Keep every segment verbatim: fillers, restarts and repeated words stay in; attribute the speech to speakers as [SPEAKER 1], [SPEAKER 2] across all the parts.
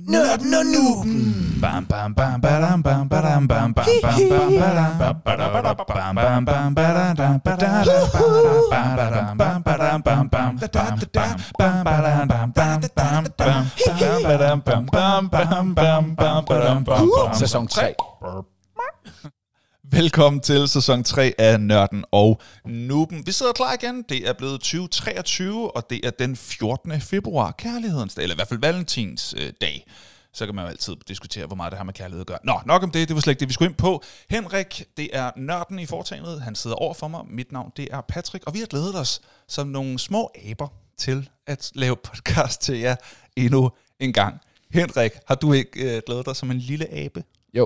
[SPEAKER 1] Nørden og Nuben. Bam bam bam badam bam badam bam bam bam bam badam bam bam bam badam bam badam bam bam bam bam.
[SPEAKER 2] Sæson tre.
[SPEAKER 1] Velkommen til sæson tre af Nørden og Nuben. Vi sidder klar igen. Det er blevet tyve treogtyve, og det er den fjortende februar, kærlighedens dag, eller i hvert fald valentins øh, dag. Så kan man jo altid diskutere, hvor meget det har med kærlighed at gøre. Nå, nok om det. Det var slet ikke det, vi skulle ind på. Henrik, det er nørden i foretagendet. Han sidder over for mig. Mit navn, det er Patrick, og vi har glædet os som nogle små aber til at lave podcast til jer endnu en gang. Henrik, har du ikke øh, glædet dig som en lille abe?
[SPEAKER 2] Jo.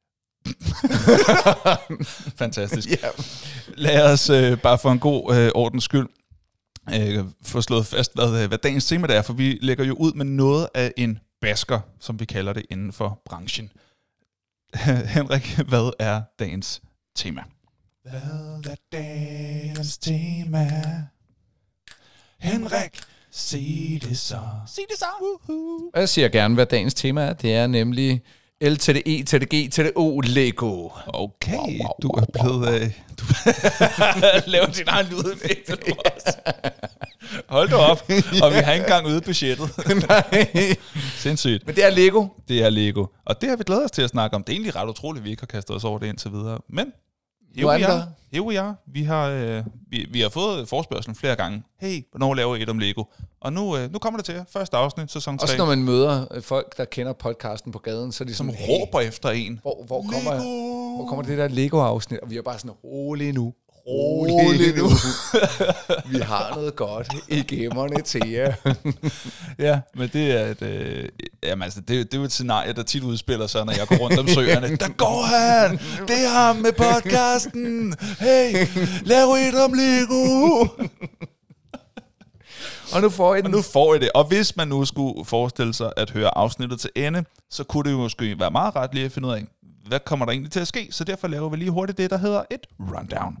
[SPEAKER 1] Fantastisk. Yeah. Lad os øh, bare for en god øh, ordens skyld øh, få slået fast, hvad, hvad dagens tema det er, for vi lægger jo ud med noget af en basker, som vi kalder det inden for branchen. Henrik, hvad er dagens tema? Hvad er dagens tema? Henrik, sig det så. Sig det så. Uh-huh.
[SPEAKER 2] Jeg siger gerne, hvad dagens tema er. Det er nemlig L til det E til det G til det O Lego.
[SPEAKER 1] Okay, wow, wow, du er blevet... Øh, du laver din egen lydeffekt. Hold da op. Og vi har ikke engang ude budgettet.
[SPEAKER 2] Nej.
[SPEAKER 1] Sindssygt.
[SPEAKER 2] Men det er Lego.
[SPEAKER 1] Det er Lego. Og det har vi glædet os til at snakke om. Det er egentlig ret utroligt, at vi ikke har kastet os over det indtil videre. Men here we are. Here we are. Vi har, øh, vi, vi har fået forespørgselen flere gange. Hey, hvornår laver I et om Lego? Og nu, øh, nu kommer det til jer. Første afsnit, sæson tre.
[SPEAKER 2] Også når man møder folk, der kender podcasten på gaden, så er de
[SPEAKER 1] som
[SPEAKER 2] sådan,
[SPEAKER 1] råber hey, efter en.
[SPEAKER 2] Hvor, hvor, kommer, hvor kommer det der Lego-afsnit? Og vi er bare sådan, rolig nu.
[SPEAKER 1] Rolig nu.
[SPEAKER 2] Vi har noget godt i gemmerne til jer.
[SPEAKER 1] Ja, men det er et, øh, jamen altså, det, det er jo et scenarie, der tit udspiller sig, når jeg går rundt om søerne. Der går han! Det er ham med podcasten! Hey, lav et om Lego!
[SPEAKER 2] Og nu får I den.
[SPEAKER 1] Og nu får I det. Og hvis man nu skulle forestille sig at høre afsnittet til ende, så kunne det jo måske være meget ret lige at finde ud af, hvad kommer der egentlig til at ske? Så derfor laver vi lige hurtigt det, der hedder et rundown.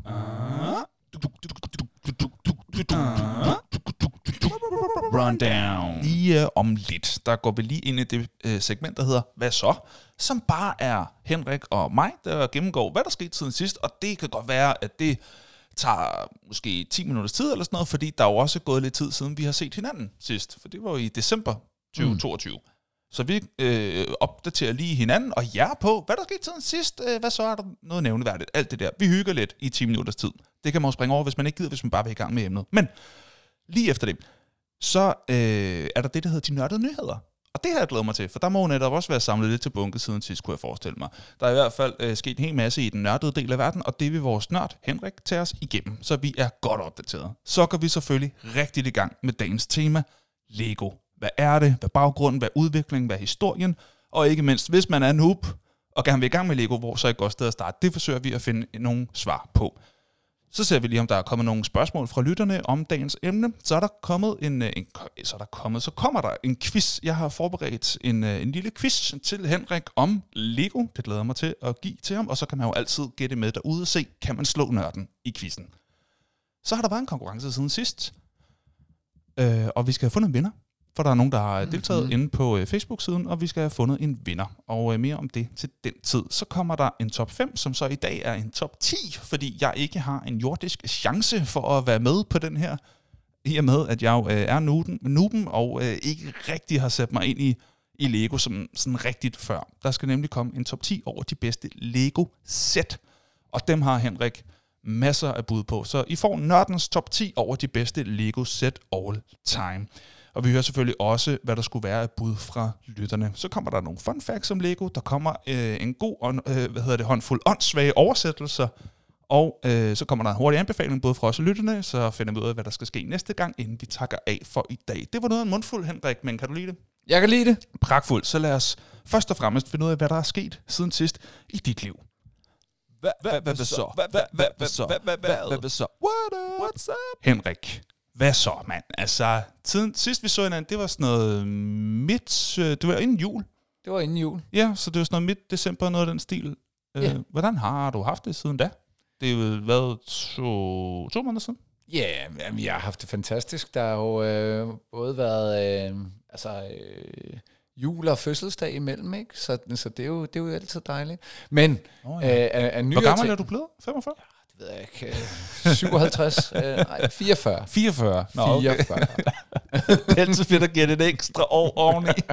[SPEAKER 1] Rundown. Lige om lidt, der går vi lige ind i det øh, segment, der hedder Hvad så? Som bare er Henrik og mig, der gennemgår, hvad der skete siden sidst. Og det kan godt være, at det tager måske ti minutters tid eller sådan noget, fordi der er jo også gået lidt tid siden, vi har set hinanden sidst. For det var jo i december tyve toogtyve. Mm. Så vi øh, opdaterer lige hinanden og jer på, hvad der skete siden sidst. Øh, hvad så er der noget nævneværdigt? Alt det der. Vi hygger lidt i ti minutters tid. Det kan man jo springe over, hvis man ikke gider, hvis man bare vil i gang med emnet. Men lige efter det, så øh, er der det, der hedder de nørdede nyheder. Og det har jeg glædet mig til, for der må netop også være samlet lidt til bunke siden sidst, kunne jeg forestille mig. Der er i hvert fald øh, sket en hel masse i den nørdede del af verden, og det vil vores nørd Henrik tage os igennem, så vi er godt opdateret. Så går vi selvfølgelig rigtigt i gang med dagens tema, Lego. Hvad er det? Hvad er baggrunden? Hvad er udviklingen? Hvad er historien? Og ikke mindst, hvis man er noob og gerne vil i gang med Lego, hvor så er et godt sted at starte, det forsøger vi at finde nogle svar på. Så ser vi lige, om der er kommet nogle spørgsmål fra lytterne om dagens emne. Så er der kommet en, en så er der kommet, så kommer der en quiz. Jeg har forberedt en, en lille quiz til Henrik om Lego. Det glæder mig til at give til ham, og så kan man jo altid gætte med derude og se, kan man slå nørden i quizzen. Så har der været en konkurrence siden sidst, øh, og vi skal have fundet en vinder. For der er nogen, der har deltaget mm-hmm. inde på øh, Facebook-siden, og vi skal have fundet en vinder. Og øh, mere om det til den tid. Så kommer der en top fem, som så i dag er en top ti, fordi jeg ikke har en jordisk chance for at være med på den her. I og med, at jeg jo øh, er nuben, nuben og øh, ikke rigtig har sat mig ind i, i Lego som sådan rigtigt før. Der skal nemlig komme en top ti over de bedste Lego-sæt. Og dem har Henrik masser af bud på. Så I får nørdens top ti over de bedste Lego-sæt all time. Og vi hører selvfølgelig også, hvad der skulle være af bud fra lytterne. Så kommer der nogle fun facts om Lego. Der kommer øh, en god øh, hvad hedder det, håndfuld åndssvage oversættelser. Og øh, så kommer der en hurtig anbefaling både fra os og lytterne. Så finder vi ud af, hvad der skal ske næste gang, inden vi takker af for i dag. Det var noget af en mundfuld, Henrik, men kan du lide det?
[SPEAKER 2] Jeg kan lide det.
[SPEAKER 1] Pragtfuldt. Så lad os først og fremmest finde ud af, hvad der er sket siden sidst i dit liv.
[SPEAKER 2] Hvad så? Hvad så? Hvad så?
[SPEAKER 1] What's up? Henrik. Hvad så, mand? Altså, tiden, sidst vi så hinanden, det var sådan noget midt... Det var inden jul.
[SPEAKER 2] Det var inden jul.
[SPEAKER 1] Ja, så det var sådan noget midt december, noget af den stil. Yeah. Øh, hvordan har du haft det siden da? Det er jo været to, to måneder siden.
[SPEAKER 2] Ja, yeah, jeg har haft det fantastisk. Der har jo øh, både været... Øh, altså... Øh, jul og fødselsdag imellem, ikke? Så, så det, er jo, det er jo altid dejligt. Men
[SPEAKER 1] oh, ja.
[SPEAKER 2] øh, er, er
[SPEAKER 1] Hvor gammel er du blevet? femogfyrre?
[SPEAKER 2] Ja, det ved jeg ikke. Øh, syvoghalvtreds? øh, nej, fireogfyrre.
[SPEAKER 1] fireogfyrre? Nå,
[SPEAKER 2] okay. fireogfyrre.
[SPEAKER 1] Det er altid fedt at give det et ekstra år oveni.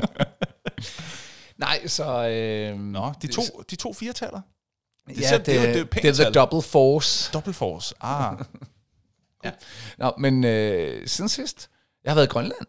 [SPEAKER 2] Nej, så... Øh,
[SPEAKER 1] Nå, de to, de to firetaller?
[SPEAKER 2] Det, ja, det, det, det, det, det er the double force.
[SPEAKER 1] Double force, ah.
[SPEAKER 2] Ja. Nå, men øh, siden sidst, jeg har været i Grønland.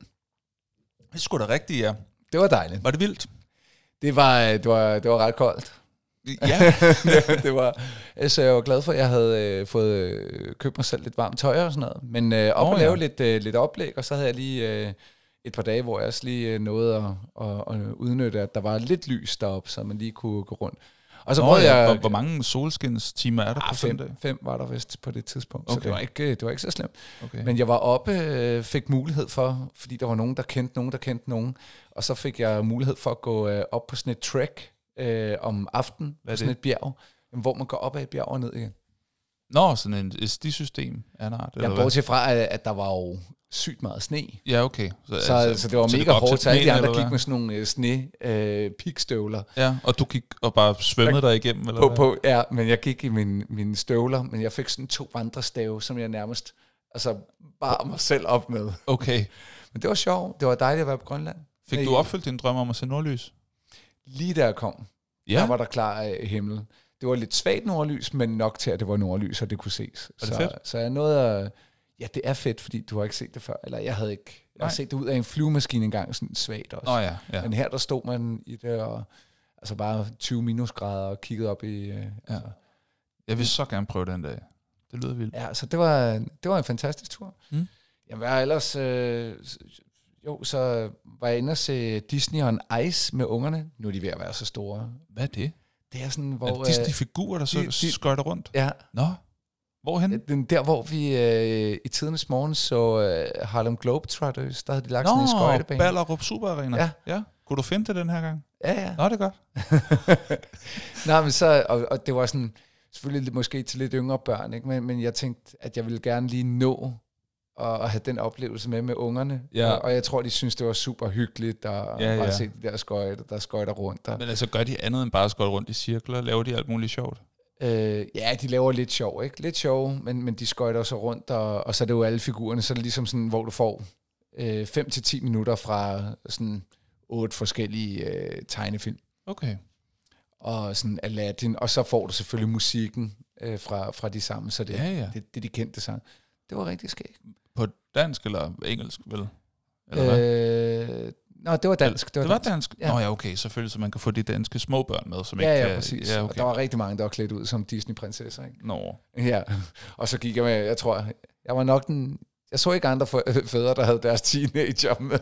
[SPEAKER 1] Det er sgu da rigtigt, ja.
[SPEAKER 2] Det var dejligt.
[SPEAKER 1] Var det vildt?
[SPEAKER 2] Det var, det var, det var ret koldt.
[SPEAKER 1] Ja.
[SPEAKER 2] det, det var, altså, jeg var glad for, at jeg havde øh, fået øh, købt mig selv lidt varmt tøj og sådan noget. Men øh, op oh, og lave ja. lidt, øh, lidt oplæg, og så havde jeg lige øh, et par dage, hvor jeg også lige øh, nåede at, at, at udnytte, at der var lidt lys deroppe, så man lige kunne gå rundt. Og så
[SPEAKER 1] oh, ja.
[SPEAKER 2] jeg,
[SPEAKER 1] hvor, hvor mange solskinstimer er der
[SPEAKER 2] ah,
[SPEAKER 1] på
[SPEAKER 2] fem,
[SPEAKER 1] fem,
[SPEAKER 2] fem var der vist på det tidspunkt,
[SPEAKER 1] okay.
[SPEAKER 2] så det var ikke, det var ikke så slemt.
[SPEAKER 1] Okay.
[SPEAKER 2] Men jeg var oppe, øh, fik mulighed for, fordi der var nogen, der kendte nogen, der kendte nogen, og så fik jeg mulighed for at gå øh, op på sådan et trek øh, om aftenen, på sådan et bjerg, hvor man går op ad et bjerg og ned igen.
[SPEAKER 1] Nå, sådan en stisystem af en art?
[SPEAKER 2] Jeg bortset fra, at der var jo sygt meget sne.
[SPEAKER 1] Ja, okay.
[SPEAKER 2] Så, så, altså, så det var så mega det hårdt, så alle de andre gik med sådan nogle sne øh, pikstøvler.
[SPEAKER 1] Ja, og du gik og bare svømmede der igennem? Eller
[SPEAKER 2] på, på, ja, men jeg gik i mine, mine støvler, men jeg fik sådan to vandrestave, som jeg nærmest altså, bar mig selv op med.
[SPEAKER 1] Okay.
[SPEAKER 2] Men det var sjovt. Det var dejligt at være på Grønland.
[SPEAKER 1] Fik du opfyldt din drøm om at se nordlys?
[SPEAKER 2] Lige da jeg kom, ja. Der var der klar af himmel. Det var lidt svagt nordlys, men nok til, at det var nordlys, og det kunne ses.
[SPEAKER 1] Er det
[SPEAKER 2] så,
[SPEAKER 1] fedt?
[SPEAKER 2] så jeg nåede at... Ja, det er fedt, fordi du har ikke set det før. Eller jeg havde ikke... Jeg har set det ud af en flyvemaskine engang, sådan svagt også.
[SPEAKER 1] Oh, ja, ja.
[SPEAKER 2] Men her, der stod man i det, og altså bare tyve minusgrader, og kiggede op i... Øh,
[SPEAKER 1] ja. altså. Jeg vil så gerne prøve den dag. Det lyder vildt.
[SPEAKER 2] Ja, så det var, det var en fantastisk tur.
[SPEAKER 1] Mm.
[SPEAKER 2] Jamen, jeg ellers... Øh, jo, så var jeg inde og se Disney on Ice med ungerne. Nu er de ved at være så store.
[SPEAKER 1] Hvad er det?
[SPEAKER 2] Det er sådan, hvor...
[SPEAKER 1] Er det Disney-figurer, der så de, skøjter rundt?
[SPEAKER 2] Ja.
[SPEAKER 1] Nå, hvorhen?
[SPEAKER 2] Den der, hvor vi øh, i tidernes morgen så øh, Harlem Globetrotters, der havde de lagt
[SPEAKER 1] Nå,
[SPEAKER 2] sådan en skøjtebane.
[SPEAKER 1] Nå, Ballerup Super Arena.
[SPEAKER 2] Ja.
[SPEAKER 1] ja. Kunne du finde det den her gang?
[SPEAKER 2] Ja, ja.
[SPEAKER 1] Nå, det er godt.
[SPEAKER 2] Nej, men så... Og, og det var sådan... Selvfølgelig måske til lidt yngre børn, ikke? Men, men jeg tænkte, at jeg ville gerne lige nå at, at have den oplevelse med med ungerne.
[SPEAKER 1] Ja.
[SPEAKER 2] Og, og jeg tror, de synes, det var super hyggeligt at
[SPEAKER 1] ja, ja.
[SPEAKER 2] bare se de der skøjter, der skøjter rundt. Der.
[SPEAKER 1] Men altså, gør de andet end bare at skøjte rundt i cirkler? Laver de alt muligt sjovt?
[SPEAKER 2] Øh, ja, de laver lidt sjov, ikke? Lidt sjov, men, men de skøjter så rundt, og, og så er det jo alle figurerne. Så er det ligesom sådan, hvor du får øh, fem til ti minutter fra sådan otte forskellige øh, tegnefilm.
[SPEAKER 1] Okay.
[SPEAKER 2] Og sådan Aladdin, og så får du selvfølgelig musikken øh, fra, fra de samme, så det,
[SPEAKER 1] ja, ja.
[SPEAKER 2] det, det de kendte sang. Det var rigtig skægt.
[SPEAKER 1] På dansk eller engelsk, vel?
[SPEAKER 2] Eller øh, Nå, det var dansk.
[SPEAKER 1] Det var, det var dansk? dansk? Ja. Nå ja, okay, selvfølgelig, så man kan få de danske små børn med, som
[SPEAKER 2] ja,
[SPEAKER 1] ikke
[SPEAKER 2] ja,
[SPEAKER 1] kan...
[SPEAKER 2] præcis.
[SPEAKER 1] Ja, okay.
[SPEAKER 2] Og der var rigtig mange, der var klædt ud som Disney-prinsesser, ikke?
[SPEAKER 1] Nå.
[SPEAKER 2] Ja, og så gik jeg med, jeg tror, jeg var nok den... Jeg så ikke andre fædre, der havde deres teenager med.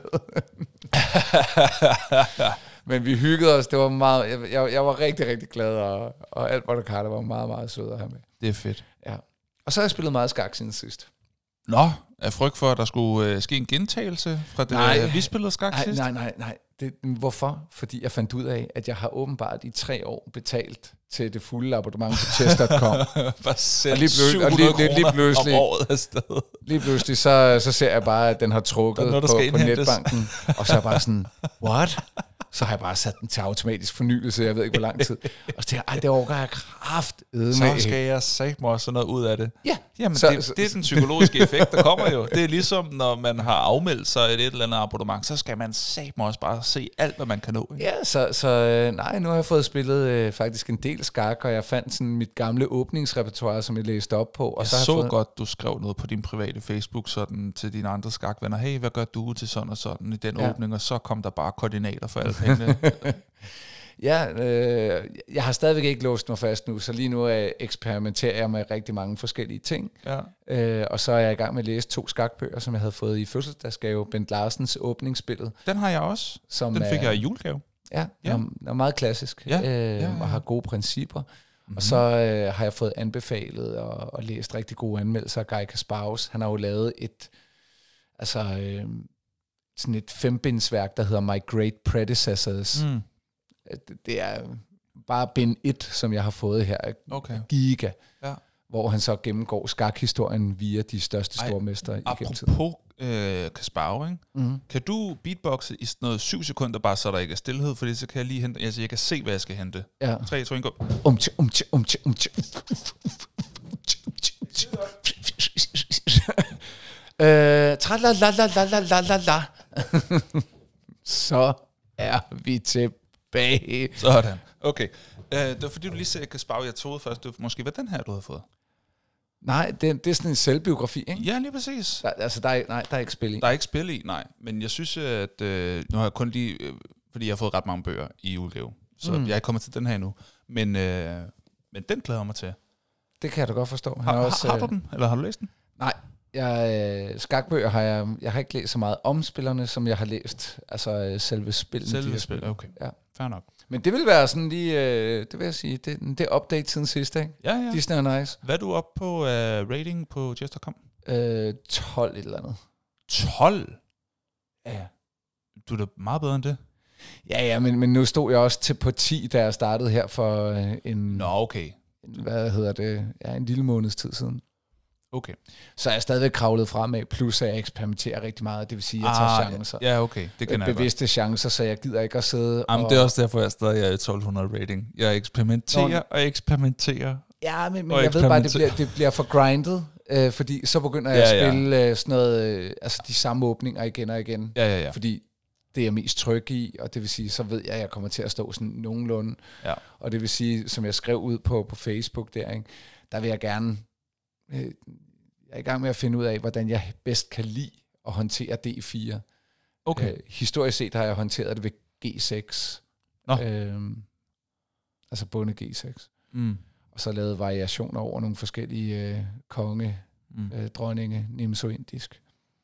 [SPEAKER 2] Men vi hyggede os, det var meget... Jeg, jeg, jeg var rigtig, rigtig glad, og, og alt, hvad der kan, var meget, meget sødt at have med.
[SPEAKER 1] Det er fedt.
[SPEAKER 2] Ja. Og så har jeg spillet meget skak siden sidst.
[SPEAKER 1] Nå, er frygt for, at der skulle øh, ske en gentagelse fra det, nej, øh, vi spillede skak
[SPEAKER 2] nej,
[SPEAKER 1] sidst?
[SPEAKER 2] Nej, nej, nej. Det, hvorfor? Fordi jeg fandt ud af, at jeg har åbenbart i tre år betalt til det fulde abonnement på chess punktum com.
[SPEAKER 1] Bare selv
[SPEAKER 2] og lige
[SPEAKER 1] syv hundrede
[SPEAKER 2] lige, lige, lige
[SPEAKER 1] om året afsted.
[SPEAKER 2] Lige pludselig, så, så ser jeg bare, at den har trukket noget, på, på netbanken. Og så er jeg bare sådan, what? Så har jeg bare sat den til automatisk fornyelse, jeg ved ikke, hvor lang tid. Og så tænker jeg, ej, det overgår jeg kraftedme.
[SPEAKER 1] Så skal jeg sagt mig også noget ud af det.
[SPEAKER 2] Ja.
[SPEAKER 1] Jamen, så, det, så, det er den psykologiske effekt, der kommer jo. Det er ligesom, når man har afmeldt sig et, et eller andet abonnement, så skal man sagt mig også bare se alt, hvad man kan nå. Ikke?
[SPEAKER 2] Ja, så, så nej, nu har jeg fået spillet øh, faktisk en del skak, og jeg fandt sådan mit gamle åbningsrepertoire, som jeg læste op på. Og
[SPEAKER 1] jeg
[SPEAKER 2] så, har
[SPEAKER 1] så
[SPEAKER 2] jeg fået...
[SPEAKER 1] godt, du skrev noget på din private Facebook sådan, til dine andre skakvenner. Hey, hvad gør du til sådan og sådan i den ja. åbning? Og så kom der bare koordinater for alle pengene.
[SPEAKER 2] Ja, øh, jeg har stadigvæk ikke låst mig fast nu, så lige nu øh, eksperimenterer jeg med rigtig mange forskellige ting.
[SPEAKER 1] Ja.
[SPEAKER 2] Øh, og så er jeg i gang med at læse to skakbøger, som jeg havde fået i fødselsdagsgave. Bent Larsens åbningsspillet.
[SPEAKER 1] Den har jeg også.
[SPEAKER 2] Som
[SPEAKER 1] den fik
[SPEAKER 2] er,
[SPEAKER 1] jeg i julegave.
[SPEAKER 2] Ja, ja. Den er meget klassisk
[SPEAKER 1] ja.
[SPEAKER 2] Øh, ja, ja. Og har gode principper. Mm-hmm. Og så øh, har jeg fået anbefalet og, og læst rigtig gode anmeldelser af Guy Kasparov. Han har jo lavet et, altså, øh, sådan et fembindsværk, der hedder My Great Predecessors. Mm. Det er bare bind et, som jeg har fået her.
[SPEAKER 1] Okay.
[SPEAKER 2] Giga.
[SPEAKER 1] Ja.
[SPEAKER 2] hvor han så gennemgår skakhistorien via de største stormestre igennem tiden.
[SPEAKER 1] Apropos øh, Kasparov, ikke? Mm-hmm. Kan du beatboxe i sådan noget syv sekunder, bare så der ikke er stillhed, fordi så kan jeg lige hente, altså jeg kan se, hvad jeg skal hente.
[SPEAKER 2] Ja.
[SPEAKER 1] tre, to, et, gå.
[SPEAKER 2] Umtje, umtje, umtje, umtje. Øh, tra-la-la-la-la-la-la-la. Så er vi tilbage.
[SPEAKER 1] Sådan. Okay. Uh, det var fordi, du lige sagde, at jeg kan spare. Jeg troede først, det var måske hvad den her, du havde fået.
[SPEAKER 2] Nej, det, det er sådan en selvbiografi, ikke?
[SPEAKER 1] Ja, lige præcis.
[SPEAKER 2] Der, altså, der er, nej, der er ikke spil i.
[SPEAKER 1] Der er ikke spil i, nej. Men jeg synes, at øh, nu har jeg kun lige... Øh, fordi jeg har fået ret mange bøger i udgave. Så mm. jeg er ikke kommet til den her endnu. Men, øh, men den glæder jeg mig til.
[SPEAKER 2] Det kan jeg da godt forstå.
[SPEAKER 1] Har,
[SPEAKER 2] også,
[SPEAKER 1] har, har du den? Eller har du læst den?
[SPEAKER 2] Nej. Jeg, øh, skakbøger har jeg... Jeg har ikke læst så meget om spillerne, som jeg har læst. Altså øh, selve spillet.
[SPEAKER 1] Selve spil, okay.
[SPEAKER 2] Ja.
[SPEAKER 1] Fair nok.
[SPEAKER 2] Men det vil være sådan lige... Øh, det vil jeg sige, det, det er update siden sidste, ikke?
[SPEAKER 1] Ja, ja.
[SPEAKER 2] Disney er nice.
[SPEAKER 1] Hvad er du oppe på uh, rating på Chess punktum com?
[SPEAKER 2] Øh, tolv et eller andet.
[SPEAKER 1] tolv?
[SPEAKER 2] Ja.
[SPEAKER 1] Du er da meget bedre end det.
[SPEAKER 2] Ja, ja, men, men nu stod jeg også til på ti, da jeg startede her for øh, en...
[SPEAKER 1] Nå, okay.
[SPEAKER 2] En, hvad hedder det? Ja, en lille måneds tid siden.
[SPEAKER 1] Okay.
[SPEAKER 2] Så er jeg stadigvæk kravlet fremad, plus at jeg eksperimenterer rigtig meget. Det vil sige, at jeg tager
[SPEAKER 1] ah,
[SPEAKER 2] chancer.
[SPEAKER 1] Ja, okay. Det kan jeg
[SPEAKER 2] bevidste godt. chancer, så jeg gider ikke at sidde
[SPEAKER 1] Jamen,
[SPEAKER 2] og...
[SPEAKER 1] det er også derfor, jeg stadig er i tolv hundrede rating. Jeg eksperimenterer Nå. og eksperimenterer.
[SPEAKER 2] Ja, men, men jeg ved bare, det bliver, det bliver for grindet, øh, fordi så begynder jeg ja, at spille ja. øh, sådan noget, øh, altså de samme åbninger igen og igen.
[SPEAKER 1] Ja, ja, ja.
[SPEAKER 2] Fordi det er jeg mest tryg i, og det vil sige, så ved jeg, at jeg kommer til at stå sådan nogenlunde. Ja. Og det vil sige, som jeg skrev ud på, på Facebook der, ikke, der vil jeg gerne... Øh, jeg er i gang med at finde ud af, hvordan jeg bedst kan lide at håndtere D fire.
[SPEAKER 1] Okay.
[SPEAKER 2] Øh, historisk set har jeg håndteret det ved G seks.
[SPEAKER 1] Nå.
[SPEAKER 2] Øhm, altså bunde G seks.
[SPEAKER 1] Mm.
[SPEAKER 2] Og så lavet variationer over nogle forskellige øh, konge, mm. øh, dronninge, nimso-indisk.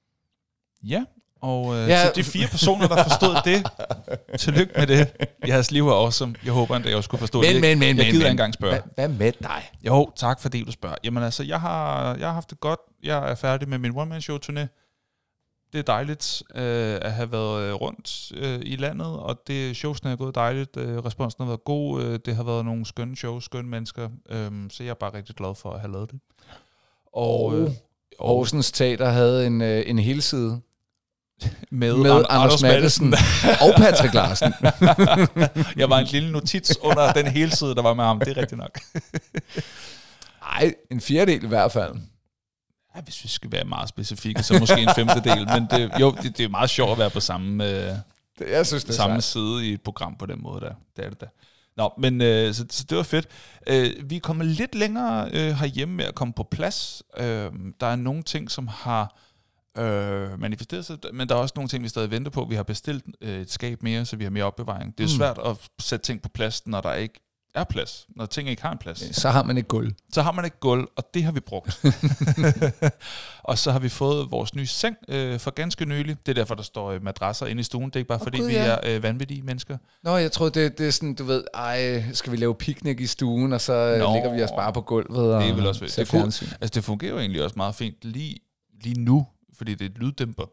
[SPEAKER 1] Ja, og øh, ja. til de fire personer, der forstod det, tillykke med det. Jeres liv er awesome. Jeg håber, at jeg også kunne forstå
[SPEAKER 2] men,
[SPEAKER 1] det.
[SPEAKER 2] Men, men,
[SPEAKER 1] jeg gider
[SPEAKER 2] men,
[SPEAKER 1] engang spørge.
[SPEAKER 2] Hvad, hvad med dig?
[SPEAKER 1] Jo, tak fordi du spørger. Jamen altså, jeg har, jeg har haft det godt. Jeg er færdig med min one-man-show-turné. Det er dejligt øh, at have været rundt øh, i landet, og det showsene er gået dejligt. Øh, responsen har været god. Øh, det har været nogle skønne shows, skønne mennesker. Øh, så jeg er bare rigtig glad for at have lavet det.
[SPEAKER 2] Og, og øh, Horsens Teater havde en, øh, en helside
[SPEAKER 1] med,
[SPEAKER 2] med Anders, Anders Matthesen og Patrick Larsen.
[SPEAKER 1] Jeg var en lille notits under den helside, der var med ham. Det er rigtigt nok.
[SPEAKER 2] Nej, en fjerdedel i hvert fald.
[SPEAKER 1] Ja, hvis vi skal være meget specifikke, så måske en femtedel. Men det, jo, det, det er meget sjovt at være på samme, øh,
[SPEAKER 2] det, jeg synes, det
[SPEAKER 1] samme side i et program på den måde. Der. Det er det da. Nå, men øh, så, så det var fedt. Øh, vi er kommet lidt længere øh, herhjemme med at komme på plads. Øh, der er nogle ting, som har øh, manifesteret sig, men der er også nogle ting, vi stadig venter på. Vi har bestilt øh, et skab mere, så vi har mere opbevaring. Det er mm. svært at sætte ting på plads, når der ikke er plads. Når ting ikke har en plads.
[SPEAKER 2] Så har man et gulv.
[SPEAKER 1] Så har man et gulv, og det har vi brugt. Og så har vi fået vores nye seng øh, for ganske nylig. Det er derfor, der står madrasser inde i stuen. Det er ikke bare, oh, fordi God, vi ja. er øh, vanvittige mennesker.
[SPEAKER 2] Nå, jeg tror det, det er sådan, du ved, ej, skal vi lave piknik i stuen, og så Nå, ligger vi os bare på gulvet og
[SPEAKER 1] det vil også det, kunne, altså, det fungerer jo egentlig også meget fint lige, lige nu, fordi det er et lyddæmper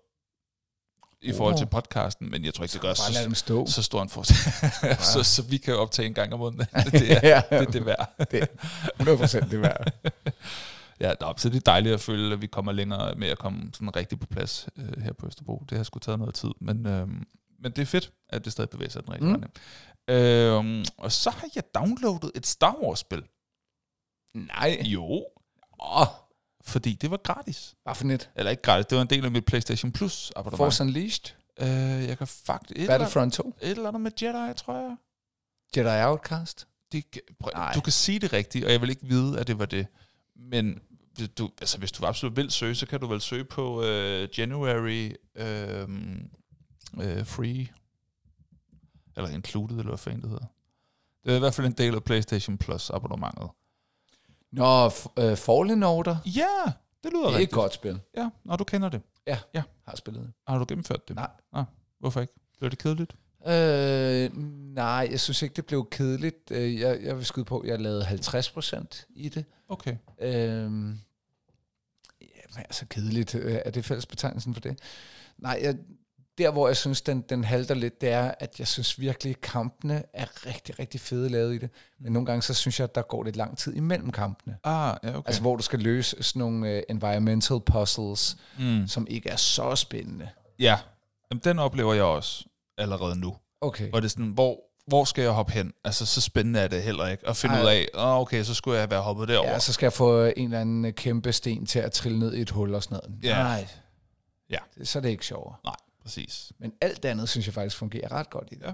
[SPEAKER 1] i forhold til podcasten, men jeg tror ikke, det gør så, så stor en forskel. Ja. så, så vi kan jo optage en gang om måneden. Det er
[SPEAKER 2] ja.
[SPEAKER 1] det, er det værd.
[SPEAKER 2] Det er hundrede procent det værd.
[SPEAKER 1] Ja, så det er dejligt at føle, at vi kommer længere med at komme sådan rigtig på plads øh, her på Østerbro. Det har sgu taget noget tid, men, øh, men det er fedt, at det stadig bevæger sig den rigtige mm. øh, Og så har jeg downloadet et Star Wars-spil.
[SPEAKER 2] Nej.
[SPEAKER 1] Jo. Åh. Fordi det var gratis.
[SPEAKER 2] Hvad for net?
[SPEAKER 1] Eller ikke gratis, det var en del af mit PlayStation Plus abonnement.
[SPEAKER 2] Force Unleashed?
[SPEAKER 1] Øh, jeg kan faktisk...
[SPEAKER 2] Battlefront to?
[SPEAKER 1] Et eller andet med Jedi, tror jeg.
[SPEAKER 2] Jedi Outcast?
[SPEAKER 1] Det, du kan sige det rigtigt, og jeg vil ikke vide, at det var det. Men du, altså, hvis du absolut vil søge, så kan du vel søge på uh, January uh, uh, Free, eller Included, eller hvad fanden det hedder. Det er i hvert fald en del af PlayStation Plus abonnementet.
[SPEAKER 2] Nå, uh, Fallen Order?
[SPEAKER 1] Ja, det lyder rigtigt.
[SPEAKER 2] Det er et godt spil.
[SPEAKER 1] Ja, når du kender det.
[SPEAKER 2] Ja, ja, har spillet det.
[SPEAKER 1] Har du gennemført det?
[SPEAKER 2] Nej.
[SPEAKER 1] Ah, hvorfor ikke? Blev det kedeligt?
[SPEAKER 2] Øh, nej, jeg synes ikke, det blev kedeligt. Jeg, jeg vil skyde på, at jeg lavede halvtreds procent i det.
[SPEAKER 1] Okay.
[SPEAKER 2] Øh, ja, altså kedeligt, er det fællesbetegnelsen for det? Nej, jeg, Der, hvor jeg synes, den, den halter lidt, det er, at jeg synes virkelig, at kampene er rigtig, rigtig fede lavet i det. Men nogle gange, så synes jeg, at der går lidt lang tid imellem kampene.
[SPEAKER 1] Ah, ja, okay.
[SPEAKER 2] Altså, hvor du skal løse sådan nogle uh, environmental puzzles, mm. som ikke er så spændende.
[SPEAKER 1] Ja, jamen, den oplever jeg også allerede nu.
[SPEAKER 2] Okay.
[SPEAKER 1] Hvor det er sådan, hvor, hvor skal jeg hoppe hen? Altså, så spændende er det heller ikke. At finde Ej. ud af, oh, okay, så skulle jeg være hoppet derover.
[SPEAKER 2] Ja, så skal jeg få en eller anden kæmpe sten til at trille ned i et hul og sådan noget.
[SPEAKER 1] Ja.
[SPEAKER 2] Nej,
[SPEAKER 1] ja.
[SPEAKER 2] Så er det ikke sjovere.
[SPEAKER 1] Nej, præcis.
[SPEAKER 2] Men alt andet, synes jeg faktisk fungerer ret godt i det.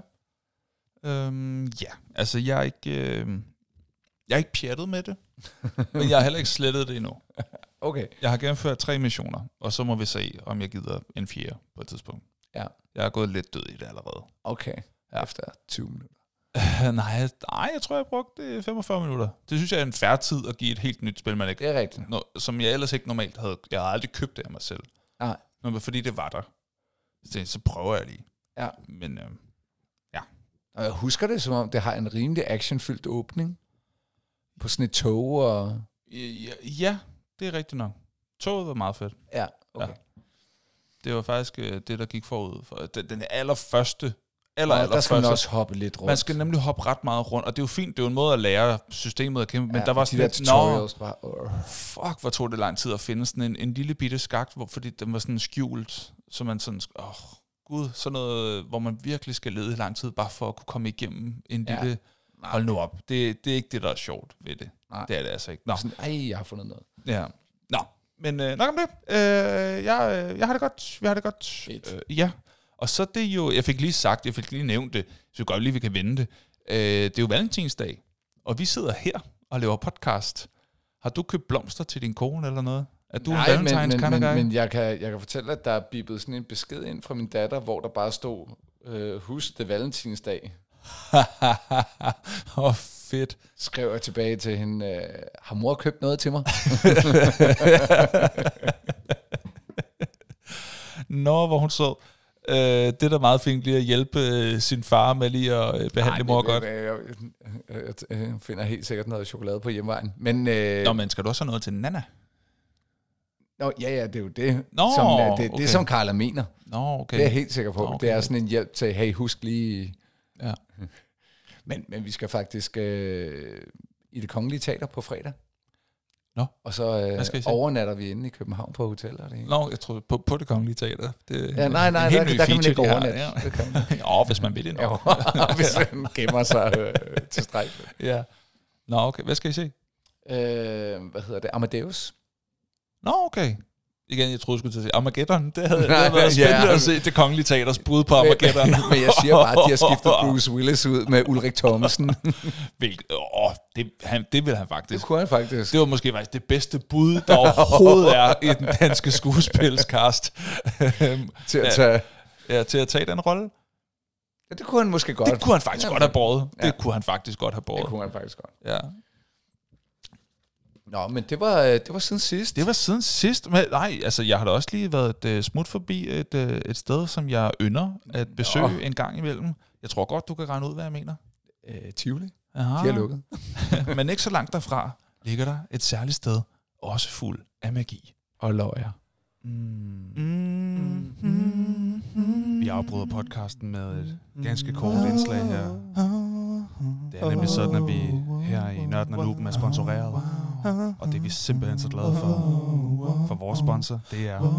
[SPEAKER 1] Ja, øhm, ja. altså jeg er ikke... Øh, jeg er ikke pjattet med det, men jeg har heller ikke slettet det endnu.
[SPEAKER 2] Okay.
[SPEAKER 1] Jeg har gennemført tre missioner, og så må vi se, om jeg gider en fjerde på et tidspunkt.
[SPEAKER 2] Ja.
[SPEAKER 1] Jeg er gået lidt død i det allerede.
[SPEAKER 2] Okay, ja. Efter tyve minutter.
[SPEAKER 1] Uh, nej, nej, jeg tror, jeg brugte femogfyrre minutter. Det synes jeg er en fair tid at give et helt nyt spil, man ikke...
[SPEAKER 2] Det er rigtigt.
[SPEAKER 1] No, som jeg ellers ikke normalt havde... Jeg havde aldrig købt det af mig selv.
[SPEAKER 2] Nej.
[SPEAKER 1] Men fordi det var der. Så, så prøver jeg lige.
[SPEAKER 2] Ja.
[SPEAKER 1] Men, øh, ja.
[SPEAKER 2] Og jeg husker det, som om det har en rimelig actionfyldt åbning. På sådan et tog og...
[SPEAKER 1] Ja, ja, det er rigtigt nok. Toget var meget fedt.
[SPEAKER 2] Ja, okay.
[SPEAKER 1] Ja. Det var faktisk øh, det, der gik forud. For, den, den allerførste... Aller,
[SPEAKER 2] ja,
[SPEAKER 1] aller
[SPEAKER 2] der skal
[SPEAKER 1] første.
[SPEAKER 2] man også hoppe lidt rundt.
[SPEAKER 1] Man skal nemlig hoppe ret meget rundt, og det er jo fint. Det er jo en måde at lære systemet at kæmpe. Men
[SPEAKER 2] ja,
[SPEAKER 1] der var
[SPEAKER 2] sådan lidt... tutorials bare... Uh.
[SPEAKER 1] Fuck, hvor tog det lang tid at finde sådan en, en lille bitte skakt, hvor, fordi den var sådan skjult, så man sådan... Åh, oh, gud, sådan noget, hvor man virkelig skal lede i lang tid, bare for at kunne komme igennem en ja. lille... Nej, hold nu op. Det, det er ikke det, der er sjovt ved det. Nej. Det er det altså ikke. Nå.
[SPEAKER 2] Sådan, ej, jeg har fundet noget.
[SPEAKER 1] Ja. Nå, men øh, nok om det. Øh, jeg, jeg har det godt. Vi har det godt. Øh, ja. Og så det jo, jeg fik lige sagt, jeg fik lige nævnt det, så godt lige, vi kan vende det. Øh, det er jo valentinsdag, og vi sidder her og laver podcast. Har du købt blomster til din kone eller noget? Er du
[SPEAKER 2] Nej,
[SPEAKER 1] en valentines
[SPEAKER 2] men,
[SPEAKER 1] kind
[SPEAKER 2] men,
[SPEAKER 1] of guy?
[SPEAKER 2] men jeg kan, jeg kan fortælle, at der er bippet sådan en besked ind fra min datter, hvor der bare stod, øh, husk det valentinsdag.
[SPEAKER 1] Åh, oh, fedt.
[SPEAKER 2] Skrev jeg tilbage til hende, øh, har mor købt noget til mig?
[SPEAKER 1] Nå, hvor hun så. Øh, det er da meget fint lige at hjælpe øh, sin far med lige at øh, behandle Nej, mor godt.
[SPEAKER 2] Jeg, jeg, jeg, jeg, jeg finder helt sikkert noget chokolade på hjemvejen. Men, øh,
[SPEAKER 1] Nå, men skal du også have noget til Nana?
[SPEAKER 2] Nå, ja, ja, det er jo det,
[SPEAKER 1] Nå,
[SPEAKER 2] som, det,
[SPEAKER 1] okay.
[SPEAKER 2] det som Carla mener.
[SPEAKER 1] Nå, okay.
[SPEAKER 2] Det er jeg helt sikker på.
[SPEAKER 1] Nå, okay.
[SPEAKER 2] Det er sådan en hjælp til, hey, husk lige...
[SPEAKER 1] Ja.
[SPEAKER 2] Men, men vi skal faktisk øh, i Det Kongelige Teater på fredag.
[SPEAKER 1] Nå.
[SPEAKER 2] Og så øh, overnatter vi inde i København på hotel. Og det
[SPEAKER 1] Nå, jeg tror på, på Det Kongelige Teater. Det
[SPEAKER 2] ja, nej, nej, der, der kan man ikke overnatte.
[SPEAKER 1] Ja, ja. Åh, hvis man vil det.
[SPEAKER 2] Ja, hvis man gemmer sig øh, til stræk.
[SPEAKER 1] Ja. Nå, okay. Hvad skal I se?
[SPEAKER 2] Øh, hvad hedder det? Amadeus.
[SPEAKER 1] Nå, okay. Igen, jeg troede, du skulle til at sige Armageddon. Det havde, nej, det havde været spændende ja. at se Det Kongelige Teaters bud på Armageddon.
[SPEAKER 2] Men, men jeg siger bare, at de har skiftet Bruce Willis ud med Ulrik Thomsen.
[SPEAKER 1] Hvilket, åh, det, han, det vil han faktisk.
[SPEAKER 2] Det kunne han faktisk.
[SPEAKER 1] Det var måske faktisk det bedste bud, der overhovedet er i den danske skuespilskast.
[SPEAKER 2] til at tage...
[SPEAKER 1] Ja, til at tage den rolle.
[SPEAKER 2] Ja, det kunne han måske godt.
[SPEAKER 1] Det kunne han faktisk ja, godt have båret.
[SPEAKER 2] Ja.
[SPEAKER 1] Det kunne han faktisk godt have båret.
[SPEAKER 2] Det kunne han faktisk godt.
[SPEAKER 1] Ja.
[SPEAKER 2] Nå, men det var, det var siden sidst.
[SPEAKER 1] Det var siden sidst. Men nej, altså jeg har da også lige været et smut forbi et, et sted, som jeg ynder at besøge Nå. en gang imellem. Jeg tror godt, du kan regne ud, hvad jeg mener.
[SPEAKER 2] Øh, Tivoli.
[SPEAKER 1] Aha.
[SPEAKER 2] De er lukket.
[SPEAKER 1] Men ikke så langt derfra ligger der et særligt sted, også fuld af magi.
[SPEAKER 2] Og løjer.
[SPEAKER 1] Mm. Mm. Mm. Mm. Vi afbryder podcasten med et ganske kort indslag her. Det er nemlig sådan, at vi her i Nørden og Nuben er sponsoreret. Og det er vi simpelthen så glade for. For vores sponsor, det er...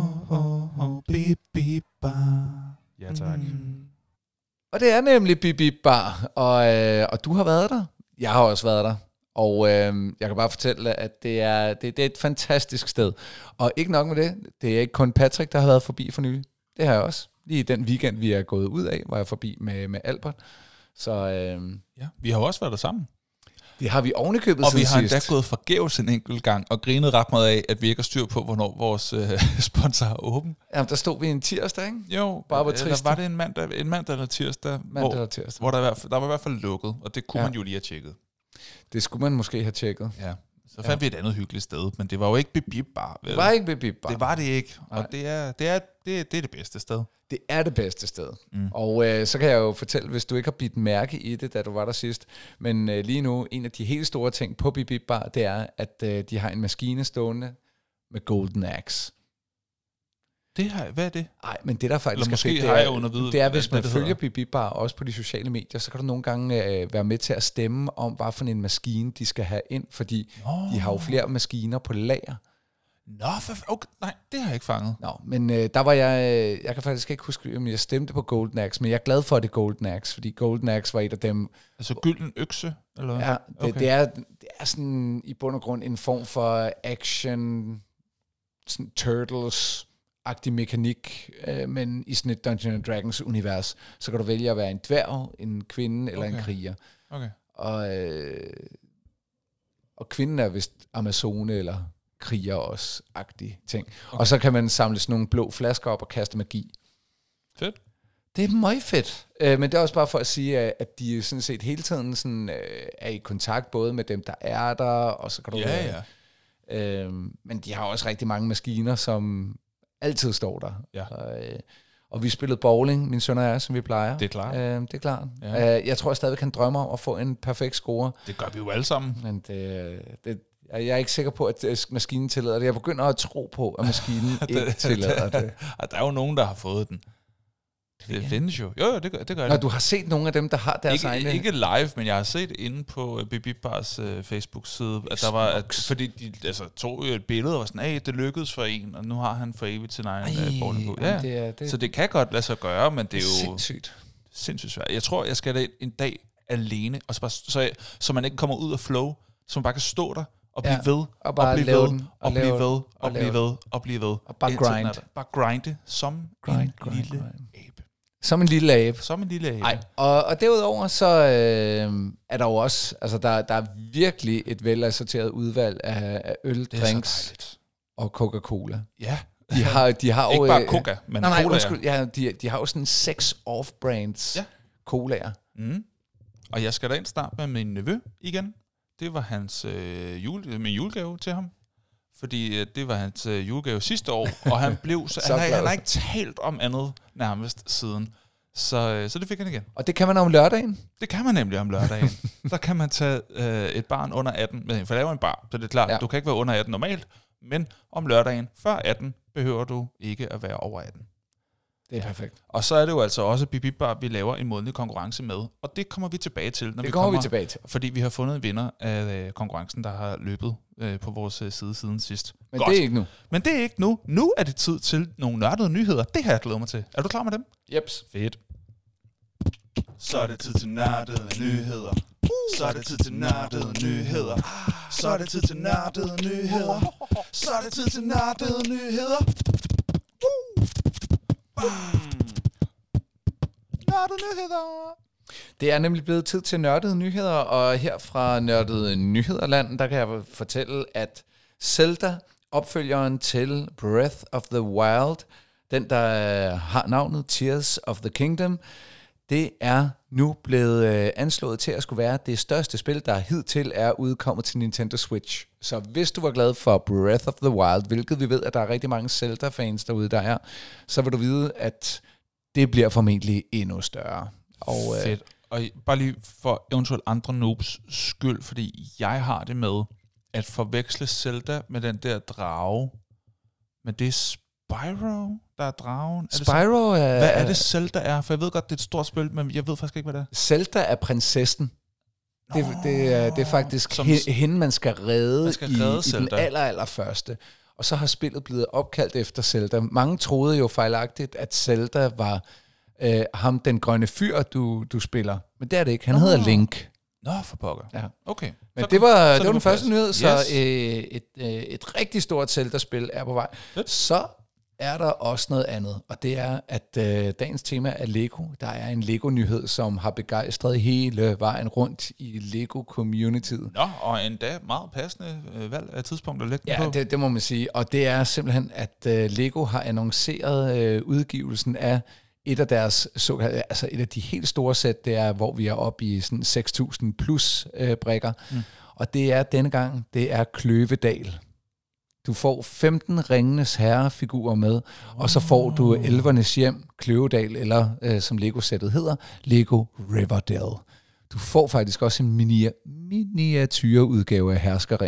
[SPEAKER 1] Ja, tak.
[SPEAKER 2] Og det er nemlig Bip Bip Bar. Og, øh, og du har været der. Jeg har også været der. Og øh, jeg kan bare fortælle, at det er, det, det er et fantastisk sted. Og ikke nok med det, det er ikke kun Patrick, der har været forbi for nylig. Det har jeg også. Lige den weekend, vi er gået ud af, var jeg forbi med, med Albert. Så øh,
[SPEAKER 1] ja, vi har også været der sammen.
[SPEAKER 2] Det har vi ovenikøbet
[SPEAKER 1] og
[SPEAKER 2] siden
[SPEAKER 1] sidst. Og vi har
[SPEAKER 2] sidst.
[SPEAKER 1] endda gået forgæves en enkelt gang, og grinet ret meget af, at vi ikke har styr på, hvornår vores øh, sponsor er åben.
[SPEAKER 2] Jamen, der stod vi en tirsdag, ikke?
[SPEAKER 1] Jo, bare var trist. Var det en mandag, en mandag eller tirsdag?
[SPEAKER 2] Mandag
[SPEAKER 1] hvor,
[SPEAKER 2] eller tirsdag.
[SPEAKER 1] Hvor der, i hvert fald, der var i hvert fald lukket, og det kunne ja. man jo lige have tjekket.
[SPEAKER 2] Det skulle man måske have tjekket.
[SPEAKER 1] Ja. Så fandt ja. vi et andet hyggeligt sted, men det var jo ikke Bip Bip Bar.
[SPEAKER 2] Det var ikke Bip Bip Bar.
[SPEAKER 1] Det var det ikke, og det er det, er, det, er, det er det bedste sted.
[SPEAKER 2] Det er det bedste sted. Mm. Og øh, så kan jeg jo fortælle, hvis du ikke har bidt mærke i det, da du var der sidst, men øh, lige nu, en af de helt store ting på Bip Bip Bar, det er, at øh, de har en maskine stående med Golden Axe.
[SPEAKER 1] Det har, hvad er det?
[SPEAKER 2] Nej, men det der faktisk
[SPEAKER 1] Eller måske
[SPEAKER 2] er fedt, det
[SPEAKER 1] har
[SPEAKER 2] er,
[SPEAKER 1] jeg undervidet,
[SPEAKER 2] det er, hvis
[SPEAKER 1] hvad
[SPEAKER 2] man
[SPEAKER 1] det
[SPEAKER 2] følger
[SPEAKER 1] hedder.
[SPEAKER 2] Bip Bip Bar også på de sociale medier, så kan du nogle gange øh, være med til at stemme om, hvad for en maskine de skal have ind, fordi
[SPEAKER 1] Nå.
[SPEAKER 2] de har jo flere maskiner på lager.
[SPEAKER 1] Nå, for, okay, nej, det har jeg ikke fanget.
[SPEAKER 2] Nå, men øh, der var jeg, øh, jeg kan faktisk ikke huske, om jeg stemte på Golden Axe, men jeg er glad for, at det er Golden Axe, fordi Golden Axe var et af dem.
[SPEAKER 1] Altså gylden økse? Eller hvad?
[SPEAKER 2] Ja, det,
[SPEAKER 1] okay.
[SPEAKER 2] det, er, det er sådan i bund og grund en form for action, sådan Turtles-agtig mekanik, øh, men i sådan et Dungeons and Dragons univers, så kan du vælge at være en dværg, en kvinde eller
[SPEAKER 1] Okay.
[SPEAKER 2] en kriger.
[SPEAKER 1] Okay.
[SPEAKER 2] Og, øh, og kvinden er vist amazone eller kriger også, agtig ting. Okay. Og så kan man samle sådan nogle blå flasker op og kaste magi.
[SPEAKER 1] Fedt.
[SPEAKER 2] Det er meget fedt. Øh, men det er også bare for at sige, at de sådan set hele tiden sådan, øh, er i kontakt både med dem, der er der, og så kan du...
[SPEAKER 1] Ja, ja.
[SPEAKER 2] Øh, men de har også rigtig mange maskiner, som altid står der.
[SPEAKER 1] Ja.
[SPEAKER 2] Og, øh, og vi spillede bowling, min søn og jeg, som vi plejer.
[SPEAKER 1] Det er klart.
[SPEAKER 2] Øh, det er klart.
[SPEAKER 1] Ja.
[SPEAKER 2] Øh, jeg tror jeg stadig kan drømme om at få en perfekt score.
[SPEAKER 1] Det gør vi jo alle sammen.
[SPEAKER 2] Men det, det, jeg er ikke sikker på, at maskinen tillader det. Jeg begynder at tro på, at maskinen ikke tillader det.
[SPEAKER 1] Der er jo nogen, der har fået den. Det
[SPEAKER 2] Ja.
[SPEAKER 1] findes jo. Jo, jo, det gør, det gør
[SPEAKER 2] Nå,
[SPEAKER 1] det.
[SPEAKER 2] du har set nogle af dem, der har deres
[SPEAKER 1] Ikke,
[SPEAKER 2] egne...
[SPEAKER 1] ikke live, men jeg har set inde på Bip Bip Bars uh, Facebook-side, at der var, at, fordi de altså, tog jo et billede og var sådan, hey, det lykkedes for en, og nu har han for evigt sin egen uh, bowlingbog. Ja,
[SPEAKER 2] det er, det,
[SPEAKER 1] så det kan godt lade sig gøre, men det er jo
[SPEAKER 2] sindssygt.
[SPEAKER 1] sindssygt svært. Jeg tror, jeg skal da en dag alene, og så, bare, så, jeg, så man ikke kommer ud af flow, så man bare kan stå der og blive
[SPEAKER 2] Ja,
[SPEAKER 1] ved,
[SPEAKER 2] og bare
[SPEAKER 1] og blive
[SPEAKER 2] lave
[SPEAKER 1] ved,
[SPEAKER 2] den, og
[SPEAKER 1] og blive
[SPEAKER 2] lave
[SPEAKER 1] ved,
[SPEAKER 2] den,
[SPEAKER 1] og blive ved, og blive ved.
[SPEAKER 2] Og bare
[SPEAKER 1] indtil den
[SPEAKER 2] grind.
[SPEAKER 1] er der. Bare grinde som
[SPEAKER 2] Grind,
[SPEAKER 1] en
[SPEAKER 2] grind,
[SPEAKER 1] lille
[SPEAKER 2] grind.
[SPEAKER 1] abe.
[SPEAKER 2] Som en lille abe.
[SPEAKER 1] Som en lille abe.
[SPEAKER 2] Nej, og, og derudover så øh, er der jo også, altså der, der er virkelig et velassorteret udvalg af, af øl,
[SPEAKER 1] Det er
[SPEAKER 2] drinks
[SPEAKER 1] så dejligt.
[SPEAKER 2] og Coca-Cola.
[SPEAKER 1] Ja.
[SPEAKER 2] De har, de har jo...
[SPEAKER 1] Ikke bare
[SPEAKER 2] øh,
[SPEAKER 1] Coca, men
[SPEAKER 2] nej, nej,
[SPEAKER 1] cola.
[SPEAKER 2] undskyld, ja, de, de har jo sådan seks off-brands
[SPEAKER 1] Ja.
[SPEAKER 2] colaer.
[SPEAKER 1] Mm. Og jeg skal da ind starte med min nevø igen. Det var hans øh, jule, min julegave til ham. Fordi øh, det var hans øh, julegave sidste år, og han blev så,
[SPEAKER 2] Så
[SPEAKER 1] han, har,
[SPEAKER 2] glad.
[SPEAKER 1] han har ikke talt om andet nærmest siden. Så, øh, så det fik han igen.
[SPEAKER 2] Og det kan man om lørdagen.
[SPEAKER 1] Det kan man nemlig om lørdagen. Der kan man tage øh, et barn under atten med, for det er jo en bar, så det er klart,
[SPEAKER 2] Ja.
[SPEAKER 1] ja. du kan ikke være under atten normalt, men om lørdagen før atten behøver du ikke at være over atten.
[SPEAKER 2] Det er ja. perfekt.
[SPEAKER 1] Og så er det jo altså også Bip Bip Bar, vi laver en månedlig konkurrence med, og det kommer vi tilbage til, når
[SPEAKER 2] Det
[SPEAKER 1] vi
[SPEAKER 2] kommer
[SPEAKER 1] kommer,
[SPEAKER 2] vi tilbage til.
[SPEAKER 1] fordi vi har fundet en vinder af øh, konkurrencen, der har løbet øh, på vores øh, side siden sidst.
[SPEAKER 2] Men
[SPEAKER 1] Godt.
[SPEAKER 2] det er ikke nu.
[SPEAKER 1] Men det er ikke nu. Nu er det tid til nogle nørdede nyheder. Det har jeg glædet mig til. Er du klar med dem?
[SPEAKER 2] Jeps.
[SPEAKER 1] Fedt. Så er det tid til nørdede nyheder. Så er det tid til nørdede nyheder. Så er det tid til nørdede nyheder. Så er det tid til nørdede nyheder. Nørdede nyheder.
[SPEAKER 2] Det er nemlig blevet tid til nørdede nyheder, og her fra Nørdede Nyhederland, der kan jeg fortælle, at Zelda, opfølgeren til Breath of the Wild, den der har navnet Tears of the Kingdom, det er nu blevet øh, anslået til at skulle være det største spil, der hidtil er udkommet til Nintendo Switch. Så hvis du var glad for Breath of the Wild, hvilket vi ved, at der er rigtig mange Zelda-fans derude, der er, så vil du vide, at det bliver formentlig endnu større. Og, øh,
[SPEAKER 1] Fedt. Og bare lige for eventuelt andre noobs skyld, fordi jeg har det med at forveksle Zelda med den der drage. Men det er Spyro, der er dragen. Er det
[SPEAKER 2] Spyro
[SPEAKER 1] så,
[SPEAKER 2] er...
[SPEAKER 1] hvad er det Zelda er? For jeg ved godt, det er et stort spil, men jeg ved faktisk ikke, hvad det er.
[SPEAKER 2] Zelda er prinsessen. Det, det, er, det er faktisk
[SPEAKER 1] Som-
[SPEAKER 2] he, hende, man skal redde,
[SPEAKER 1] Man skal
[SPEAKER 2] i,
[SPEAKER 1] redde
[SPEAKER 2] i den
[SPEAKER 1] Zelda.
[SPEAKER 2] aller, aller første. Og så har spillet blevet opkaldt efter Zelda. Mange troede jo fejlagtigt, at Zelda var øh, ham, den grønne fyr, du, du spiller. Men det er det ikke. Han
[SPEAKER 1] Nå.
[SPEAKER 2] hedder Link.
[SPEAKER 1] Nå, for pokker.
[SPEAKER 2] Ja.
[SPEAKER 1] Okay.
[SPEAKER 2] Men
[SPEAKER 1] Så
[SPEAKER 2] det
[SPEAKER 1] kom-
[SPEAKER 2] var,
[SPEAKER 1] så
[SPEAKER 2] det var
[SPEAKER 1] på
[SPEAKER 2] den første
[SPEAKER 1] plads.
[SPEAKER 2] nyhed, så
[SPEAKER 1] Yes.
[SPEAKER 2] øh, et, øh, et rigtig stort Zelda-spil er på vej.
[SPEAKER 1] Fedt.
[SPEAKER 2] Så er der også noget andet, og det er, at øh, dagens tema er Lego. Der er en Lego-nyhed, som har begejstret hele vejen rundt i Lego-communityet.
[SPEAKER 1] Nå, og endda meget passende øh, valg af tidspunkt at lægge den
[SPEAKER 2] Ja,
[SPEAKER 1] på.
[SPEAKER 2] det, det må man sige. Og det er simpelthen, at øh, Lego har annonceret øh, udgivelsen af et af deres såkaldte, altså et af de helt store sæt, det er, hvor vi er oppe i sådan seks tusind plus øh, brikker. Mm. Og det er denne gang, det er Kløvedal. Du får femten Ringenes Herre-figurer med, oh. og så får du Elvernes Hjem, Kløvedal, eller øh, som Lego-sættet hedder, Lego Riverdale. Du får faktisk også en mini- miniatyrudgave af Herskerringen.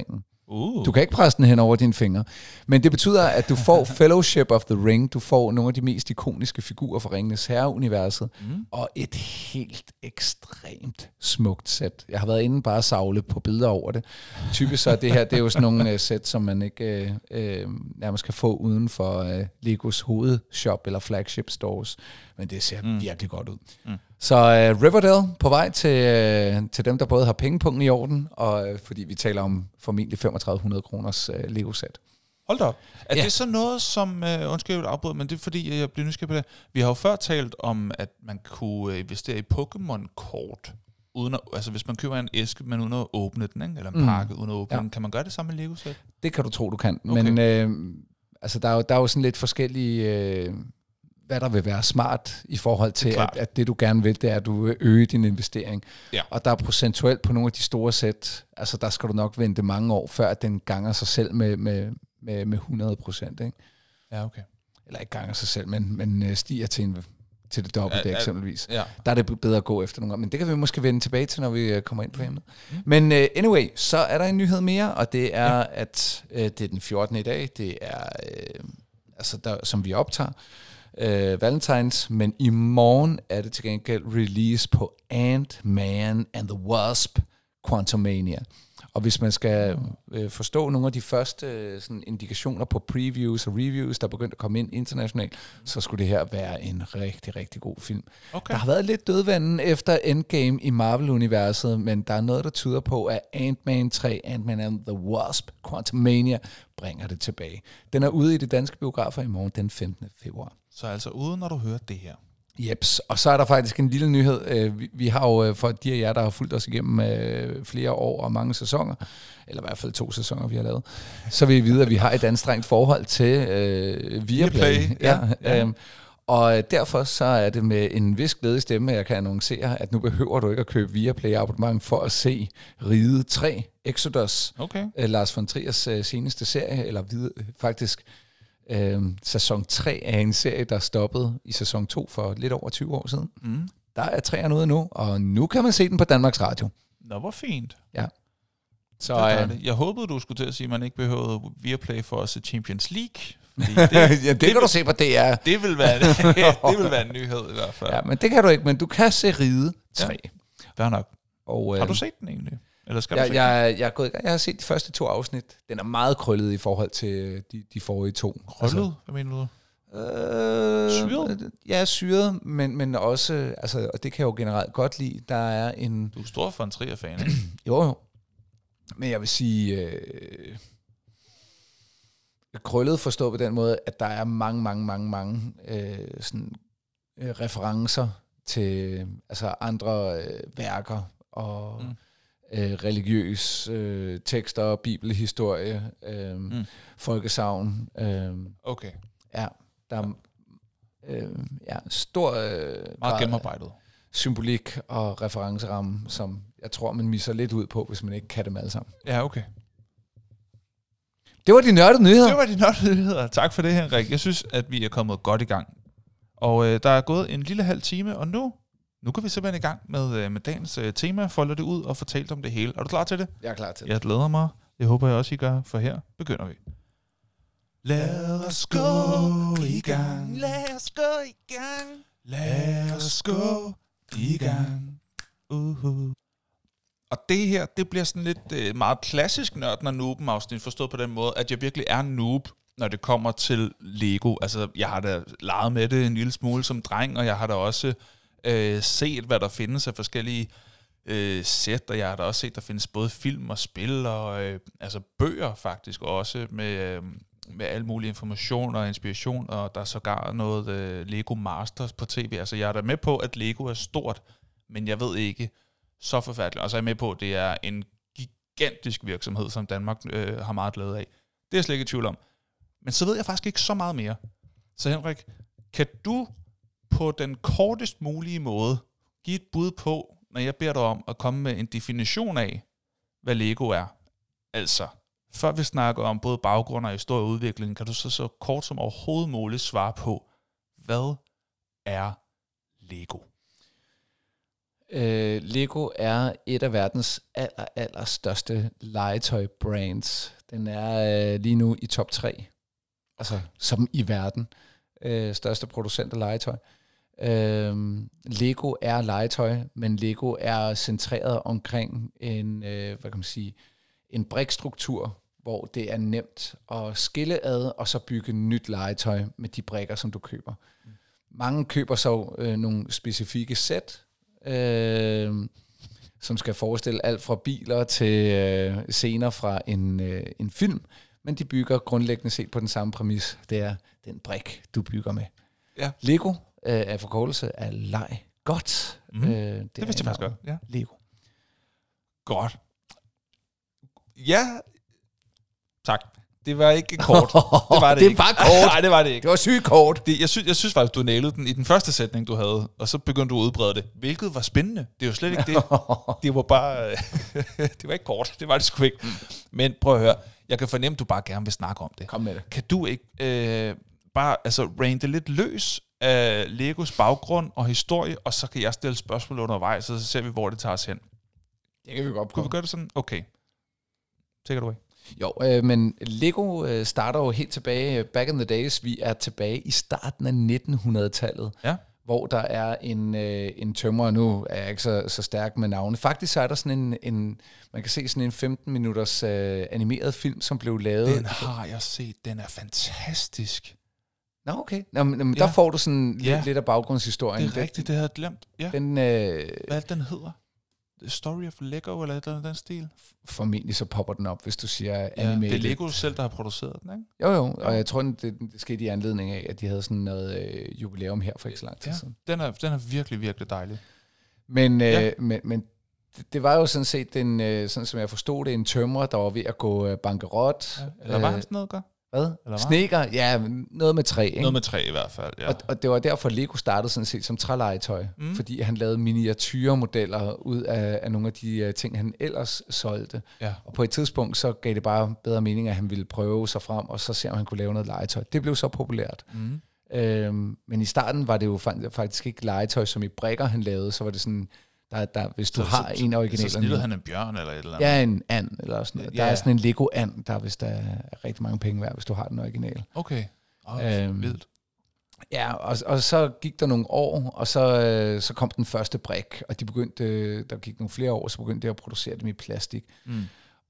[SPEAKER 1] Uh.
[SPEAKER 2] Du kan ikke presse den hen over dine fingre. Men det betyder, at du får Fellowship of the Ring. Du får nogle af de mest ikoniske figurer fra Ringenes Herre-universet. Mm. Og et helt ekstremt smukt sæt. Jeg har været inde bare savle på billeder over det. Typisk så er det her, det er jo sådan nogle uh, sæt, som man ikke uh, uh, nærmest kan få uden for uh, Legos hovedshop eller flagship stores. Men det ser mm. virkelig godt ud. Mm. Så uh, Riverdale på vej til, uh, til dem, der både har pengepunkten i orden, og uh, fordi vi taler om formentlig femogtredive hundrede kroners uh, Lego-sæt.
[SPEAKER 1] Hold da op. Er
[SPEAKER 2] ja.
[SPEAKER 1] det så noget, som... Uh, undskyld, jeg vil afbryde, men det er fordi, jeg bliver nysgerrig på det. Vi har jo før talt om, at man kunne investere i Pokémon-kort, uden at, altså hvis man køber en æske, men uden at åbne den, ikke? Eller en pakke mm. uden at åbne ja. den. Kan man gøre det samme med Lego-sæt? Det
[SPEAKER 2] kan du tro, du kan. Okay. Men øh, altså, der, er jo, der er jo sådan lidt forskellige... Øh, hvad der vil være smart i forhold til, at, at det du gerne vil, det er, at du øger din investering. Ja. Og der er procentuelt på nogle af de store sæt, altså der skal du nok vente mange år, før at den ganger sig selv med, med, med, med hundrede procent. Ikke?
[SPEAKER 1] Ja, okay.
[SPEAKER 2] Eller ikke ganger sig selv, men, men stiger til, en, til det dobbelte ja, eksempelvis.
[SPEAKER 1] Ja.
[SPEAKER 2] Der er det bedre at gå efter nogle gange. Men det kan vi måske vende tilbage til, når vi kommer ind på emnet. Mm. Men uh, anyway, så er der en nyhed mere, og det er, ja. at uh, det er den fjortende i dag. Det er, uh, altså der, som vi optager, Uh, Valentines, men i morgen er det til gengæld release på Ant-Man and the Wasp Quantumania. Og hvis man skal uh, forstå nogle af de første uh, sådan indikationer på previews og reviews, der er begyndt at komme ind internationalt, så skulle det her være en rigtig, rigtig god film. Okay. Der har været lidt dødvanden efter Endgame i Marvel-universet, men der er noget, der tyder på, at Ant-Man tre, Ant-Man and the Wasp Quantumania bringer det tilbage. Den er ude i de danske biografer i morgen den femtende februar.
[SPEAKER 1] Så altså ude, når du hører det her.
[SPEAKER 2] Jeps, og så er der faktisk en lille nyhed. Vi, vi har jo, for de af jer, der har fulgt os igennem øh, flere år og mange sæsoner, eller i hvert fald to sæsoner, vi har lavet, så vil I vide, at vi har et anstrengt forhold til øh, Viaplay.
[SPEAKER 1] Viaplay, ja. ja.
[SPEAKER 2] Øhm, og derfor så er det med en vis glæde stemme, jeg kan annoncere, at nu behøver du ikke at købe Viaplay abonnement for at se Ride tre, Exodus,
[SPEAKER 1] okay.
[SPEAKER 2] øh, Lars von Triers øh, seneste serie, eller vid- faktisk... Øhm, sæson tre er en serie, der stoppede i sæson to for lidt over tyve år siden. Mm. Der er træerne ude nu, og nu kan man se den på Danmarks Radio.
[SPEAKER 1] Nå, hvor fint.
[SPEAKER 2] Ja.
[SPEAKER 1] Så, det øh, jeg håbede, du skulle til at sige, at man ikke behøvede Viaplay for at se Champions League. Det,
[SPEAKER 2] ja, det, det kan vil, du se på D R.
[SPEAKER 1] Det vil, være, det vil være en nyhed i hvert fald.
[SPEAKER 2] Ja, men det kan du ikke, men du kan se Ride tre.
[SPEAKER 1] Ja, fair nok.
[SPEAKER 2] Og,
[SPEAKER 1] har du set den egentlig? Eller skal
[SPEAKER 2] jeg,
[SPEAKER 1] du
[SPEAKER 2] jeg, jeg, er gået, jeg har set de første to afsnit. Den er meget krøllet i forhold til de, de forrige to.
[SPEAKER 1] Krøllet? Altså, hvad mener du?
[SPEAKER 2] Øh,
[SPEAKER 1] syret?
[SPEAKER 2] Ja, syret, men, men også, altså, og det kan jeg jo generelt godt lide, der er en...
[SPEAKER 1] Du er stor von Trier-fan, ikke?
[SPEAKER 2] Jo, jo. Men jeg vil sige, øh, krøllet forstået på den måde, at der er mange, mange, mange, mange øh, sådan, øh, referencer til altså andre øh, værker og... Mm. Øh, religiøs øh, tekster, bibelhistorie, øh, mm. folkesagn. Øh,
[SPEAKER 1] okay.
[SPEAKER 2] Ja, der er øh, ja, stor øh,
[SPEAKER 1] meget gennemarbejdet
[SPEAKER 2] symbolik og referenceramme, som jeg tror, man misser lidt ud på, hvis man ikke kan dem alle sammen.
[SPEAKER 1] Ja, okay.
[SPEAKER 2] Det var de nørdede nyheder.
[SPEAKER 1] Det var de nørdede nyheder. Tak for det, Henrik. Jeg synes, at vi er kommet godt i gang. Og øh, der er gået en lille halv time, og nu... Nu kan vi simpelthen i gang med, med dagens uh, tema, folde det ud og fortælle om det hele. Er du klar til det?
[SPEAKER 2] Jeg er klar til det.
[SPEAKER 1] Jeg glæder mig. Det håber jeg også, I gør, for her begynder vi. Lad os gå i gang.
[SPEAKER 2] Lad os gå i gang.
[SPEAKER 1] Lad os gå i gang. Uh-huh. Og det her, det bliver sådan lidt uh, meget klassisk nørden og nooben afsnit, forstået på den måde, at jeg virkelig er noob, når det kommer til Lego. Altså, jeg har da leget med det en lille smule som dreng, og jeg har da også... Øh, set, hvad der findes af forskellige øh, sæt, og jeg har da også set, der findes både film og spil, og øh, altså bøger faktisk også, med, øh, med al mulig information og inspiration, og der er sågar noget øh, Lego Masters på tv. Altså jeg er da med på, at Lego er stort, men jeg ved ikke så forfærdeligt. Og så er jeg med på, at det er en gigantisk virksomhed, som Danmark øh, har meget glæde af. Det er jeg slet ikke i tvivl om. Men så ved jeg faktisk ikke så meget mere. Så Henrik, kan du på den kortest mulige måde give et bud på, når jeg beder dig om at komme med en definition af, hvad Lego er? Altså, før vi snakker om både baggrund og historie og udvikling, kan du så så kort som overhovedet muligt svare på, hvad er Lego?
[SPEAKER 2] Øh, Lego er et af verdens aller, aller største legetøj-brands. Den er øh, lige nu i top tre, altså som i verden. Øh, største producent af legetøj. Øh, Lego er legetøj, men Lego er centreret omkring en, øh, hvad kan man sige, en brikstruktur, hvor det er nemt at skille ad, og så bygge nyt legetøj med de brikker, som du køber. Mm. Mange køber så øh, nogle specifikke sæt, øh, som skal forestille alt fra biler til øh, scener fra en, øh, en film, men de bygger grundlæggende set på den samme præmis. Det er den brik, du bygger med.
[SPEAKER 1] Ja.
[SPEAKER 2] Lego øh, er forkortelse af leg godt.
[SPEAKER 1] Mm. Øh, det, det vidste jeg faktisk godt. Ja.
[SPEAKER 2] Lego.
[SPEAKER 1] Godt. Ja, tak. Det var ikke kort. Det var det,
[SPEAKER 2] det
[SPEAKER 1] ikke.
[SPEAKER 2] var kort.
[SPEAKER 1] Nej, det var det ikke.
[SPEAKER 2] Det var sygt kort.
[SPEAKER 1] Det, jeg, synes, jeg synes faktisk, du nailede den i den første sætning, du havde, og så begyndte du at udbrede det, hvilket var spændende. Det er jo slet ikke det. Det var bare... det var ikke kort. Det var det sgu ikke. Men prøv at høre. Jeg kan fornemme, at du bare gerne vil snakke om det.
[SPEAKER 2] Kom med det.
[SPEAKER 1] Kan du ikke øh, bare altså, rante lidt løs af Legos baggrund og historie, og så kan jeg stille spørgsmål undervejs, og så ser vi, hvor det tager os hen.
[SPEAKER 2] Det kan vi godt prøve.
[SPEAKER 1] Kunne vi gøre det sådan? Okay. Take it away.
[SPEAKER 2] Jo, øh, men Lego øh, starter jo helt tilbage, back in the days, vi er tilbage i starten af nitten hundrede-tallet,
[SPEAKER 1] ja.
[SPEAKER 2] hvor der er en, øh, en tømrer, nu er jeg ikke så, så stærk med navne. Faktisk så er der sådan en, en man kan se sådan en femten minutters øh, animeret film, som blev lavet.
[SPEAKER 1] Den har jeg set, den er fantastisk.
[SPEAKER 2] Nå, okay. Nå, men, men ja. Der får du sådan
[SPEAKER 1] ja.
[SPEAKER 2] lidt, lidt af baggrundshistorien.
[SPEAKER 1] Det er rigtigt, det havde jeg glemt. Ja.
[SPEAKER 2] Den, øh,
[SPEAKER 1] Hvad den hedder? The Story of Lego, eller et eller andet den stil?
[SPEAKER 2] Formentlig så popper den op, hvis du siger
[SPEAKER 1] ja,
[SPEAKER 2] animated.
[SPEAKER 1] Det er Lego selv, der har produceret den, ikke?
[SPEAKER 2] Jo, jo, og jeg tror, det, det skete i anledning af, at de havde sådan noget øh, jubilæum her for ikke så lang tid
[SPEAKER 1] ja,
[SPEAKER 2] siden.
[SPEAKER 1] Den er, den er virkelig, virkelig dejlig.
[SPEAKER 2] Men,
[SPEAKER 1] ja.
[SPEAKER 2] øh, men, men det, det var jo sådan set, den, øh, sådan som jeg forstod det, en tømrer, der var ved at gå øh, bankerot.
[SPEAKER 1] Ja. Eller var han snedker?
[SPEAKER 2] Hvad? Snedker? Ja, noget med træ, ikke?
[SPEAKER 1] Noget med træ i hvert fald, ja.
[SPEAKER 2] Og, og det var derfor, Lego startede sådan set som trælegetøj. Mm. Fordi han lavede miniatyrmodeller ud af, af nogle af de uh, ting, han ellers solgte. Ja. Og på et tidspunkt, så gav det bare bedre mening, at han ville prøve sig frem, og så se, om han kunne lave noget legetøj. Det blev så populært. Mm. Øhm, men i starten var det jo faktisk ikke legetøj, som i brikker, han lavede. Så var det sådan... Der, der, hvis du så, har så, en original...
[SPEAKER 1] Så snittede han en bjørn eller et eller andet?
[SPEAKER 2] Ja, en and eller sådan noget. Ja. Der er sådan en Lego-and, der hvis der er rigtig mange penge værd, hvis du har den original.
[SPEAKER 1] Okay. Oh, øhm, vildt.
[SPEAKER 2] Ja, og, og så gik der nogle år, og så, øh, så kom den første brik, og de begyndte, der gik nogle flere år, så begyndte de at producere dem i plastik. Mm.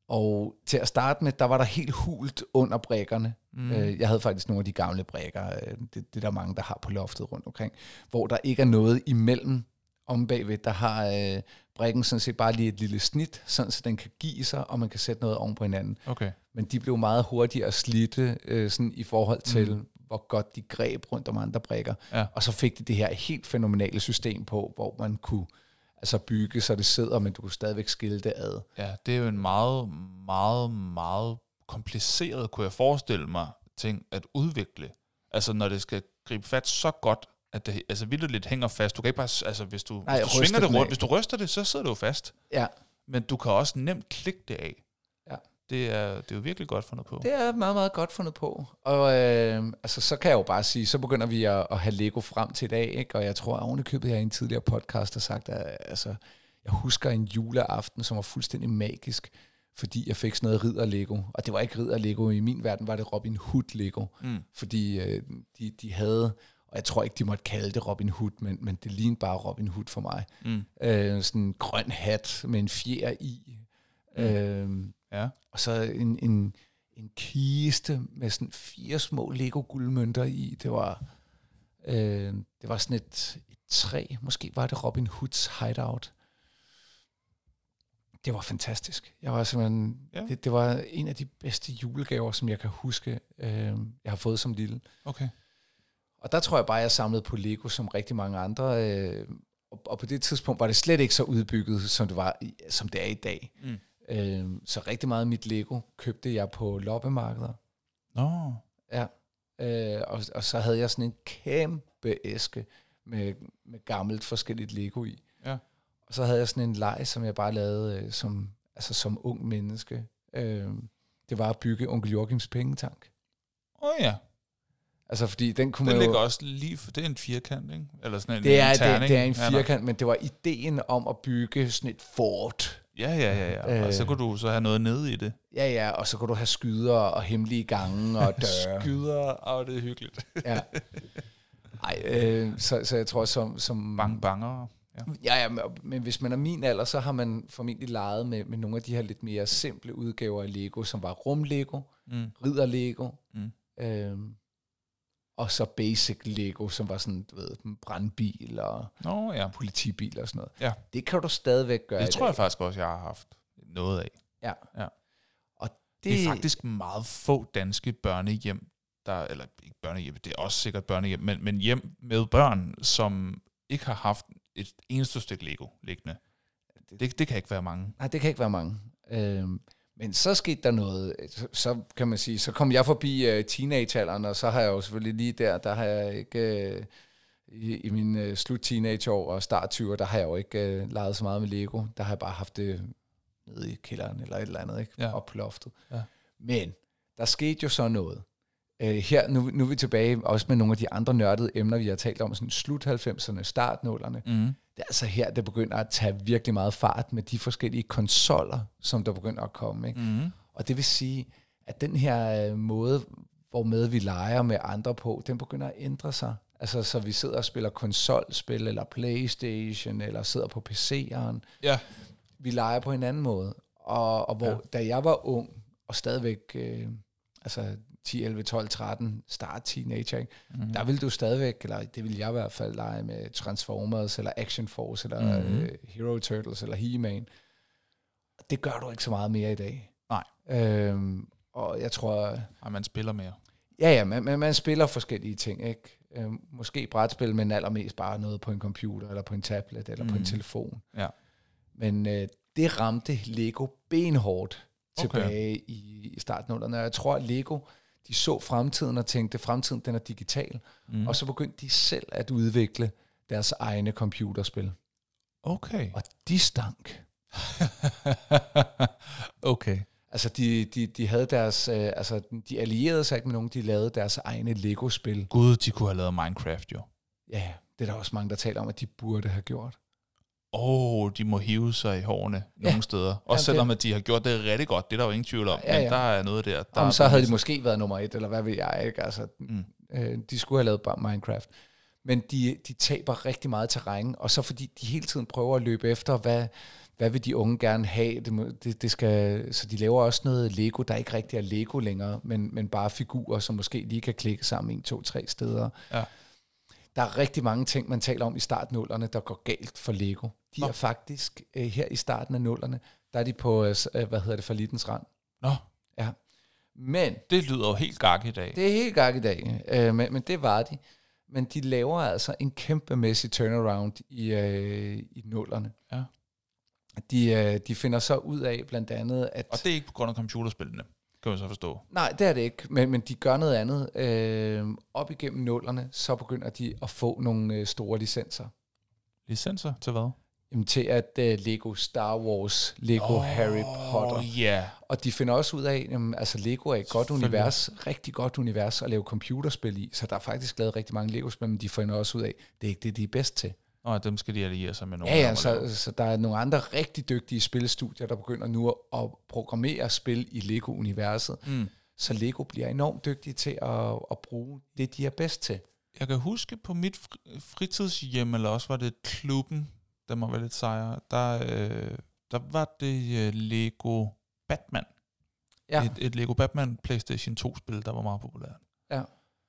[SPEAKER 2] Og til at starte med, der var der helt hult under brikkerne. Mm. Jeg havde faktisk nogle af de gamle brikker, det, det er der mange, der har på loftet rundt omkring, hvor der ikke er noget imellem. Om bagved, der har øh, brikken sådan set bare lige et lille snit, sådan så den kan give sig, og man kan sætte noget oven på hinanden.
[SPEAKER 1] Okay.
[SPEAKER 2] Men de blev meget hurtigere slidte øh, sådan i forhold til, mm. hvor godt de greb rundt om andre brikker. Ja. Og så fik de det her helt fænomenale system på, hvor man kunne altså bygge, så det sidder, men du kunne stadigvæk skille det ad.
[SPEAKER 1] Ja, det er jo en meget, meget, meget kompliceret, kunne jeg forestille mig, ting at udvikle. Altså når det skal gribe fat så godt, at det altså vildt lidt hænger fast. Du kan ikke bare, altså hvis du, Nej, hvis du svinger det rundt, hvis du ryster det, så sidder det jo fast.
[SPEAKER 2] Ja.
[SPEAKER 1] Men du kan også nemt klikke det af.
[SPEAKER 2] Ja.
[SPEAKER 1] Det er, det er jo virkelig godt fundet på.
[SPEAKER 2] Det er meget, meget godt fundet på. Og øh, altså, så kan jeg jo bare sige, så begynder vi at, at have Lego frem til i dag, ikke? Og jeg tror, at ovenikøbet her i en tidligere podcast har sagt, at altså, jeg husker en juleaften, som var fuldstændig magisk, fordi jeg fik sådan noget ridder-Lego. Og det var ikke ridder-Lego. I min verden var det Robin Hood-Lego. Mm. Fordi øh, de, de havde... Og jeg tror ikke, de måtte kalde det Robin Hood, men, men det lignede bare Robin Hood for mig. Mm. Øh, sådan en grøn hat med en fjer i. Mm. Øh,
[SPEAKER 1] ja.
[SPEAKER 2] Og så en, en, en kiste med sådan fire små Lego-guldmønter i. Det var, øh, det var sådan et, et træ. Måske var det Robin Hoods hideout. Det var fantastisk. Jeg var simpelthen, ja. det, det var en af de bedste julegaver, som jeg kan huske, øh, jeg har fået som lille.
[SPEAKER 1] Okay.
[SPEAKER 2] Og der tror jeg bare, jeg samlede på Lego som rigtig mange andre. Øh, og, og på det tidspunkt var det slet ikke så udbygget, som det, var, som det er i dag. Mm. Øh, så rigtig meget af mit Lego købte jeg på loppemarkeder.
[SPEAKER 1] Nå.
[SPEAKER 2] Ja. Øh, og, og så havde jeg sådan en kæmpe æske med, med gammelt forskelligt Lego i.
[SPEAKER 1] Ja.
[SPEAKER 2] Og så havde jeg sådan en leg, som jeg bare lavede øh, som, altså som ung menneske. Øh, det var at bygge Onkel Joachims pengetank.
[SPEAKER 1] Åh oh, ja.
[SPEAKER 2] Altså, fordi den kunne
[SPEAKER 1] det
[SPEAKER 2] man
[SPEAKER 1] ligger
[SPEAKER 2] jo...
[SPEAKER 1] også lige... For det er en firkant, ikke? Eller sådan en,
[SPEAKER 2] det er,
[SPEAKER 1] en terning.
[SPEAKER 2] Det, det er en firkant,
[SPEAKER 1] ja,
[SPEAKER 2] men det var ideen om at bygge sådan et fort.
[SPEAKER 1] Ja, ja, ja. ja. Øh, og så kunne du så have noget nede i det.
[SPEAKER 2] Ja, ja, og så kunne du have skyder og hemmelige gange og døre.
[SPEAKER 1] Skyder, åh, det er hyggeligt.
[SPEAKER 2] Ja. Ej, øh, så, så jeg tror, som... som
[SPEAKER 1] Bang banger.
[SPEAKER 2] Ja. Ja, ja, men hvis man er min alder, så har man formentlig leget med, med nogle af de her lidt mere simple udgaver af Lego, som var rum-Lego, mm. ridder-Lego, mm. øhm, og så basic Lego, som var sådan, du ved, en brandbil og
[SPEAKER 1] oh, ja.
[SPEAKER 2] politibil og sådan noget.
[SPEAKER 1] Ja.
[SPEAKER 2] Det kan du stadigvæk gøre.
[SPEAKER 1] Det tror jeg faktisk også, jeg har haft noget af.
[SPEAKER 2] Ja.
[SPEAKER 1] ja.
[SPEAKER 2] Og det,
[SPEAKER 1] det er faktisk meget få danske børnehjem, der, eller ikke børnehjem, det er også sikkert børnehjem, men, men hjem med børn, som ikke har haft et eneste stykke Lego liggende. Det, det kan ikke være mange.
[SPEAKER 2] Nej, det kan ikke være mange. Øhm, men så skete der noget, så, så kan man sige, så kom jeg forbi uh, teenagealderen, og så har jeg jo selvfølgelig lige der, der har jeg ikke, uh, i, i mine uh, slut teenageår og start tyverne, der har jeg jo ikke uh, leget så meget med Lego. Der har jeg bare haft det nede i kælderen eller et eller andet, ikke? Ja. Op på loftet. Ja. Men der skete jo så noget. Uh, her, nu, nu er vi tilbage også med nogle af de andre nørdede emner, vi har talt om, sådan slut halvfemserne, start nullerne. Mm. Det er altså her, det begynder at tage virkelig meget fart med de forskellige konsoller, som der begynder at komme. Ikke? Mm. Og det vil sige, at den her måde, hvormed vi leger med andre på, den begynder at ændre sig. Altså, så vi sidder og spiller konsolspil, eller PlayStation, eller sidder på P C'eren. Ja. Vi leger på en anden måde. Og, og hvor, ja. Da jeg var ung, og stadigvæk... Øh, altså ti, elleve, tolv, tretten, start teenager, ikke? Mm-hmm. Der vil du stadigvæk, eller det vil jeg i hvert fald lege med Transformers, eller Action Force, eller mm-hmm. uh, Hero Turtles, eller He-Man. Det gør du ikke så meget mere i dag.
[SPEAKER 1] Nej.
[SPEAKER 2] Øhm, og jeg tror...
[SPEAKER 1] Nej, man spiller mere.
[SPEAKER 2] Ja, ja, man, man, man spiller forskellige ting, ikke? Øhm, måske brætspil, men allermest bare noget på en computer, eller på en tablet, eller mm-hmm. på en telefon. Ja. Men øh, det ramte Lego benhårdt tilbage okay. i, i starten af nullerne. Jeg tror, at Lego, de så fremtiden og tænkte, at fremtiden den er digital. Mm. Og så begyndte de selv at udvikle deres egne computerspil.
[SPEAKER 1] Okay.
[SPEAKER 2] Og de stank.
[SPEAKER 1] Okay.
[SPEAKER 2] Altså, de, de, de havde deres... Øh, altså, de allierede sig ikke med nogen, de lavede deres egne Lego-spil.
[SPEAKER 1] Gud, de kunne have lavet Minecraft, jo.
[SPEAKER 2] Ja, det er der også mange, der taler om, at de burde have gjort.
[SPEAKER 1] Åh, oh, de må hive sig i hårene ja. Nogle steder. Også ja, selvom det... at de har gjort det rigtig godt. Det er der jo ingen tvivl om. Ja, ja. Men der er noget der. der
[SPEAKER 2] Jamen, så havde de måske været nummer et, eller hvad ved jeg ikke. Altså, mm. øh, de skulle have lavet bare Minecraft. Men de, de taber rigtig meget terræn, og så fordi de hele tiden prøver at løbe efter, hvad, hvad vil de unge gerne have. Det, det, det skal, så de laver også noget Lego, der ikke rigtig er Lego længere, men, men bare figurer, som måske lige kan klikke sammen en, to, tre steder. Ja. Der er rigtig mange ting, man taler om i starten af nullerne, der går galt for Lego. De Nå. er faktisk, øh, her i starten af nullerne, der er de på, øh, hvad hedder det, fallittens rand.
[SPEAKER 1] Nå.
[SPEAKER 2] Ja. Men...
[SPEAKER 1] Det lyder jo helt gak i dag.
[SPEAKER 2] Det er helt gak i dag, øh, men, men det var de. Men de laver altså en kæmpemæssig turnaround i, øh, i nullerne. Ja. De, øh, de finder så ud af blandt andet, at...
[SPEAKER 1] Og det er ikke på grund af computerspillene, kan man så forstå.
[SPEAKER 2] Nej, det er det ikke, men, men de gør noget andet. Øh, op igennem nullerne, så begynder de at få nogle øh, store licenser.
[SPEAKER 1] Licenser til hvad?
[SPEAKER 2] Jamen, til at uh, Lego Star Wars, Lego oh, Harry Potter.
[SPEAKER 1] Yeah.
[SPEAKER 2] Og de finder også ud af, at altså, Lego er et godt univers, rigtig godt univers at lave computerspil i, så der er faktisk lavet rigtig mange Lego-spil, men de finder også ud af, det er ikke det, de er bedst til.
[SPEAKER 1] Og dem skal de alliere sig med nogle.
[SPEAKER 2] Ja, ja, så, så der er nogle andre rigtig dygtige spilstudier, der begynder nu at programmere spil i Lego-universet. Mm. Så Lego bliver enormt dygtige til at, at bruge det, de er bedst til.
[SPEAKER 1] Jeg kan huske på mit fritidshjem, eller også var det klubben, der må være lidt sejre, der, øh, der var det øh, Lego Batman. Ja. Et, et Lego Batman PlayStation to-spil, der var meget populært. Ja.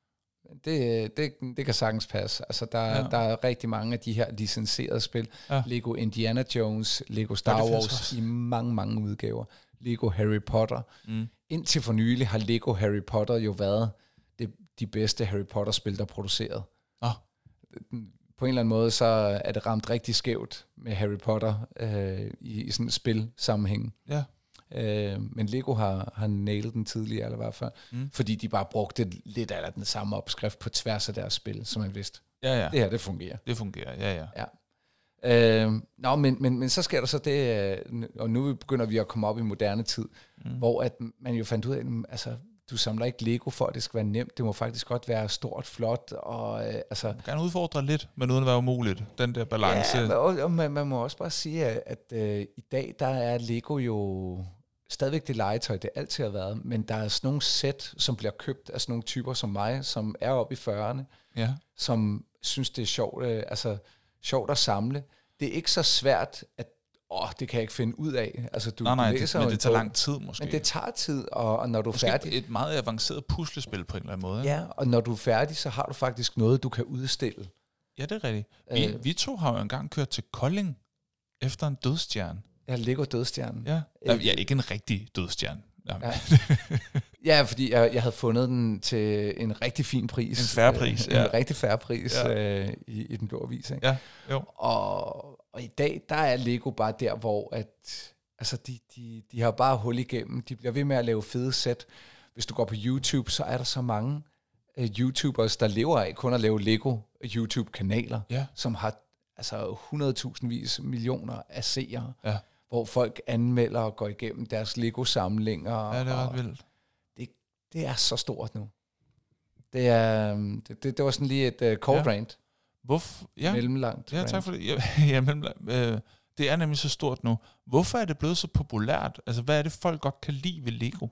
[SPEAKER 2] Det, det, det kan sagtens passe. Altså, der, ja. der er rigtig mange af de her licenserede spil. Ja. Lego Indiana Jones, Lego Star ja, Wars i mange, mange udgaver. Lego Harry Potter. Mm. Indtil for nylig har Lego Harry Potter jo været det, de bedste Harry Potter-spil, der er produceret. Ah. På en eller anden måde, så er det ramt rigtig skævt med Harry Potter øh, i, i sådan et spil-sammenhæng. Ja. Øh, men Lego har, har nailet den tidligere, eller i hvert fald, mm. fordi de bare brugte lidt af den samme opskrift på tværs af deres spil, som man vidste. Ja, ja. Det her, det fungerer.
[SPEAKER 1] Det fungerer, ja, ja.
[SPEAKER 2] ja. Øh, nå, men, men, men så sker der så det, og nu begynder vi at komme op i moderne tid, mm. hvor at man jo fandt ud af, altså, du samler ikke Lego for, at det skal være nemt. Det må faktisk godt være stort, flot. Og, øh, altså,
[SPEAKER 1] man kan udfordre lidt, men uden at være umuligt. Den der balance.
[SPEAKER 2] Ja, og, og man, man må også bare sige, at, at øh, i dag, der er Lego jo stadigvæk det legetøj, det altid har været. Men der er sådan nogle sæt, som bliver købt af sådan nogle typer som mig, som er oppe i fyrrerne,
[SPEAKER 1] ja. Som
[SPEAKER 2] synes, det er sjovt, øh, altså, sjovt at samle. Det er ikke så svært, at åh, det kan jeg ikke finde ud af. Altså, du,
[SPEAKER 1] nej, nej,
[SPEAKER 2] du
[SPEAKER 1] det, men det tager lang tid måske.
[SPEAKER 2] Men det tager tid, og, og når du er
[SPEAKER 1] måske
[SPEAKER 2] færdig...
[SPEAKER 1] et meget avanceret puslespil på en eller anden måde.
[SPEAKER 2] Ja, og når du er færdig, så har du faktisk noget, du kan udstille.
[SPEAKER 1] Ja, det er rigtigt. Vi, øh, vi to har jo engang kørt til Kolding efter en dødstjerne.
[SPEAKER 2] Ja, Lego dødstjernen.
[SPEAKER 1] Ja, øh, ja ikke en rigtig dødstjerne.
[SPEAKER 2] Ja. Ja, fordi jeg, jeg havde fundet den til en rigtig fin pris.
[SPEAKER 1] En fair pris,
[SPEAKER 2] øh,
[SPEAKER 1] ja.
[SPEAKER 2] En rigtig fair pris
[SPEAKER 1] ja.
[SPEAKER 2] øh, i, i Den Blå Avis. Ikke?
[SPEAKER 1] Ja, jo.
[SPEAKER 2] Og, og i dag, der er Lego bare der, hvor at, altså de, de, de har bare hul igennem. De bliver ved med at lave fede sæt. Hvis du går på YouTube, så er der så mange uh, YouTubers, der lever af kun at lave Lego YouTube-kanaler,
[SPEAKER 1] ja.
[SPEAKER 2] som har altså hundredtusindvis millioner af seere.
[SPEAKER 1] Ja. Hvor
[SPEAKER 2] folk anmelder og går igennem deres Lego-samlinger.
[SPEAKER 1] Ja, det er ret vildt.
[SPEAKER 2] Det, det er så stort nu. Det er det, det, det var sådan lige et uh, cold
[SPEAKER 1] ja.
[SPEAKER 2] rant.
[SPEAKER 1] Hvorfor? Ja.
[SPEAKER 2] Mellemlangt.
[SPEAKER 1] Ja, tak for det. Ja, ja, mellemlangt. Øh, det er nemlig så stort nu. Hvorfor er det blevet så populært? Altså, hvad er det, folk godt kan lide ved Lego?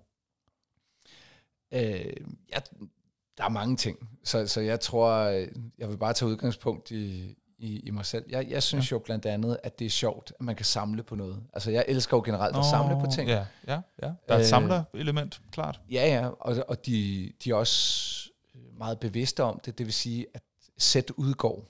[SPEAKER 2] Øh, ja, der er mange ting. Så, så jeg tror, jeg vil bare tage udgangspunkt i... I, i mig selv. Jeg, jeg synes ja. jo blandt andet, at det er sjovt, at man kan samle på noget. Altså, jeg elsker jo generelt at oh, samle på ting.
[SPEAKER 1] Ja, ja, ja. Der er et øh, samlerelement, klart.
[SPEAKER 2] Ja, ja, og, og de, de er også meget bevidste om det. Det vil sige, at sæt udgår.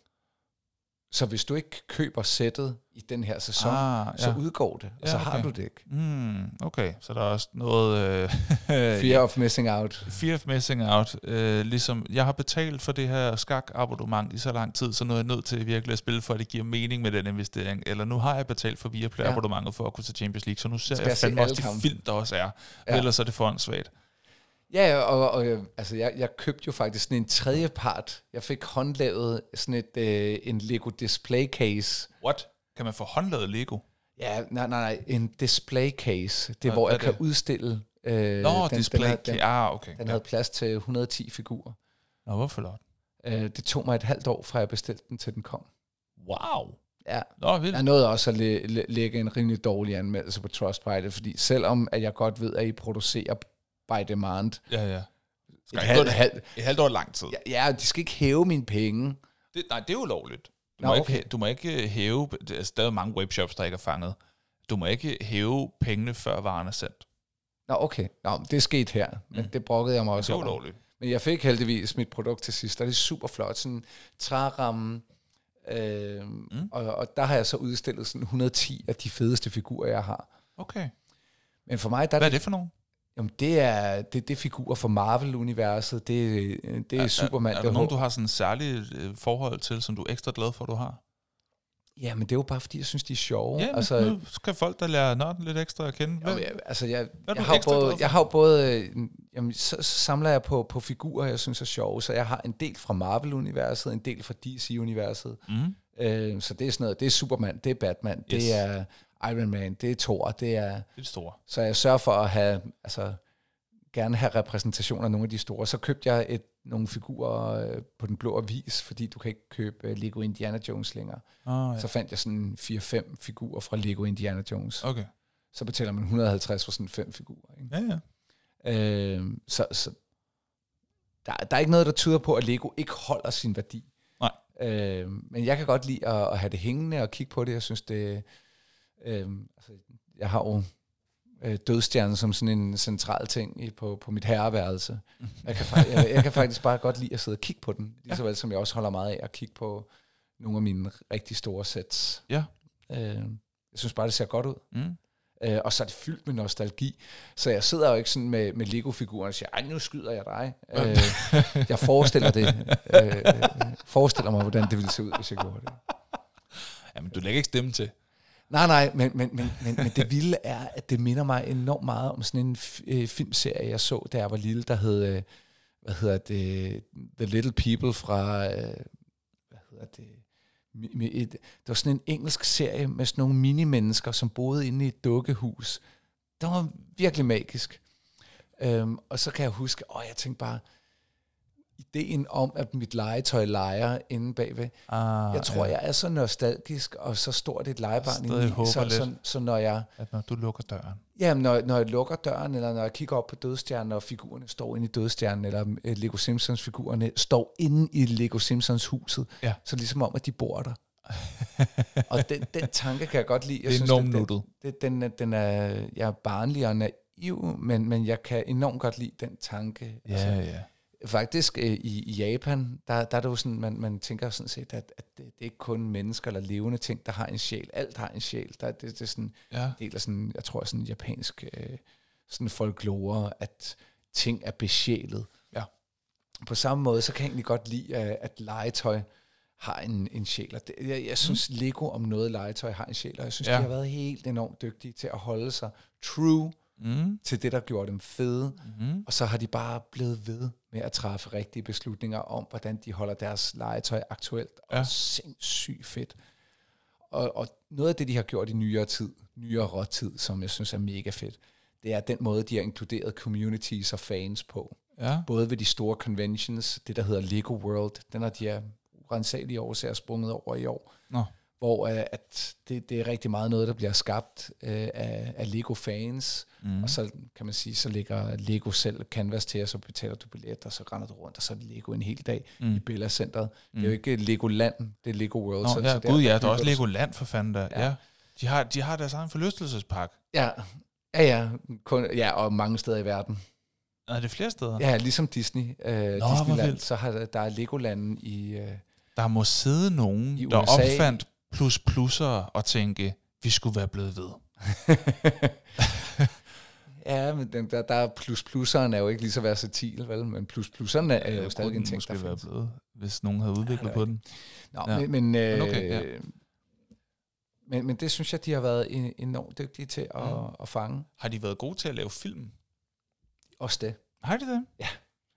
[SPEAKER 2] Så hvis du ikke køber sættet i den her sæson, ah, ja. så udgår det, og ja, så har
[SPEAKER 1] okay.
[SPEAKER 2] du det ikke.
[SPEAKER 1] Mm, okay, så der er også noget... Øh,
[SPEAKER 2] Fear of missing out.
[SPEAKER 1] Fear of missing out. Øh, ligesom, jeg har betalt for det her skak-abonnement i så lang tid, så nu er jeg nødt til virkelig at spille, for at det giver mening med den investering. Eller nu har jeg betalt for Viaplay-abonnementet for at kunne til Champions League, så nu ser jeg, jeg fandme også de kamp. film, der også er. Ja. Ellers er det for åndssvagt.
[SPEAKER 2] Ja, og, og altså, jeg, jeg købte jo faktisk sådan en tredje part. Jeg fik håndlavet sådan et, øh, en Lego display case.
[SPEAKER 1] What? Kan man få håndlavet Lego?
[SPEAKER 2] Ja, nej, nej, nej. En display case. Det er, hvor jeg det? kan udstille... Øh,
[SPEAKER 1] Nå,
[SPEAKER 2] den,
[SPEAKER 1] display
[SPEAKER 2] den,
[SPEAKER 1] case. Den, ah, okay.
[SPEAKER 2] Den
[SPEAKER 1] ja.
[SPEAKER 2] havde plads til et hundrede og ti figurer.
[SPEAKER 1] Nå, hvorfor flot?
[SPEAKER 2] Øh, det tog mig et halvt år, fra jeg bestilte den, til den kom.
[SPEAKER 1] Wow.
[SPEAKER 2] Ja.
[SPEAKER 1] Nå, vildt.
[SPEAKER 2] Jeg nåede også at læ- læ- lægge en rimelig dårlig anmeldelse på Trustpilot, fordi selvom at jeg godt ved, at I producerer by demand...
[SPEAKER 1] Ja, ja.
[SPEAKER 2] Et, halv, et, halv,
[SPEAKER 1] et halvt år lang tid.
[SPEAKER 2] Ja, ja, de skal ikke hæve mine penge.
[SPEAKER 1] Det, nej, det er jo lovligt. Du,
[SPEAKER 2] Nå,
[SPEAKER 1] må
[SPEAKER 2] okay.
[SPEAKER 1] ikke, du må ikke hæve... Altså, der er jo mange webshops, der ikke er fanget. Du må ikke hæve pengene, før varen er sendt.
[SPEAKER 2] Nå, okay. Nå, det skete her, men mm. det brokkede jeg mig også
[SPEAKER 1] over. Det er jo lovligt.
[SPEAKER 2] Men jeg fik heldigvis mit produkt til sidst, og det er super flot. Sådan en træramme, øh, mm. og, og der har jeg så udstillet sådan et hundrede og ti af de fedeste figurer, jeg har.
[SPEAKER 1] Okay.
[SPEAKER 2] Men for mig... Der
[SPEAKER 1] Hvad er det for nogen?
[SPEAKER 2] Jamen, det er, det, det er figurer fra Marvel-universet. Det, det er, er Superman.
[SPEAKER 1] Er, er der nogen, du har sådan et særligt øh, forhold til, som du er ekstra glad for, du har?
[SPEAKER 2] Ja, men det er jo bare, fordi jeg synes, de er sjove.
[SPEAKER 1] Ja, men
[SPEAKER 2] altså,
[SPEAKER 1] nu skal folk, der lærer nørden lidt ekstra at kende.
[SPEAKER 2] Jamen, jeg, altså, jeg, jeg, jeg, har både, jeg har både... Jamen, så, så samler jeg på, på figurer, jeg synes er sjove. Så jeg har en del fra Marvel-universet, en del fra D C-universet. Mm. Øh, så det er sådan noget, det er Superman, det er Batman, yes. det er Iron Man, det er Thor, det er... Det
[SPEAKER 1] er store.
[SPEAKER 2] Så jeg sørger for at have... Altså, gerne have repræsentation af nogle af de store. Så købte jeg et, nogle figurer øh, på Den Blå Avis, fordi du kan ikke købe øh, Lego Indiana Jones længere. Oh, ja. Så fandt jeg sådan fire fem figurer fra Lego Indiana Jones.
[SPEAKER 1] Okay.
[SPEAKER 2] Så betaler man et hundrede og halvtreds for sådan fem figurer. Ikke?
[SPEAKER 1] Ja, ja.
[SPEAKER 2] Øh, så så der, der er ikke noget, der tyder på, at Lego ikke holder sin værdi.
[SPEAKER 1] Nej.
[SPEAKER 2] Øh, men jeg kan godt lide at, at have det hængende og kigge på det. Jeg synes, det... Øh, altså, jeg har jo dødstjernen som sådan en central ting i, på, på mit herreværelse. Jeg kan, jeg, jeg kan faktisk bare godt lide at sidde og kigge på den, lige så vel som jeg også holder meget af at kigge på nogle af mine rigtig store sets.
[SPEAKER 1] Ja.
[SPEAKER 2] Øh, jeg synes bare, det ser godt ud.
[SPEAKER 1] Mm.
[SPEAKER 2] Øh, og så er det fyldt med nostalgi. Så jeg sidder jo ikke sådan med, med Lego-figurer og siger, ej, nu skyder jeg dig. øh, jeg forestiller det. Øh, forestiller mig, hvordan det ville se ud, hvis jeg gjorde det.
[SPEAKER 1] Jamen, du lægger ikke stemme til.
[SPEAKER 2] Nej, nej, men, men, men, men, men det vilde er, at det minder mig enormt meget om sådan en f- øh, filmserie, jeg så, da jeg var lille, der hed, øh, hvad hedder det, The Little People fra, øh, hvad hedder det, et, det var sådan en engelsk serie med sådan nogle mini-mennesker, som boede inde i et dukkehus. Det var virkelig magisk. Øhm, og så kan jeg huske, åh, jeg tænkte bare, ideen om, at mit legetøj leger inde bagved.
[SPEAKER 1] Ah,
[SPEAKER 2] jeg tror,
[SPEAKER 1] ja.
[SPEAKER 2] jeg er så nostalgisk, og så stort et legebarn inde i.
[SPEAKER 1] Så,
[SPEAKER 2] så, så, så når jeg...
[SPEAKER 1] At når du lukker døren.
[SPEAKER 2] Jamen, når, når jeg lukker døren, eller når jeg kigger op på Dødstjernen, og figurerne står inde i Dødstjernen, eller uh, Lego Simpsons-figurerne står inde i Lego Simpsons-huset,
[SPEAKER 1] ja.
[SPEAKER 2] så ligesom om, at de bor der. Og den, den tanke kan jeg godt lide. Jeg
[SPEAKER 1] det er
[SPEAKER 2] synes,
[SPEAKER 1] enormt
[SPEAKER 2] den,
[SPEAKER 1] nuttet.
[SPEAKER 2] Den, den, den er, jeg er barnlig og naiv, men, men jeg kan enormt godt lide den tanke.
[SPEAKER 1] Ja,
[SPEAKER 2] altså,
[SPEAKER 1] ja.
[SPEAKER 2] Faktisk øh, i, i Japan, der, der er det jo sådan, man, man tænker sådan set, at, at det, det er ikke kun mennesker eller levende ting, der har en sjæl. Alt har en sjæl. Der, det, det er sådan
[SPEAKER 1] ja.
[SPEAKER 2] en del af sådan, jeg tror sådan japansk øh, sådan folklore, at ting er besjælet.
[SPEAKER 1] Ja.
[SPEAKER 2] På samme måde, så kan jeg egentlig godt lide, at, at legetøj har en, en sjæl. Og det, jeg, jeg synes, mm. Lego om noget legetøj har en sjæl, og jeg synes, ja. de har været helt enormt dygtige til at holde sig true mm. til det, der gjorde dem fede. Mm. Og så har de bare blevet ved med at træffe rigtige beslutninger om, hvordan de holder deres legetøj aktuelt. Ja. Og sindssygt fedt. Og, og noget af det, de har gjort i nyere tid, nyere råtid, som jeg synes er mega fedt, det er den måde, de har inkluderet communities og fans på. Ja. Både ved de store conventions, det der hedder Lego World, den har de af urensagelige årsager sprunget over i år. Nå. Hvor uh, at det, det er rigtig meget noget, der bliver skabt uh, af, af Lego-fans, mm. og så kan man sige, så ligger Lego selv canvas til, og så betaler du billet, og så render du rundt, og så er det Lego en hel dag mm. i Bella Centeret. Mm. Det er jo ikke Legoland, det er Lego World.
[SPEAKER 1] Nå,
[SPEAKER 2] så,
[SPEAKER 1] ja,
[SPEAKER 2] så
[SPEAKER 1] gud
[SPEAKER 2] der,
[SPEAKER 1] ja, der er også Legoland for fanden der. Ja. Ja. De, har, de har deres egen forlystelsespark.
[SPEAKER 2] Ja, ja, ja, kun, ja, og mange steder i verden.
[SPEAKER 1] Er det flere steder?
[SPEAKER 2] Ja, ligesom Disney. Uh, Nå, Disneyland, så har der, der er Legolanden i... Uh,
[SPEAKER 1] der må sidde nogen, der opfandt plus plusser og tænke, vi skulle være blevet ved.
[SPEAKER 2] Ja, men den, der, der er plus plusseren er jo ikke lige så versatil, vel? Men plus plusserne er jo stadig en ting,
[SPEAKER 1] måske
[SPEAKER 2] der
[SPEAKER 1] være blevet, hvis nogen havde udviklet ja, på den.
[SPEAKER 2] Nå, ja. men, men, øh, okay, ja. men, men det synes jeg, de har været enormt dygtige til at, mm. at fange.
[SPEAKER 1] Har de været gode til at lave film?
[SPEAKER 2] Også det.
[SPEAKER 1] Har de det?
[SPEAKER 2] Ja.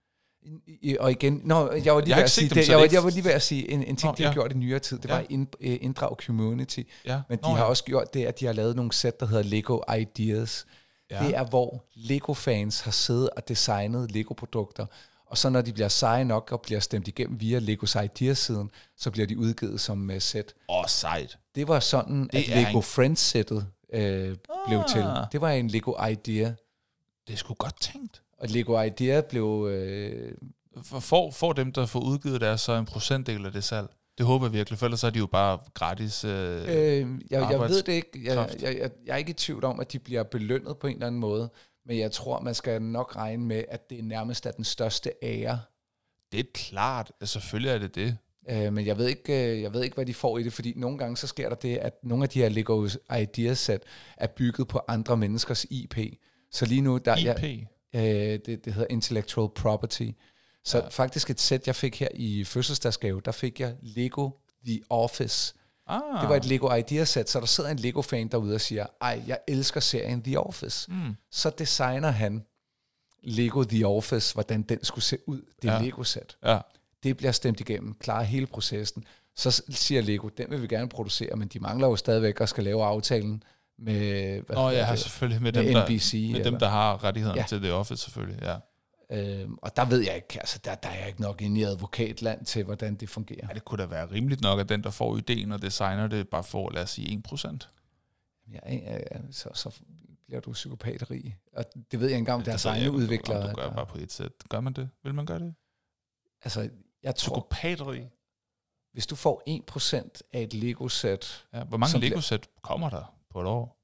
[SPEAKER 2] I, og igen, nå, jeg var lige ved at sige, det, jeg, var, jeg var lige ved at sige en, en ting, nå, de har ja. gjort i nyere tid, det ja. var at inddrage community, ja. men de nå, har ja. også gjort det, at de har lavet nogle sæt, der hedder Lego Ideas. Ja. Det er, hvor Lego-fans har siddet og designet Lego-produkter, og så når de bliver seje nok og bliver stemt igennem via Legos Ideas-siden, så bliver de udgivet som uh, sæt.
[SPEAKER 1] Åh, oh, sejt.
[SPEAKER 2] Det var sådan, det at Lego en... Friends-sættet øh, ah. blev til. Det var en Lego Idea.
[SPEAKER 1] Det er sgu godt tænkt.
[SPEAKER 2] Og Lego Idea blev... Øh,
[SPEAKER 1] får, får dem, der får udgivet deres, så en procentdel af det salg? Det håber jeg virkelig, for ellers er de jo bare gratis øh,
[SPEAKER 2] øh, jeg, jeg ved det ikke. Jeg, jeg, jeg, jeg er ikke i tvivl om, at de bliver belønnet på en eller anden måde, men jeg tror, man skal nok regne med, at det nærmest er den største ære.
[SPEAKER 1] Det er klart. Selvfølgelig er det det.
[SPEAKER 2] Øh, men jeg ved, ikke, jeg ved ikke, hvad de får i det, fordi nogle gange så sker der det, at nogle af de her Lego Ideas-sæt er bygget på andre menneskers I P. Så lige nu... Der,
[SPEAKER 1] I P?
[SPEAKER 2] Jeg, øh, det, det hedder Intellectual Property. Så ja. faktisk et sæt, jeg fik her i fødselsdagsgave, der fik jeg Lego The Office. Ah. Det var et Lego Ideas-sæt, så der sidder en Lego-fan derude og siger, ej, jeg elsker serien The Office. Mm. Så designer han Lego The Office, hvordan den skulle se ud, det ja. Lego-sæt. Ja. Det bliver stemt igennem, klarer hele processen. Så siger Lego, den vil vi gerne producere, men de mangler jo stadigvæk at skal lave aftalen med, hvad
[SPEAKER 1] Nå, ja, det, selvfølgelig med, med dem,
[SPEAKER 2] N B C.
[SPEAKER 1] Der, med dem, der har rettighederne ja. til The Office, selvfølgelig, ja.
[SPEAKER 2] Øhm, og der ved jeg ikke, altså der, der er jeg ikke nok inde i advokatland til, hvordan det fungerer.
[SPEAKER 1] Ja, det kunne da være rimeligt nok, at den, der får ideen og designer det, bare får, lad os sige, en procent.
[SPEAKER 2] Ja, ja, så, så bliver du psykopateri. Og det ved jeg engang, ja, deres egne udviklere.
[SPEAKER 1] Du gør bare på et sæt. Gør man det? Vil man gøre det?
[SPEAKER 2] Altså, jeg tror...
[SPEAKER 1] Psykopateri?
[SPEAKER 2] Hvis du får en procent af et Lego-sæt...
[SPEAKER 1] Ja, hvor mange Lego-sæt kommer der på et år?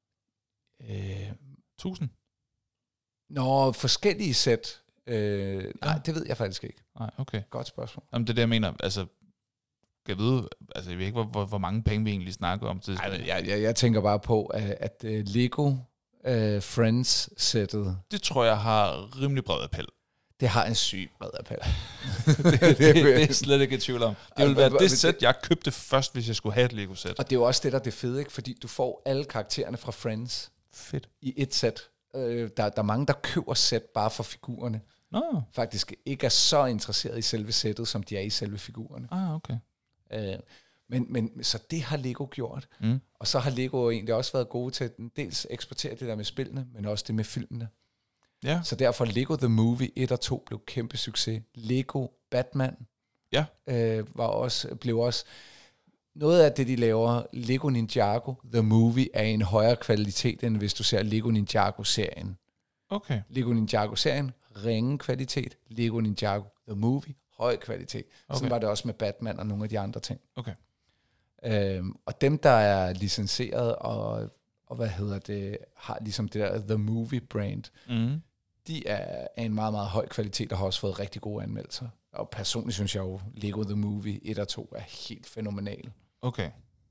[SPEAKER 2] Øh,
[SPEAKER 1] Tusind?
[SPEAKER 2] Nå, forskellige sæt. Øh, nej, ja. det ved jeg faktisk ikke.
[SPEAKER 1] Nej, okay.
[SPEAKER 2] Godt spørgsmål.
[SPEAKER 1] Jamen, det er det, jeg mener. Altså, jeg ved, altså, jeg ved ikke, hvor, hvor, hvor mange penge vi egentlig snakker om.
[SPEAKER 2] Ej, jeg, jeg, jeg tænker bare på, at, at uh, Lego uh, Friends-sættet...
[SPEAKER 1] Det tror jeg har rimelig bred appel.
[SPEAKER 2] Det har en syg bred appel.
[SPEAKER 1] det, det, det, det er slet ikke i tvivl om. Det ville være det sæt, jeg købte først, hvis jeg skulle have et Lego-sæt.
[SPEAKER 2] Og det er jo også det, der er det fede, ikke? Fordi du får alle karaktererne fra Friends.
[SPEAKER 1] Fedt.
[SPEAKER 2] I et sæt. Øh, der, der er mange, der køber sæt bare for figurerne.
[SPEAKER 1] Nå.
[SPEAKER 2] Faktisk ikke er så interesseret i selve sættet, som de er i selve figurerne.
[SPEAKER 1] Ah, okay.
[SPEAKER 2] Øh, men, men så det har Lego gjort.
[SPEAKER 1] Mm.
[SPEAKER 2] Og så har Lego egentlig også været gode til at dels eksportere det der med spillene, men også det med filmene.
[SPEAKER 1] Ja.
[SPEAKER 2] Så derfor Lego The Movie et og to blev kæmpe succes. Lego Batman
[SPEAKER 1] ja.
[SPEAKER 2] øh, var også, blev også... Noget af det, de laver, Lego Ninjago The Movie, er en højere kvalitet, end hvis du ser Lego Ninjago-serien.
[SPEAKER 1] Okay.
[SPEAKER 2] Lego Ninjago-serien, ringe kvalitet. Lego Ninjago The Movie, høj kvalitet. Okay. Sådan var det også med Batman og nogle af de andre ting.
[SPEAKER 1] Okay.
[SPEAKER 2] Øhm, og dem, der er licenseret og, og hvad hedder det, har ligesom det der The Movie brand,
[SPEAKER 1] mm.
[SPEAKER 2] de er af en meget, meget høj kvalitet og har også fået rigtig gode anmeldelser. Og personligt synes jeg jo, Lego The Movie et og to er helt fænomenal.
[SPEAKER 1] Okay.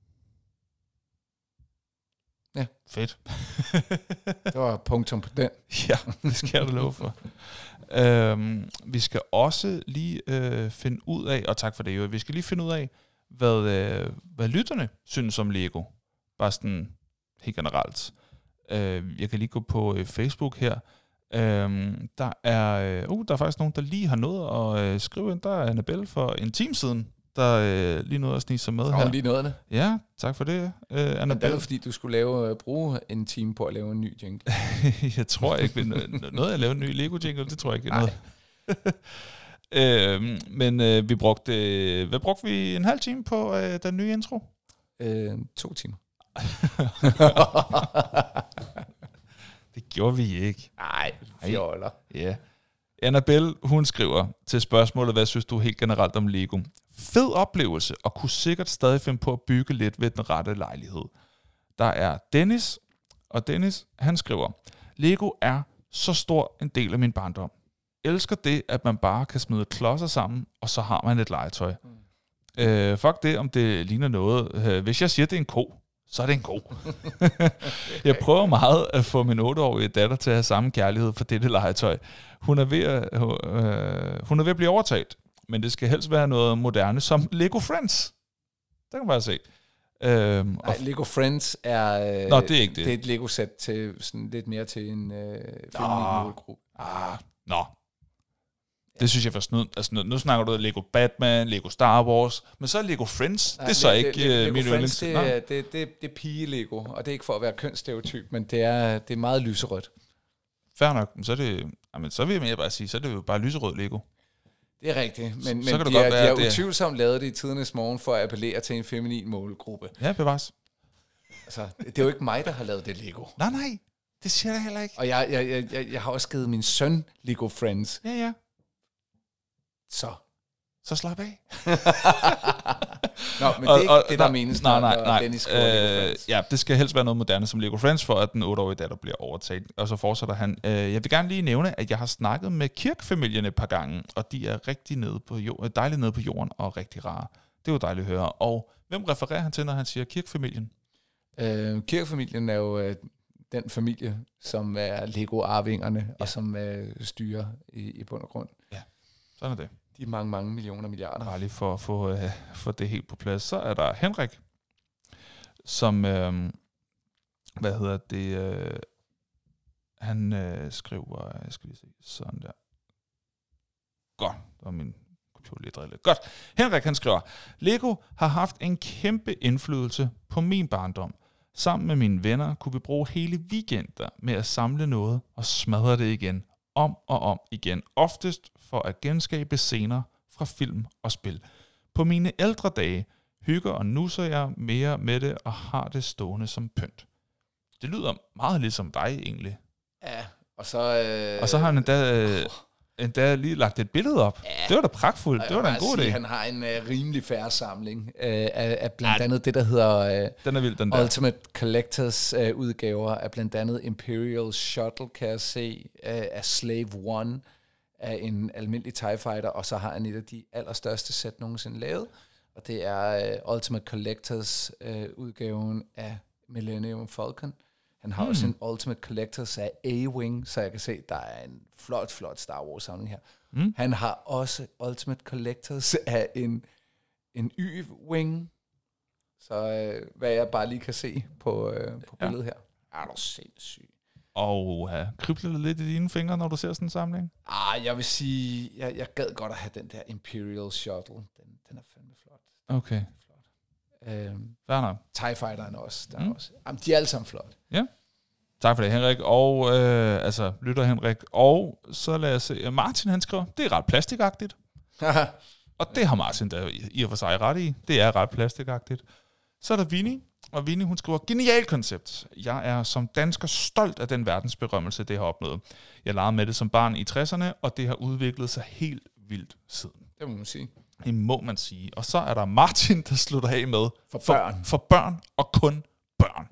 [SPEAKER 2] Ja.
[SPEAKER 1] Fedt.
[SPEAKER 2] Det var punktum på den.
[SPEAKER 1] Ja, det skal jeg da love for. øhm, vi skal også lige øh, finde ud af, og tak for det jo, vi skal lige finde ud af, hvad, øh, hvad lytterne synes om Lego. Bare sådan helt generelt. Øh, jeg kan lige gå på øh, Facebook her. Øh, der, er, øh, uh, der er faktisk nogen, der lige har nået at øh, skrive ind. Der er Annabelle for en time siden, der øh, lige nåede at snige sig med
[SPEAKER 2] så
[SPEAKER 1] her.
[SPEAKER 2] lige noget det.
[SPEAKER 1] Ja, tak for det, øh, Annabelle.
[SPEAKER 2] Det er fordi, du skulle lave, bruge en time på at lave en ny jingle.
[SPEAKER 1] Jeg tror ikke, noget at lave en ny Lego-jingle, det tror jeg ikke er noget. øhm, men øh, vi brugte, øh, hvad brugte vi en halv time på øh, den nye intro?
[SPEAKER 2] Øh, to timer.
[SPEAKER 1] Det gjorde vi ikke.
[SPEAKER 2] Nej, fjoller.
[SPEAKER 1] Ja. Annabelle, hun skriver til spørgsmålet, hvad synes du helt generelt om Lego? Fed oplevelse, og kunne sikkert stadig finde på at bygge lidt ved den rette lejlighed. Der er Dennis, og Dennis, han skriver, Lego er så stor en del af min barndom. Elsker det, at man bare kan smide klodser sammen, og så har man et legetøj. Mm. Øh, fuck det, om det ligner noget. Øh, hvis jeg siger, det er en ko, så er det en ko. Jeg prøver meget at få min otteårige datter til at have samme kærlighed for dette legetøj. Hun er ved at, øh, hun er ved at blive overtaget, men det skal helst være noget moderne, som Lego Friends. Der kan man bare se. Øhm,
[SPEAKER 2] Nej, Lego Friends er,
[SPEAKER 1] Nå, det er ikke det.
[SPEAKER 2] Det er et Lego-sæt til sådan lidt mere til en øh, feminin målgruppe.
[SPEAKER 1] Ah, nå. Det synes jeg var snyd. Altså, nu, nu snakker du om Lego Batman, Lego Star Wars, men så er Lego Friends, Nej, det er så
[SPEAKER 2] det,
[SPEAKER 1] ikke
[SPEAKER 2] det, Lego
[SPEAKER 1] min
[SPEAKER 2] Friends, det, er, det, det, det, det er pige-Lego, og det er ikke for at være kønsstereotyp, men det er, det er meget lyserødt.
[SPEAKER 1] Fair nok, men så er det, jamen, så vil jeg mere bare sige, så er det jo bare lyserød Lego.
[SPEAKER 2] Det er rigtigt, men,
[SPEAKER 1] så
[SPEAKER 2] men
[SPEAKER 1] de,
[SPEAKER 2] de,
[SPEAKER 1] er,
[SPEAKER 2] de har
[SPEAKER 1] det
[SPEAKER 2] utvivlsomt lavet det i tidernes morgen for at appellere til en feminin målgruppe.
[SPEAKER 1] Ja, bevares.
[SPEAKER 2] Altså, det er jo ikke mig, der har lavet det Lego.
[SPEAKER 1] Nej, nej, det siger jeg heller ikke.
[SPEAKER 2] Og jeg, jeg, jeg, jeg, jeg har også givet min søn Lego Friends.
[SPEAKER 1] Ja, ja.
[SPEAKER 2] Så.
[SPEAKER 1] Så slap af.
[SPEAKER 2] Nå, men det er ikke og, det, der menes,
[SPEAKER 1] nej, nej, nej.
[SPEAKER 2] Dennis
[SPEAKER 1] øh, Ja, det skal helst være noget moderne som Lego Friends, for at den otteårige datter bliver overtaget. Og så fortsætter han. Øh, jeg vil gerne lige nævne, at jeg har snakket med Kirk-familien et par gange, og de er rigtig nede på jorden, dejligt nede på jorden og rigtig rare. Det er jo dejligt at høre. Og hvem refererer han til, når han siger Kirk-familien?
[SPEAKER 2] Øh, Kirk-familien er jo øh, den familie, som er Lego-arvingerne, ja. Og som øh, styrer i, i bund og grund.
[SPEAKER 1] Ja, sådan er det.
[SPEAKER 2] De mange, mange millioner milliarder.
[SPEAKER 1] Bare lige for at få, øh, få det helt på plads. Så er der Henrik, som, øh, hvad hedder det, øh, han øh, skriver, jeg skal lige se, sådan der. Godt, det var min computer lige drillet. Godt, Henrik han skriver, Lego har haft en kæmpe indflydelse på min barndom. Sammen med mine venner kunne vi bruge hele weekender med at samle noget og smadre det igen, om og om igen, oftest for at genskabe scener fra film og spil. På mine ældre dage hygger og nusser jeg mere med det og har det stående som pynt. Det lyder meget ligesom dig egentlig.
[SPEAKER 2] Ja, og så... Øh,
[SPEAKER 1] og så har han endda, øh, endda lige lagt et billede op. Ja. Det var da pragtfuldt, det var da en god idé.
[SPEAKER 2] Han har en uh, rimelig færre samling uh, af, af blandt ja. andet det, der hedder uh,
[SPEAKER 1] den er vild, den der.
[SPEAKER 2] Ultimate Collectors uh, udgaver af blandt andet Imperial Shuttle, kan jeg se, uh, af Slave One, af en almindelig TIE Fighter, og så har han et af de allerstørste sæt nogensinde lavet, og det er uh, Ultimate Collectors uh, udgaven af Millennium Falcon. Han har hmm. også en Ultimate Collectors af A-Wing, så jeg kan se, der er en flot, flot Star Wars samling her. Hmm. Han har også Ultimate Collectors af en, en Y-Wing, så øh, hvad jeg bare lige kan se på, øh, på billedet ja. her. Er du sindssyg.
[SPEAKER 1] Og ja, krybler det lidt i dine fingre, når du ser sådan en samling?
[SPEAKER 2] Ah, jeg vil sige, jeg, jeg gad godt at have den der Imperial Shuttle. Den, den er fandme flot.
[SPEAKER 1] Okay.
[SPEAKER 2] Øhm,
[SPEAKER 1] Fair nok.
[SPEAKER 2] TIE Fighteren også. Der
[SPEAKER 1] mm.
[SPEAKER 2] er også. Jamen, de er alle sammen flot.
[SPEAKER 1] Ja. Tak for det, Henrik. Og, øh, altså, lytter Henrik. Og så lad os se. Martin, han skriver, det er ret plastikagtigt. Og det har Martin da i og for sig ret i. Det er ret plastikagtigt. Så er der Vinnie. Og Vinnie, hun skriver, genial koncept. Jeg er som dansker stolt af den verdensberømmelse, det har opnået. Jeg legede med det som barn i tresserne, og det har udviklet sig helt vildt siden.
[SPEAKER 2] Det må man sige.
[SPEAKER 1] Det må man sige. Og så er der Martin, der slutter af med...
[SPEAKER 2] For børn.
[SPEAKER 1] For, for børn og kun børn.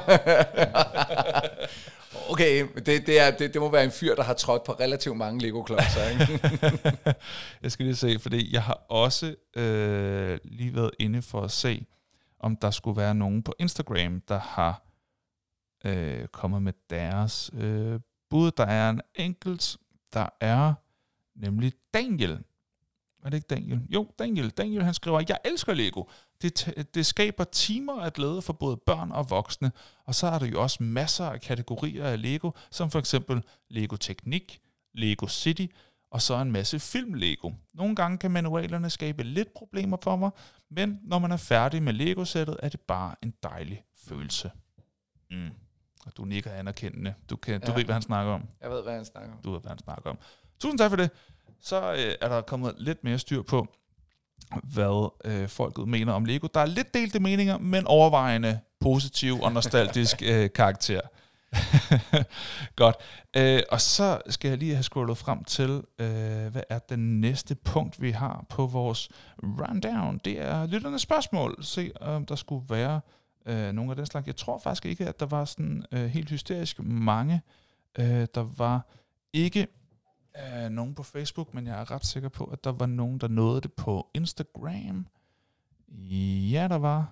[SPEAKER 2] Okay, det, det, er, det, det må være en fyr, der har trådt på relativt mange Lego-klodser, ikke?
[SPEAKER 1] Jeg skal lige se, fordi jeg har også øh, lige været inde for at se, om der skulle være nogen på Instagram, der har øh, kommet med deres øh, bud. Der er en enkelt, der er nemlig Daniel. Er det ikke Daniel? Jo, Daniel. Daniel, han skriver, jeg elsker Lego. Det, t- det skaber timer af glæde for både børn og voksne. Og så er der jo også masser af kategorier af Lego, som for eksempel Lego Teknik, Lego City, og så en masse film-Lego. Nogle gange kan manualerne skabe lidt problemer for mig, men når man er færdig med Lego-sættet, er det bare en dejlig følelse. Mm. Og du nikker anerkendende. Du, kan, du
[SPEAKER 2] Ja.
[SPEAKER 1] ved, hvad han snakker om.
[SPEAKER 2] Jeg ved, hvad han snakker om.
[SPEAKER 1] Du ved, hvad han snakker om. Tusind tak for det. Så øh, er der kommet lidt mere styr på, hvad øh, folket mener om Lego. Der er lidt delte meninger, men overvejende positiv og nostalgisk øh, karakter. Godt. Øh, og så skal jeg lige have scrollet frem til, øh, hvad er den næste punkt, vi har på vores rundown. Det er lytternes spørgsmål. Se, om der skulle være øh, nogle af den slags. Jeg tror faktisk ikke, at der var sådan øh, helt hysterisk mange. Øh, der var ikke øh, nogen på Facebook, men jeg er ret sikker på, at der var nogen, der nåede det på Instagram. Ja, der var.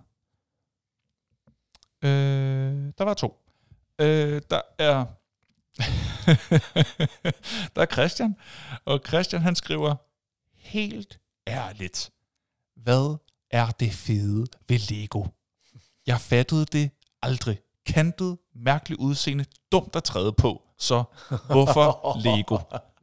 [SPEAKER 1] Øh, der var to. Øh, der er der er Christian, og Christian han skriver, helt ærligt, hvad er det fede ved Lego? Jeg fattede det aldrig. Kantet, mærkeligt udseende, dumt at træde på, så hvorfor Lego?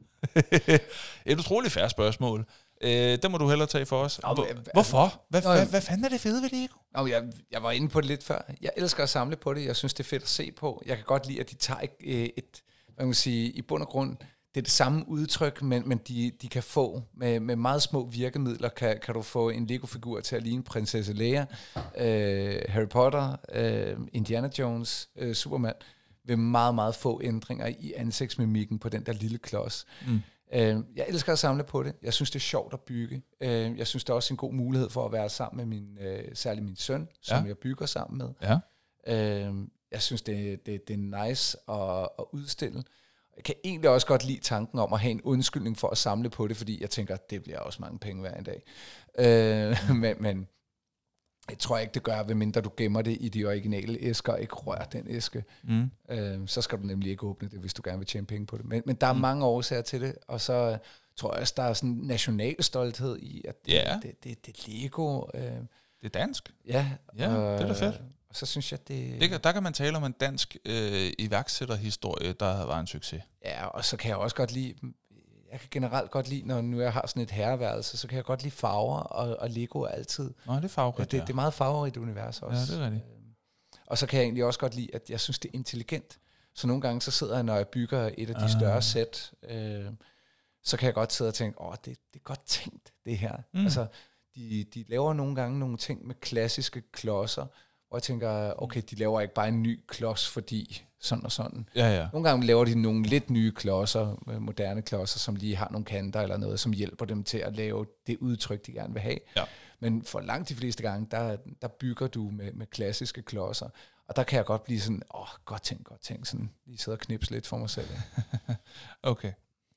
[SPEAKER 1] Et utroligt fair spørgsmål. Øh, det må du hellere tage for os. Hvor, hvorfor? Hvad, hvad, hvad fanden er det fede ved Lego?
[SPEAKER 2] Nå, jeg, jeg var inde på det lidt før. Jeg elsker at samle på det. Jeg synes, det er fedt at se på. Jeg kan godt lide, at de tager et, et hvad kan man sige, i bund og grund, det er det samme udtryk, men, men de, de kan få, med, med meget små virkemidler, kan, kan du få en Lego-figur til at ligne prinsesse Leia, øh, Harry Potter, øh, Indiana Jones, øh, Superman, ved meget, meget få ændringer i ansigtsmimikken på den der lille klods. Mm. Jeg elsker at samle på det. Jeg synes, det er sjovt at bygge. Jeg synes, det er også en god mulighed for at være sammen med min, særlig min søn, som ja. jeg bygger sammen med.
[SPEAKER 1] Ja.
[SPEAKER 2] Jeg synes, det, det, det er nice at, at udstille. Jeg kan egentlig også godt lide tanken om at have en undskyldning for at samle på det, fordi jeg tænker, at det bliver også mange penge hver en dag. men, men jeg tror ikke, det gør, ved mindre du gemmer det i de originale æsker, og ikke rør den æske. Mm. Øh, så skal du nemlig ikke åbne det, hvis du gerne vil tjene penge på det. Men, men der er mm. mange årsager til det, og så tror jeg også, der er sådan en national stolthed i, at det, yeah. det, det, det er Lego. Øh. Det
[SPEAKER 1] er dansk.
[SPEAKER 2] Ja.
[SPEAKER 1] Ja, øh, det er da fedt.
[SPEAKER 2] Og så synes jeg, det...
[SPEAKER 1] det kan, der kan man tale om en dansk øh, iværksætterhistorie, der var en succes.
[SPEAKER 2] Ja, og så kan jeg også godt lide... Jeg kan generelt godt lide, når nu jeg har sådan et herreværelse, så kan jeg godt lide farver, og, og Lego er altid...
[SPEAKER 1] Nå, det er farverigt,
[SPEAKER 2] det, det er meget farverigt univers også.
[SPEAKER 1] Ja, det er rigtigt.
[SPEAKER 2] Og så kan jeg egentlig også godt lide, at jeg synes, det er intelligent. Så nogle gange, så sidder jeg, når jeg bygger et af de større sæt, øh, så kan jeg godt sidde og tænke, åh, det, det er godt tænkt, det her. Mm. Altså, de, de laver nogle gange nogle ting med klassiske klodser, hvor jeg tænker, okay, de laver ikke bare en ny klods, fordi sådan og sådan.
[SPEAKER 1] Ja, ja.
[SPEAKER 2] Nogle gange laver de nogle lidt nye klodser, moderne klodser, som lige har nogle kanter eller noget, som hjælper dem til at lave det udtryk, de gerne vil have.
[SPEAKER 1] Ja.
[SPEAKER 2] Men for langt de fleste gange, der, der bygger du med, med klassiske klodser. Og der kan jeg godt blive sådan, åh, godt tænkt, godt tænkt, sådan lige sidde og knipse lidt for mig selv.
[SPEAKER 1] Okay.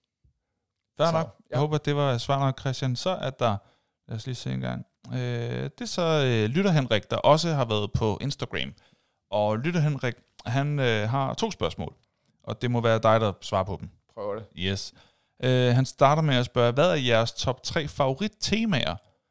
[SPEAKER 1] Fair nok. Ja. Jeg håber, det var svar nok, Christian. Så er der, lad os lige se en gang, øh, det er så øh, Lytter Henrik, der også har været på Instagram. Og Lytter Henrik, han øh, har to spørgsmål, og det må være dig, der svarer på dem.
[SPEAKER 2] Prøv det.
[SPEAKER 1] Yes. Øh, han starter med at spørge, hvad er jeres top tre favorittemaer?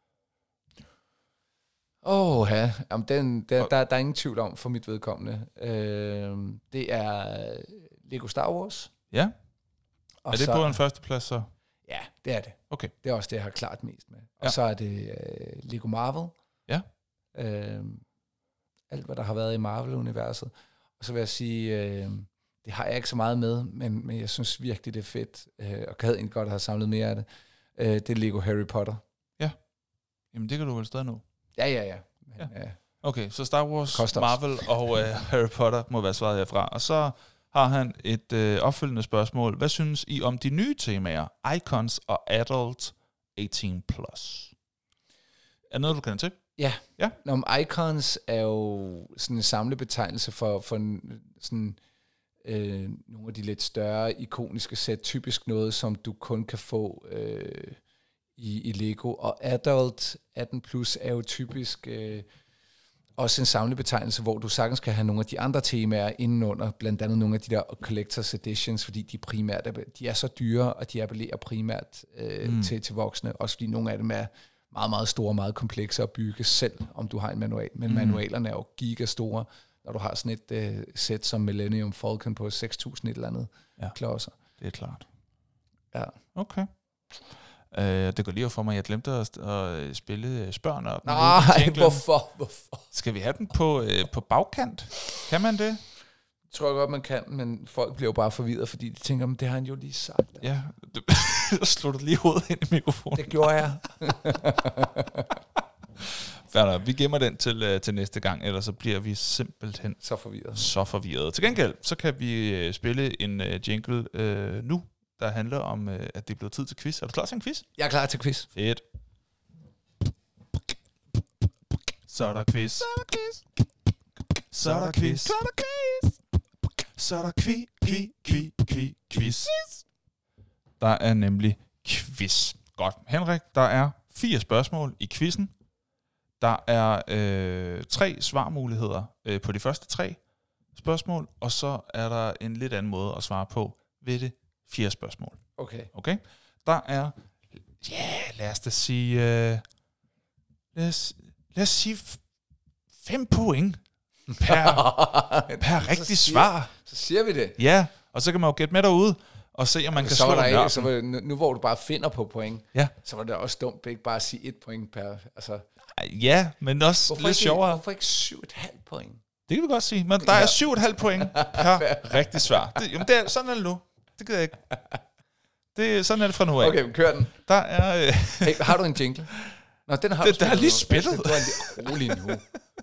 [SPEAKER 2] Åh, oh, ja. Jamen, den, der, der, der er ingen tvivl om for mit vedkommende. Øh, det er Lego Star Wars.
[SPEAKER 1] Ja.
[SPEAKER 2] Og
[SPEAKER 1] er det
[SPEAKER 2] så,
[SPEAKER 1] på en førsteplads så?
[SPEAKER 2] Ja, det er det.
[SPEAKER 1] Okay.
[SPEAKER 2] Det er også det, jeg har klart mest med. Og
[SPEAKER 1] ja.
[SPEAKER 2] så er det uh, Lego Marvel.
[SPEAKER 1] Ja.
[SPEAKER 2] Øh, alt, hvad der har været i Marvel-universet. Og så vil jeg sige uh, det har jeg ikke så meget med, men, men jeg synes virkelig, det er fedt, øh, og gad egentlig godt have samlet mere af det. Øh, det er Lego Harry Potter.
[SPEAKER 1] Ja. Jamen, det kan du vel stadig nå.
[SPEAKER 2] Ja, ja, ja. Men,
[SPEAKER 1] ja.
[SPEAKER 2] Øh,
[SPEAKER 1] okay, så Star Wars, Marvel og øh, Harry Potter må være svaret herfra. Og så har han et øh, opfølgende spørgsmål. Hvad synes I om de nye temaer? Icons og Adult atten plus. Er noget, du kender til?
[SPEAKER 2] Ja.
[SPEAKER 1] ja.
[SPEAKER 2] Nå, Icons er jo sådan en samlebetegnelse for, for sådan, øh, nogle af de lidt større, ikoniske sæt. Typisk noget, som du kun kan få øh, i, i Lego. Og Adult atten plus er jo typisk øh, også en samlebetegnelse, hvor du sagtens kan have nogle af de andre temaer indenunder, blandt andet nogle af de der Collector's Editions, fordi de primært er, de er så dyre, og de appellerer primært øh, mm. til, til voksne. Også fordi nogle af dem er meget, meget store, meget komplekse at bygge selv, om du har en manual. Men mm. manualerne er jo gigastore, når du har sådan et øh, sæt som Millennium Falcon på seks tusind et eller andet
[SPEAKER 1] ja,
[SPEAKER 2] klodser.
[SPEAKER 1] Det er klart.
[SPEAKER 2] Ja.
[SPEAKER 1] Okay. Uh, det går lige for mig, jeg glemte at, at spille Spørn op.
[SPEAKER 2] Nej, hvorfor? hvorfor?
[SPEAKER 1] Skal vi have den på, uh, på bagkant? Kan man det?
[SPEAKER 2] Jeg tror godt, man kan, men folk bliver jo bare forvirret, fordi de tænker, det har han jo lige sagt.
[SPEAKER 1] Ja, så slår du lige hovedet ind i mikrofonen.
[SPEAKER 2] Det gjorde jeg.
[SPEAKER 1] Færdig. Vi gemmer den til, uh, til næste gang, ellers så bliver vi simpelthen
[SPEAKER 2] så forvirret.
[SPEAKER 1] Så forvirret. Til gengæld, så kan vi uh, spille en uh, jingle uh, nu, der handler om, uh, at det er blevet tid til quiz. Er du klar til en quiz?
[SPEAKER 2] Jeg er klar til quiz.
[SPEAKER 1] Fedt. Så er der quiz. Så er der quiz. Så er der quiz. Så er der quiz. Så er der quiz. Quiz. Quiz. Quiz. Quiz. Der er nemlig quiz. Godt. Henrik, der er fire spørgsmål i quizzen. Der er øh, tre svarmuligheder øh, på de første tre spørgsmål, og så er der en lidt anden måde at svare på ved det fjerde spørgsmål.
[SPEAKER 2] Okay.
[SPEAKER 1] Okay? Der er, ja, yeah, lad os da sige, øh, lad, os, lad os sige f- fem point per, per rigtig
[SPEAKER 2] så siger,
[SPEAKER 1] svar.
[SPEAKER 2] Så siger vi det.
[SPEAKER 1] Ja, og så kan man jo gætte med derude, og se, om man kan
[SPEAKER 2] så
[SPEAKER 1] slå den
[SPEAKER 2] ikke, så var, nu hvor du bare finder på point,
[SPEAKER 1] ja,
[SPEAKER 2] så var det også dumt, ikke bare at sige et point per, altså.
[SPEAKER 1] Ja, men også
[SPEAKER 2] hvorfor
[SPEAKER 1] lidt
[SPEAKER 2] ikke,
[SPEAKER 1] sjovere.
[SPEAKER 2] Hvorfor ikke syv et halvt point?
[SPEAKER 1] Det kan vi godt sige, men der er syv et halvt point per rigtig svar. Det, jamen, det er, sådan er det nu. Det gider jeg ikke. Det, sådan er det fra nu af.
[SPEAKER 2] Okay, kør den.
[SPEAKER 1] Der er... Øh...
[SPEAKER 2] Hey, har du en jingle? Nå, den har
[SPEAKER 1] det,
[SPEAKER 2] du
[SPEAKER 1] der er lige spillet.
[SPEAKER 2] Du er lige rolig nu.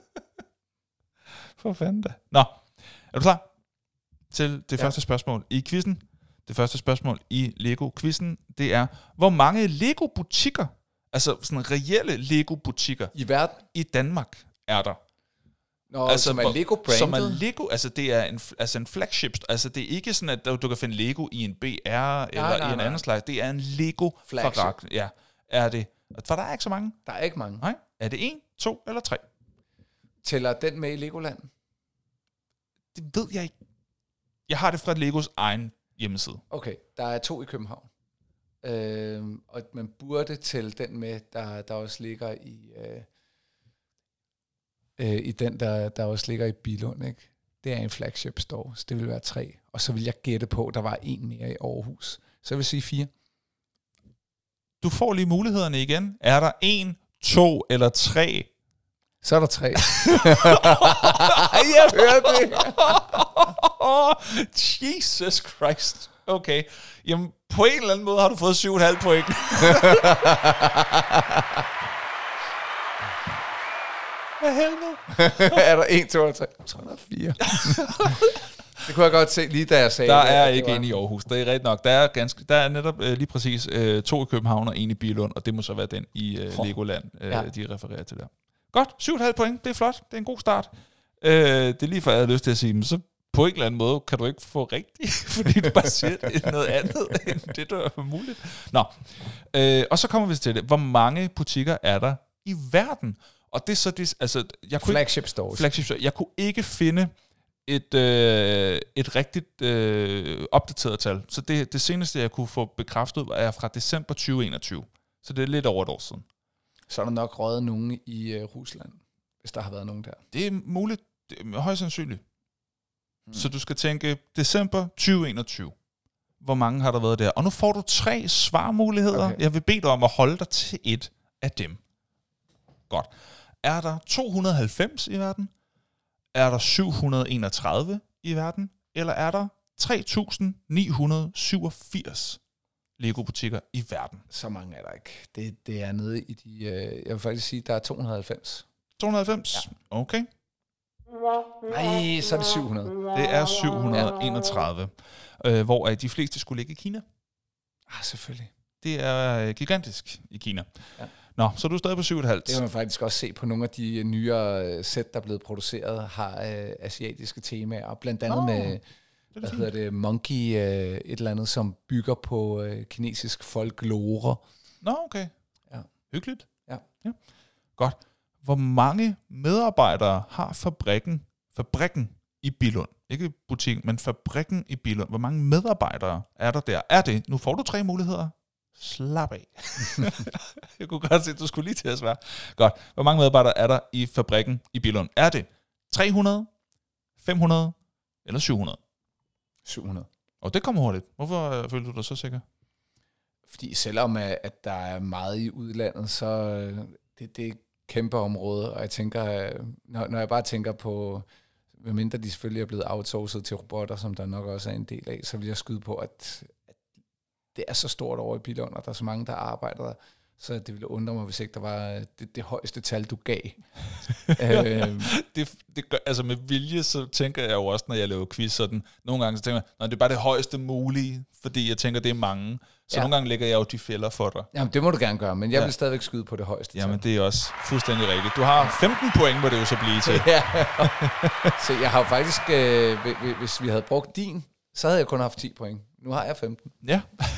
[SPEAKER 1] For fanden da. Nå, er du klar til det ja. første spørgsmål i quizzen? Det første spørgsmål i Lego-quizzen, det er, hvor mange Lego-butikker, altså sådan reelle Lego-butikker
[SPEAKER 2] i verden,
[SPEAKER 1] i Danmark er der?
[SPEAKER 2] Nå, altså, som er Lego-brandet?
[SPEAKER 1] Som er Lego, altså det er en, altså en flagship, altså det er ikke sådan, at du kan finde Lego i en B R nej, eller nej, i en nej. anden slags, det er en Lego-forret. Ja, er det, for der er ikke så mange.
[SPEAKER 2] Der er ikke mange.
[SPEAKER 1] Nej, er det en, to eller tre?
[SPEAKER 2] Tæller den med i Legoland?
[SPEAKER 1] Det ved jeg ikke. Jeg har det fra Legos egen hjemmeside.
[SPEAKER 2] Okay, der er to i København. Øhm, og man burde tælle den med, der, der også ligger i... Øh, øh, i den, der, der også ligger i Billund, ikke? Det er en flagship store, så det vil være tre. Og så vil jeg gætte på, at der var en mere i Aarhus. Så jeg vil sige fire.
[SPEAKER 1] Du får lige mulighederne igen. Er der en, to eller tre?
[SPEAKER 2] Så er der tre.
[SPEAKER 1] Jeg hørte det. Jesus Christ. Okay. Jamen, på en eller anden måde har du fået syv komma fem point. Hvad helvede?
[SPEAKER 2] Er der en, to eller tre? Så er der fire. Det kunne jeg godt se, lige da jeg sagde
[SPEAKER 1] der
[SPEAKER 2] det.
[SPEAKER 1] Der er ikke en i Aarhus, det er rigtigt nok. Der er, ganske, der er netop øh, lige præcis øh, to i København og en i Billund, og det må så være den i øh, Legoland, øh, ja. de refererer til der. Godt, syv komma fem point, det er flot, det er en god start. Øh, det er lige for, jeg havde lyst til at sige, men så på en eller anden måde kan du ikke få rigtigt, fordi du bare siger det noget andet, end det, der er muligt. Nå, øh, og så kommer vi til det. Hvor mange butikker er der i verden? Og det er så det, altså... Jeg kunne
[SPEAKER 2] flagship stores.
[SPEAKER 1] Flagship stores. Jeg kunne ikke finde et, øh, et rigtigt øh, opdateret tal. Så det, det seneste, jeg kunne få bekræftet, er fra december tyve enogtyve. Så det er lidt over et år siden.
[SPEAKER 2] Så er der nok røget nogen i uh, Rusland, hvis der har været nogen der.
[SPEAKER 1] Det er muligt. Det er højst sandsynligt. Hmm. Så du skal tænke december tyve enogtyve. Hvor mange har der været der? Og nu får du tre svarmuligheder. Okay. Jeg vil bede dig om at holde dig til et af dem. Godt. Er der to hundrede og halvfems i verden? Er der syv hundrede og enogtredive i verden? Eller er der tre tusind ni hundrede syvogfirs Lego-butikker i verden.
[SPEAKER 2] Så mange er der ikke. Det, det er nede i de... Øh, jeg vil faktisk sige, der er to hundrede og halvfems.
[SPEAKER 1] to hundrede og halvfems? Ja. Okay.
[SPEAKER 2] Nej, så er det syv hundrede.
[SPEAKER 1] Det er syv hundrede og enogtredive, ja. øh, hvor de fleste skulle ligge i Kina.
[SPEAKER 2] Ah, selvfølgelig.
[SPEAKER 1] Det er øh, gigantisk i Kina.
[SPEAKER 2] Ja.
[SPEAKER 1] Nå, så er du stadig på syv komma fem.
[SPEAKER 2] Det kan man faktisk også se på nogle af de nyere sæt, der er blevet produceret, har øh, asiatiske temaer, blandt andet oh, med, det hvad fint. hedder det, Monkey, øh, et eller andet, som bygger på øh, kinesisk folklore.
[SPEAKER 1] Nå, okay.
[SPEAKER 2] Ja.
[SPEAKER 1] Hyggeligt.
[SPEAKER 2] Ja.
[SPEAKER 1] Ja. Godt. Hvor mange medarbejdere har fabrikken, fabrikken i Billund? Ikke butikken, men fabrikken i Billund. Hvor mange medarbejdere er der der? Er det? Nu får du tre muligheder. Slap af. Jeg kunne godt se, at du skulle lige til at svare. Godt. Hvor mange medarbejdere er der i fabrikken i Billund? Er det tre hundrede, fem hundrede eller syv hundrede?
[SPEAKER 2] syv hundrede.
[SPEAKER 1] Og det kommer hurtigt. Hvorfor føler du dig så sikker?
[SPEAKER 2] Fordi selvom at der er meget i udlandet, så det, det er et kæmpe område, og jeg tænker, når, når jeg bare tænker på, medmindre de selvfølgelig er blevet outsourcet til robotter, som der nok også er en del af, så vil jeg skyde på, at det er så stort over i Billund, og der er så mange, der arbejder der, så det ville undre mig, hvis ikke der var det, det højeste tal, du gav.
[SPEAKER 1] øhm. det, det gør, altså med vilje, så tænker jeg jo også, når jeg laver quiz sådan, nogle gange så tænker jeg, det er bare det højeste mulige, fordi jeg tænker, det er mange. Så ja. Nogle gange lægger jeg jo de fælder for dig.
[SPEAKER 2] Jamen, det må du gerne gøre, men jeg ja. vil stadigvæk skyde på det højeste tal.
[SPEAKER 1] Jamen, det er også fuldstændig rigtigt. Du har femten point, må det jo så blive til.
[SPEAKER 2] Ja. Så jeg har jo faktisk, øh, hvis vi havde brugt din, så havde jeg kun haft ti point. Nu har jeg femten.
[SPEAKER 1] Ja.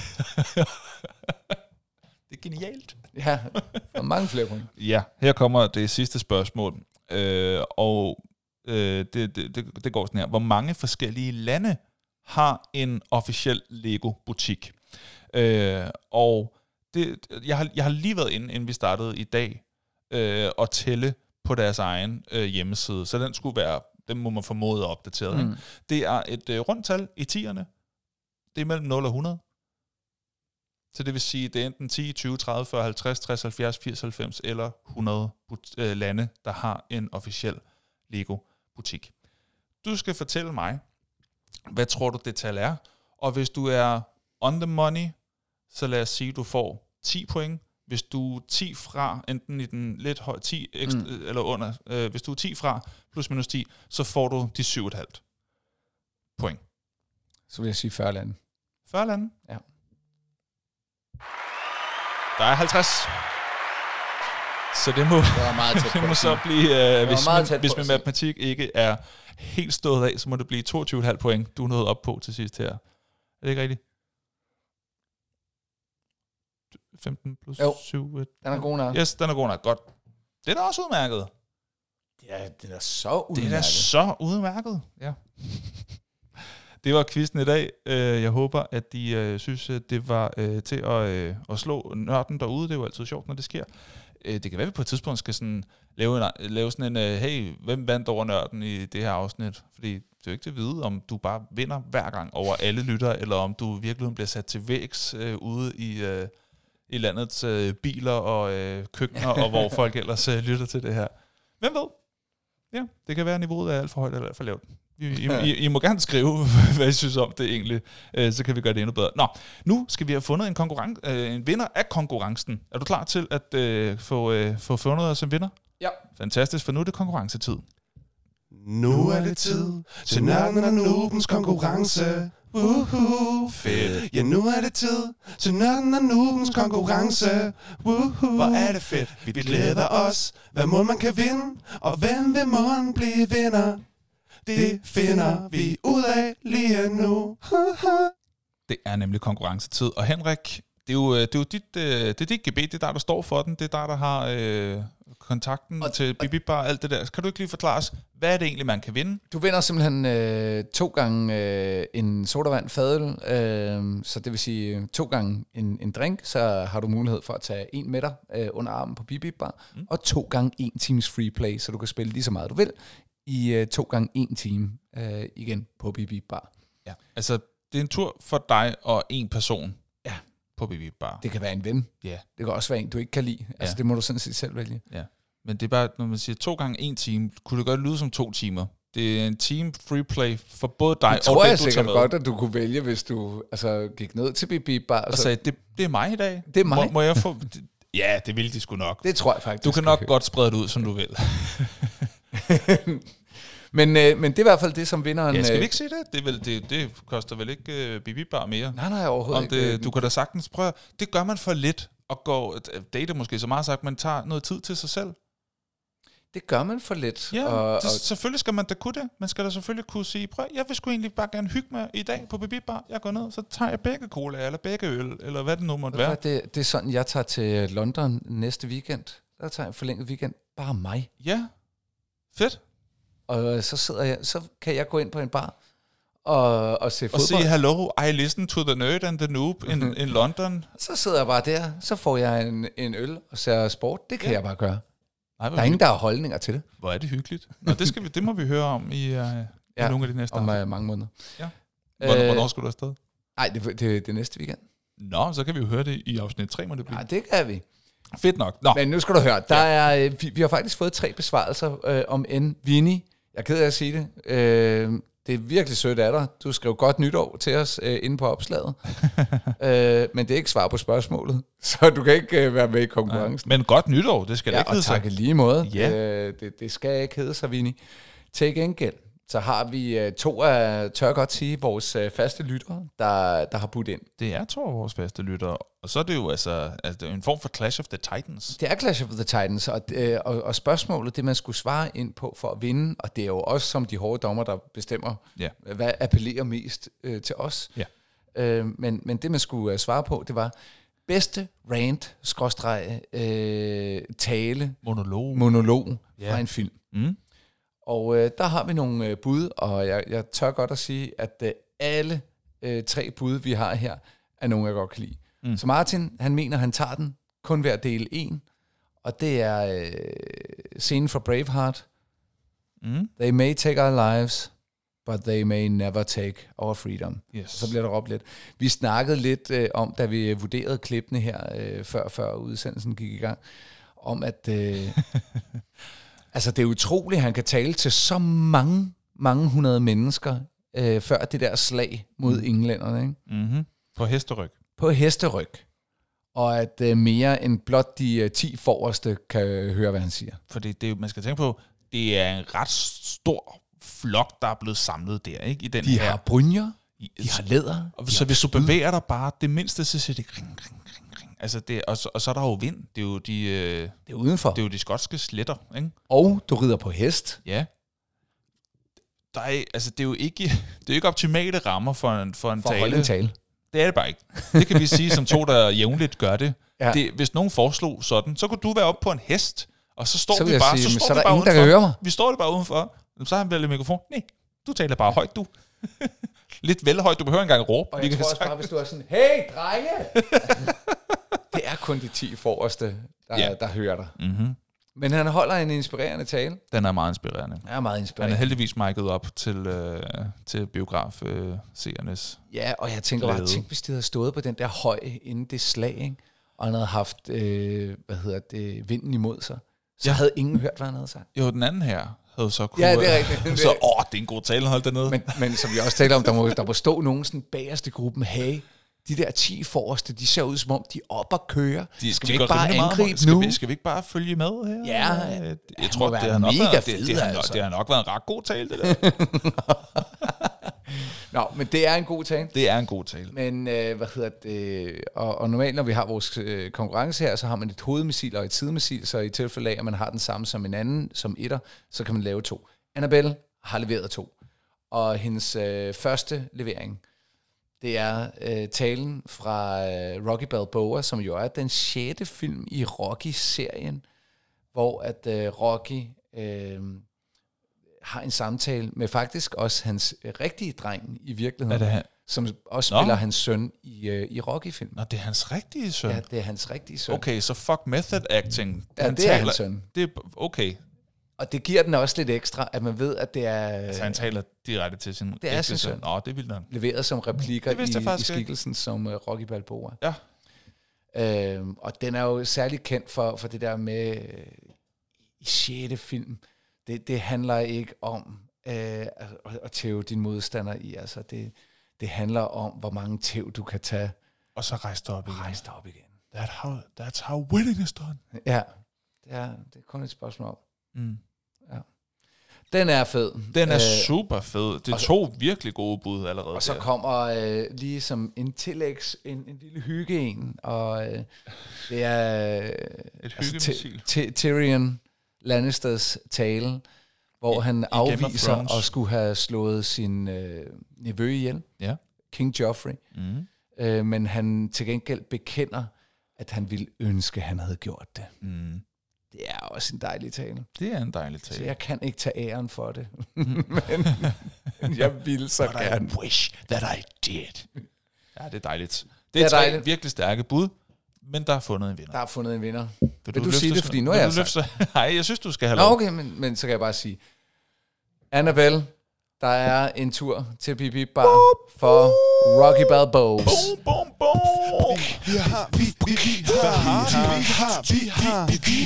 [SPEAKER 1] Det er genialt.
[SPEAKER 2] Ja, og mange flere point.
[SPEAKER 1] Ja, her kommer det sidste spørgsmål. Øh, og øh, det, det, det, det går sådan her. Hvor mange forskellige lande har en officiel Lego-butik? Øh, og det, jeg, har, jeg har lige været inde, inden vi startede i dag, øh, og tælle på deres egen øh, hjemmeside. Så den skulle være, den må man formode opdateret. Mm. Det er et øh, rundt tal i tierne. Det er mellem nul og hundrede. Så det vil sige, det er enten ti, tyve, tredive, fyrre, halvtreds, tres, halvfjerds, firs, halvfems eller hundrede øh, lande, der har en officiel Lego-butik. Du skal fortælle mig, hvad tror du det tal er? Og hvis du er on the money, så lad os sige, at du får ti point. Hvis du er ti fra, enten i den lidt høje, ti ekstra, mm. eller under, øh, hvis du er ti fra, plus minus ti, så får du de syv komma fem point.
[SPEAKER 2] Så vil jeg sige fyrre lande.
[SPEAKER 1] fyrre lande?
[SPEAKER 2] Ja.
[SPEAKER 1] Der er halvtreds. Så det må,
[SPEAKER 2] det var meget tæt på.
[SPEAKER 1] Det må så blive, øh, hvis, min, hvis min matematik ikke er helt stået af, så må det blive toogtyve komma fem point, du er nået op på til sidst her. Er det ikke rigtigt? femten plus
[SPEAKER 2] jo,
[SPEAKER 1] syv.
[SPEAKER 2] Den er god nok.
[SPEAKER 1] Yes, den er god nok. Godt. Det er da også udmærket.
[SPEAKER 2] Ja, det er da så udmærket.
[SPEAKER 1] Det er da så udmærket, ja. Det var quizzen i dag. Jeg håber, at de synes, at det var til at, at slå nørden derude. Det er jo altid sjovt, når det sker. Det kan være, at vi på et tidspunkt skal sådan lave, en, lave sådan en, hey, hvem vandt over nørden i det her afsnit? Fordi det er jo ikke til at vide, om du bare vinder hver gang over alle lyttere, eller om du virkelig bliver sat til vægs øh, ude i, øh, i landets øh, biler og øh, køkkener, og hvor folk ellers øh, lytter til det her. Hvem ved? Ja, det kan være, at niveauet er alt for højt eller alt for lavt. I, I, I, I må gerne skrive, hvad I synes om det egentlig, øh, så kan vi gøre det endnu bedre. Nå, nu skal vi have fundet en, konkurren- øh, en vinder af konkurrencen. Er du klar til at øh, få, øh, få fundet os som vinder?
[SPEAKER 2] Ja.
[SPEAKER 1] Fantastisk, for nu er det konkurrencetid.
[SPEAKER 3] Nu er det tid til nørden og noobens konkurrence. Woohoo, fedt. Ja, nu er det tid til nørden og noobens konkurrence. Woohoo, hvor er det fedt. Vi glæder os, hvad må man kan vinde, og hvem vil måden blive vinder? Det finder vi ud af lige nu.
[SPEAKER 1] Det er nemlig konkurrencetid. Og Henrik, det er jo, det er jo dit, det er dit G B, det er der, der står for den. Det er der, der har øh, kontakten og, til Bibibar og alt det der. Kan du ikke lige forklare os, hvad er det egentlig, man kan vinde?
[SPEAKER 2] Du vinder simpelthen øh, to gange øh, en sodavand fadøl, øh, så det vil sige to gange en, en drink, så har du mulighed for at tage en med dig øh, under armen på Bibibar, mm. og to gange en times free play, så du kan spille lige så meget du vil i uh, to gange en time uh, igen på Bibibar.
[SPEAKER 1] Ja, altså det er en tur for dig og en person.
[SPEAKER 2] Ja.
[SPEAKER 1] På Bibibar.
[SPEAKER 2] Det kan være en ven.
[SPEAKER 1] Ja.
[SPEAKER 2] Det kan også være en, du ikke kan lide. Altså
[SPEAKER 1] ja.
[SPEAKER 2] Det må du sådan set selv vælge.
[SPEAKER 1] Ja. Men det er bare, når man siger to gange en time, kunne det godt lyde som to timer. Det er en team free play for både dig
[SPEAKER 2] det
[SPEAKER 1] og
[SPEAKER 2] tror
[SPEAKER 1] det,
[SPEAKER 2] jeg
[SPEAKER 1] du
[SPEAKER 2] sikkert
[SPEAKER 1] tager med.
[SPEAKER 2] godt, at du kunne vælge, hvis du altså, gik ned til Bip Bip Bar.
[SPEAKER 1] Og sagde, det, det er mig i dag.
[SPEAKER 2] Det er mig.
[SPEAKER 1] Må, må jeg få... Ja, det vil de sgu nok.
[SPEAKER 2] Det tror jeg faktisk.
[SPEAKER 1] Du kan nok godt sprede det ud, som du vil.
[SPEAKER 2] men, øh, men det er i hvert fald det, som vinderen...
[SPEAKER 1] Ja, skal vi
[SPEAKER 2] øh,
[SPEAKER 1] ikke se det? Det, vel, det, det koster vel ikke uh, Bip Bip Bar mere?
[SPEAKER 2] Nej, nej, overhovedet
[SPEAKER 1] Om
[SPEAKER 2] ikke.
[SPEAKER 1] det, du kan da sagtens prøve. Det gør man for lidt. Og gå, date måske så meget sagt, man tager noget tid til sig selv.
[SPEAKER 2] Det gør man for lidt.
[SPEAKER 1] Ja,
[SPEAKER 2] og,
[SPEAKER 1] det,
[SPEAKER 2] og,
[SPEAKER 1] selvfølgelig skal man da kunne det. Man skal da selvfølgelig kunne sige, prøv, jeg vil sgu egentlig bare gerne hygge mig i dag på Bip Bip Bar. Jeg går ned, så tager jeg begge cola, eller begge øl, eller hvad det nu måtte være.
[SPEAKER 2] det, det er sådan, jeg tager til London næste weekend. Der tager jeg en forlænget weekend. Bare mig.
[SPEAKER 1] Ja, fedt.
[SPEAKER 2] Og så sidder jeg, så kan jeg gå ind på en bar og, og se
[SPEAKER 1] Og
[SPEAKER 2] fodbold.
[SPEAKER 1] sige, hello, I listen to the nerd and the noob in, in London.
[SPEAKER 2] Så sidder jeg bare der, så får jeg en, en øl og ser sport. Det kan
[SPEAKER 1] Ja.
[SPEAKER 2] jeg bare gøre.
[SPEAKER 1] Ej,
[SPEAKER 2] Der er ingen, der har holdninger til det.
[SPEAKER 1] Hvor er det hyggeligt. Nå, det, skal vi, det må vi høre om i, uh, ja, i nogle af de næste
[SPEAKER 2] om
[SPEAKER 1] afsnit.
[SPEAKER 2] uh, mange måneder.
[SPEAKER 1] Ja. Hvornår,
[SPEAKER 2] Øh,
[SPEAKER 1] hvornår skal du afsted?
[SPEAKER 2] Nej, det, det, det er næste weekend.
[SPEAKER 1] Nå, så kan vi jo høre det i afsnit tre, må det blive.
[SPEAKER 2] Nej, det kan vi.
[SPEAKER 1] Fedt nok. Nå.
[SPEAKER 2] Men nu skal du høre, der er, øh, vi, vi har faktisk fået tre besvarelser øh, om en Vinnie. Jeg er ked af at sige det. Øh, det er virkelig sødt af dig. Du skrev godt nytår til os øh, inde på opslaget. øh, men det er ikke svar på spørgsmålet, så du kan ikke øh, være med i konkurrencen.
[SPEAKER 1] Men godt nytår, det skal
[SPEAKER 2] Ja,
[SPEAKER 1] det ikke
[SPEAKER 2] og
[SPEAKER 1] hedde sig.
[SPEAKER 2] tak i lige måde.
[SPEAKER 1] Ja.
[SPEAKER 2] Øh, det, det skal ikke hedde sig, Vinnie. Til gengæld, så har vi øh, to af, tør jeg godt sige, vores øh, faste lyttere, der, der har budt ind.
[SPEAKER 1] Det er to af vores faste lyttere. Og så er det jo altså, altså det er en form for Clash of the Titans.
[SPEAKER 2] Det er Clash of the Titans, og, øh, og, og spørgsmålet, det man skulle svare ind på for at vinde, og det er jo også som de hårde dommer, der bestemmer,
[SPEAKER 1] Ja.
[SPEAKER 2] hvad appellerer mest øh, til os.
[SPEAKER 1] Ja.
[SPEAKER 2] Øh, men, men det man skulle øh, svare på, det var bedste rant, skråstreg, øh, tale,
[SPEAKER 1] Monolog.
[SPEAKER 2] monolog
[SPEAKER 1] Ja.
[SPEAKER 2] fra en film.
[SPEAKER 1] Mm.
[SPEAKER 2] Og øh, der har vi nogle øh, bud, og jeg, jeg tør godt at sige, at øh, alle øh, tre bud, vi har her, er nogle, jeg godt kan lide. Mm. Så Martin, han mener, han tager den kun ved at dele en, og det er øh, scenen fra Braveheart.
[SPEAKER 1] Mm.
[SPEAKER 2] They may take our lives, but they may never take our freedom.
[SPEAKER 1] Yes.
[SPEAKER 2] Så bliver der råbt lidt. Vi snakkede lidt øh, om, da vi vurderede klippene her, øh, før, før udsendelsen gik i gang, om at... Øh, altså, det er utroligt, at han kan tale til så mange, mange hundrede mennesker, øh, før det der slag mod englænderne, ikke?
[SPEAKER 1] Mm-hmm. På hesteryg.
[SPEAKER 2] På hesteryg. Og at øh, mere end blot de øh, ti forreste kan høre, hvad han siger.
[SPEAKER 1] Fordi det, er jo- man skal tænke på, det er en ret stor flok, der er blevet samlet der, ikke? I den
[SPEAKER 2] De
[SPEAKER 1] her.
[SPEAKER 2] har brynjer,
[SPEAKER 1] I-
[SPEAKER 2] de har læder.
[SPEAKER 1] Og så hvis du bevæger dig bare det mindste, så siger det kring, kring, kring, kring. Altså det, og, så, og så er der jo vind. Det er jo de, øh,
[SPEAKER 2] Det er udenfor.
[SPEAKER 1] det er jo de skotske sletter, ikke?
[SPEAKER 2] Og du rider på hest.
[SPEAKER 1] Ja. Der er, altså det er jo ikke, det er jo ikke optimale rammer for en, for en
[SPEAKER 2] For at
[SPEAKER 1] tale.
[SPEAKER 2] holde en tale.
[SPEAKER 1] Det er det bare ikke. Det kan vi sige som to, der jævnligt gør det.
[SPEAKER 2] Ja.
[SPEAKER 1] det. Hvis nogen foreslog sådan, så kunne du være oppe på en hest, og så står
[SPEAKER 2] Så vil
[SPEAKER 1] vi
[SPEAKER 2] jeg
[SPEAKER 1] bare,
[SPEAKER 2] sige,
[SPEAKER 1] så
[SPEAKER 2] men
[SPEAKER 1] står
[SPEAKER 2] så er
[SPEAKER 1] vi
[SPEAKER 2] der
[SPEAKER 1] bare
[SPEAKER 2] ingen, der
[SPEAKER 1] udenfor.
[SPEAKER 2] kan høre mig.
[SPEAKER 1] Vi står det bare udenfor. Så har han vel en mikrofon. Nej, du taler bare højt, du. Lidt vel højt, du behøver ikke engang råbe.
[SPEAKER 2] Og
[SPEAKER 1] Vi
[SPEAKER 2] jeg
[SPEAKER 1] kan
[SPEAKER 2] tror også
[SPEAKER 1] sagt-
[SPEAKER 2] bare, hvis du er sådan, hey, drenge! Det er kun de ti forreste, der,
[SPEAKER 1] Ja.
[SPEAKER 2] der hører dig.
[SPEAKER 1] Mhm.
[SPEAKER 2] Men han holder en inspirerende tale.
[SPEAKER 1] Den er meget inspirerende.
[SPEAKER 2] Han er meget
[SPEAKER 1] Han er
[SPEAKER 2] inspirerende.
[SPEAKER 1] heldigvis mic'et op til, øh, til biograf-seernes.
[SPEAKER 2] Ja, og jeg tænker bare,
[SPEAKER 1] Glæde.
[SPEAKER 2] tænk hvis de havde stået på den der høj inden det slag, ikke? Og han havde haft, øh, hvad hedder det, vinden imod sig. Så
[SPEAKER 1] Ja.
[SPEAKER 2] havde ingen hørt, hvad han havde sagt.
[SPEAKER 1] Jo, den anden her havde så kunne...
[SPEAKER 2] Ja, det er rigtigt.
[SPEAKER 1] så, åh, det er en god tale, hold dernede.
[SPEAKER 2] Men, men som vi også taler om, der må, der må stå nogen sådan bagerste gruppen, hey, de der ti forreste, de ser ud som om, de er op og kører.
[SPEAKER 1] de,
[SPEAKER 2] skal
[SPEAKER 1] de
[SPEAKER 2] vi ikke
[SPEAKER 1] går
[SPEAKER 2] bare
[SPEAKER 1] rimelig meget-
[SPEAKER 2] angribe
[SPEAKER 1] skal
[SPEAKER 2] nu?
[SPEAKER 1] Vi, skal vi ikke bare følge med her?
[SPEAKER 2] Ja,
[SPEAKER 1] jeg
[SPEAKER 2] han
[SPEAKER 1] tror,
[SPEAKER 2] må
[SPEAKER 1] det
[SPEAKER 2] være
[SPEAKER 1] har, nok
[SPEAKER 2] mega
[SPEAKER 1] været,
[SPEAKER 2] fed,
[SPEAKER 1] det, det, har, nok-
[SPEAKER 2] altså.
[SPEAKER 1] det har nok været en ret god tale, det der.
[SPEAKER 2] Nå, men det er en god tale.
[SPEAKER 1] Det er en god tale.
[SPEAKER 2] Men øh, hvad hedder det? Og, og normalt, når vi har vores øh, konkurrence her, så har man et hovedmissil og et sidemissil, så i tilfælde af, at man har den samme som en anden, som etter, så kan man lave to. Annabelle har leveret to. Og hendes øh, første levering, det er øh, talen fra øh, Rocky Balboa, som jo er den sjette film i Rocky-serien, hvor at øh, Rocky øh, har en samtale med faktisk også hans øh, rigtige dreng i virkeligheden,
[SPEAKER 1] Er det han?
[SPEAKER 2] som også
[SPEAKER 1] Nå.
[SPEAKER 2] spiller hans søn i, øh, i Rocky-film.
[SPEAKER 1] Nå, det er hans rigtige søn.
[SPEAKER 2] Ja, det er hans rigtige søn.
[SPEAKER 1] Okay, så fuck method acting.
[SPEAKER 2] Ja,
[SPEAKER 1] Han
[SPEAKER 2] det er
[SPEAKER 1] taler-
[SPEAKER 2] hans søn.
[SPEAKER 1] Det er, okay,
[SPEAKER 2] Og det giver den også lidt ekstra, at man ved, at det er
[SPEAKER 1] altså han taler direkte til sin
[SPEAKER 2] det er
[SPEAKER 1] ægte
[SPEAKER 2] sin søn.
[SPEAKER 1] Nå, det er vildt nok.
[SPEAKER 2] leveret som replikker
[SPEAKER 1] Det vidste jeg
[SPEAKER 2] i, i
[SPEAKER 1] faktisk ikke.
[SPEAKER 2] skikkelsen som uh, Rocky Balboa.
[SPEAKER 1] Ja.
[SPEAKER 2] Øhm, og den er jo særlig kendt for, for det der med øh, i sjette film. Det, det handler ikke om, øh, at, at tæve din modstander i. Altså, det, det handler om, hvor mange tæv du kan tage.
[SPEAKER 3] Og så rejse dig op igen.
[SPEAKER 2] Rejse dig op igen.
[SPEAKER 3] That how, that's how winning is done.
[SPEAKER 2] Ja, det er, det er kun et spørgsmål om.
[SPEAKER 1] Mm.
[SPEAKER 2] Ja. Den er fed.
[SPEAKER 1] Den er
[SPEAKER 2] øh,
[SPEAKER 1] super fed. Det er to virkelig gode bud allerede.
[SPEAKER 2] Og så
[SPEAKER 1] der.
[SPEAKER 2] kommer øh, lige som en tillægs, en, en lille hygge en, og øh, det er øh,
[SPEAKER 1] et
[SPEAKER 2] altså, t- t- Tyrion Lannisters tale, hvor I, han i afviser at skulle have slået sin øh, nevø ihjel,
[SPEAKER 1] ja.
[SPEAKER 2] King Joffrey,
[SPEAKER 1] mm.
[SPEAKER 2] øh, men han til gengæld bekender, at han ville ønske, at han havde gjort det.
[SPEAKER 1] Mm.
[SPEAKER 2] Det er også en dejlig tale.
[SPEAKER 1] Det er en dejlig tale.
[SPEAKER 2] Så jeg kan ikke tage æren for det. men jeg vil så
[SPEAKER 3] But
[SPEAKER 2] gerne.
[SPEAKER 3] I wish that I did.
[SPEAKER 1] Ja, det er dejligt. Det er,
[SPEAKER 2] det er
[SPEAKER 1] tre
[SPEAKER 2] dejligt.
[SPEAKER 1] virkelig stærke bud, men der er fundet en vinder.
[SPEAKER 2] Der er fundet en vinder.
[SPEAKER 1] Vil,
[SPEAKER 2] vil
[SPEAKER 1] du,
[SPEAKER 2] du
[SPEAKER 1] løfte,
[SPEAKER 2] sige det, fordi nu er
[SPEAKER 1] jeg
[SPEAKER 2] jeg sagt?
[SPEAKER 1] Nej, jeg synes, du skal have
[SPEAKER 2] Nå,
[SPEAKER 1] lov.
[SPEAKER 2] okay, men, men så kan jeg bare sige, Annabelle, der er en tur til Bip Bip Bar for Rocky Balboas.
[SPEAKER 1] Boom, boom, boom.
[SPEAKER 3] Vi har, vi, vi, vi har, vi har, vi har, vi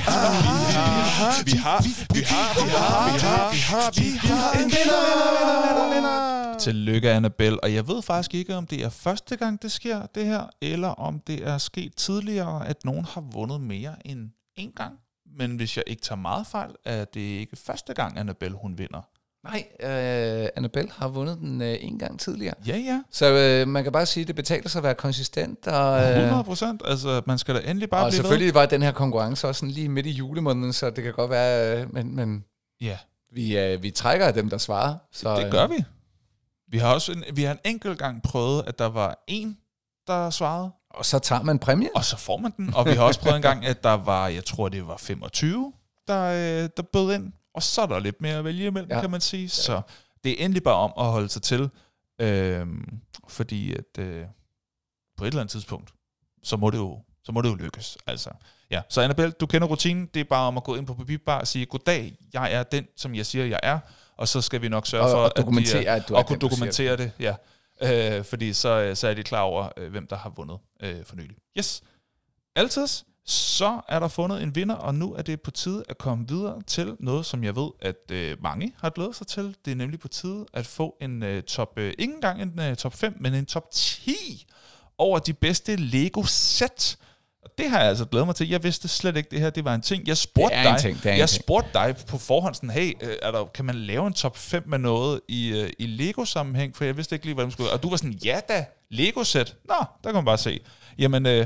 [SPEAKER 3] har, vi har, vi har, vi har, vi har, vi har, vi har en vinder, vinder, vinder.
[SPEAKER 1] Tillykke, Annabelle. Og jeg ved faktisk ikke, om det er første gang, det sker, det her, eller om det er sket tidligere, at nogen har vundet mere end en gang. Men hvis jeg ikke tager meget fejl, er det ikke første gang, Annabelle hun vinder.
[SPEAKER 2] Nej, øh, Annabelle har vundet den øh, en gang tidligere.
[SPEAKER 1] Ja, ja.
[SPEAKER 2] Så øh, man kan bare sige, at det betaler sig at være konsistent. Og, øh,
[SPEAKER 1] hundrede procent. Altså, man skal da endelig bare
[SPEAKER 2] og
[SPEAKER 1] blive
[SPEAKER 2] selvfølgelig
[SPEAKER 1] ved.
[SPEAKER 2] var den her konkurrence også sådan lige midt i julemåneden, så det kan godt være, øh, men, men
[SPEAKER 1] ja.
[SPEAKER 2] vi, øh, vi trækker af dem, der svarer. Så,
[SPEAKER 1] det gør vi. Vi har også en, vi har en enkelt gang prøvet, at der var en, der svarede.
[SPEAKER 2] Og så tager man præmien.
[SPEAKER 1] Og så får man den. Og vi har også prøvet en gang, at der var, jeg tror det var femogtyve, der, øh, der bød ind. Og så er der lidt mere at vælge imellem, ja. kan man sige. Så det er endelig bare om at holde sig til. Øh, fordi at øh, på et eller andet tidspunkt, så må det jo, så må det jo lykkes. Altså, ja. Så Annabelle, du kender rutinen. Det er bare om at gå ind på Bip Bip Bar og sige, goddag, jeg er den, som jeg siger, jeg er. Og så skal vi nok sørge
[SPEAKER 2] og,
[SPEAKER 1] for,
[SPEAKER 2] og dokumentere,
[SPEAKER 1] at, de er,
[SPEAKER 2] at du er
[SPEAKER 1] og kunne
[SPEAKER 2] den,
[SPEAKER 1] dokumentere det. Ja. Øh, fordi så, så er de klar over, øh, hvem der har vundet øh, for nylig. Yes. Altid. Så er der fundet en vinder, og nu er det på tide at komme videre til noget, som jeg ved, at øh, mange har glædet sig til. Det er nemlig på tide at få en øh, top, øh, ikke engang en øh, top fem, men en top ti over de bedste Lego-sæt. Og det har jeg altså glædet mig til. Jeg vidste slet ikke, det her det var en ting. Jeg spurgte dig,
[SPEAKER 2] ting,
[SPEAKER 1] jeg spurgte dig på forhånd, sådan, hey, øh, er der, kan man lave en top fem med noget i, øh, i Lego-sammenhæng? For jeg vidste ikke lige, hvad man skulle. Og du var sådan, ja da, Lego-sæt. Nå, der kan man bare se. Jamen, øh,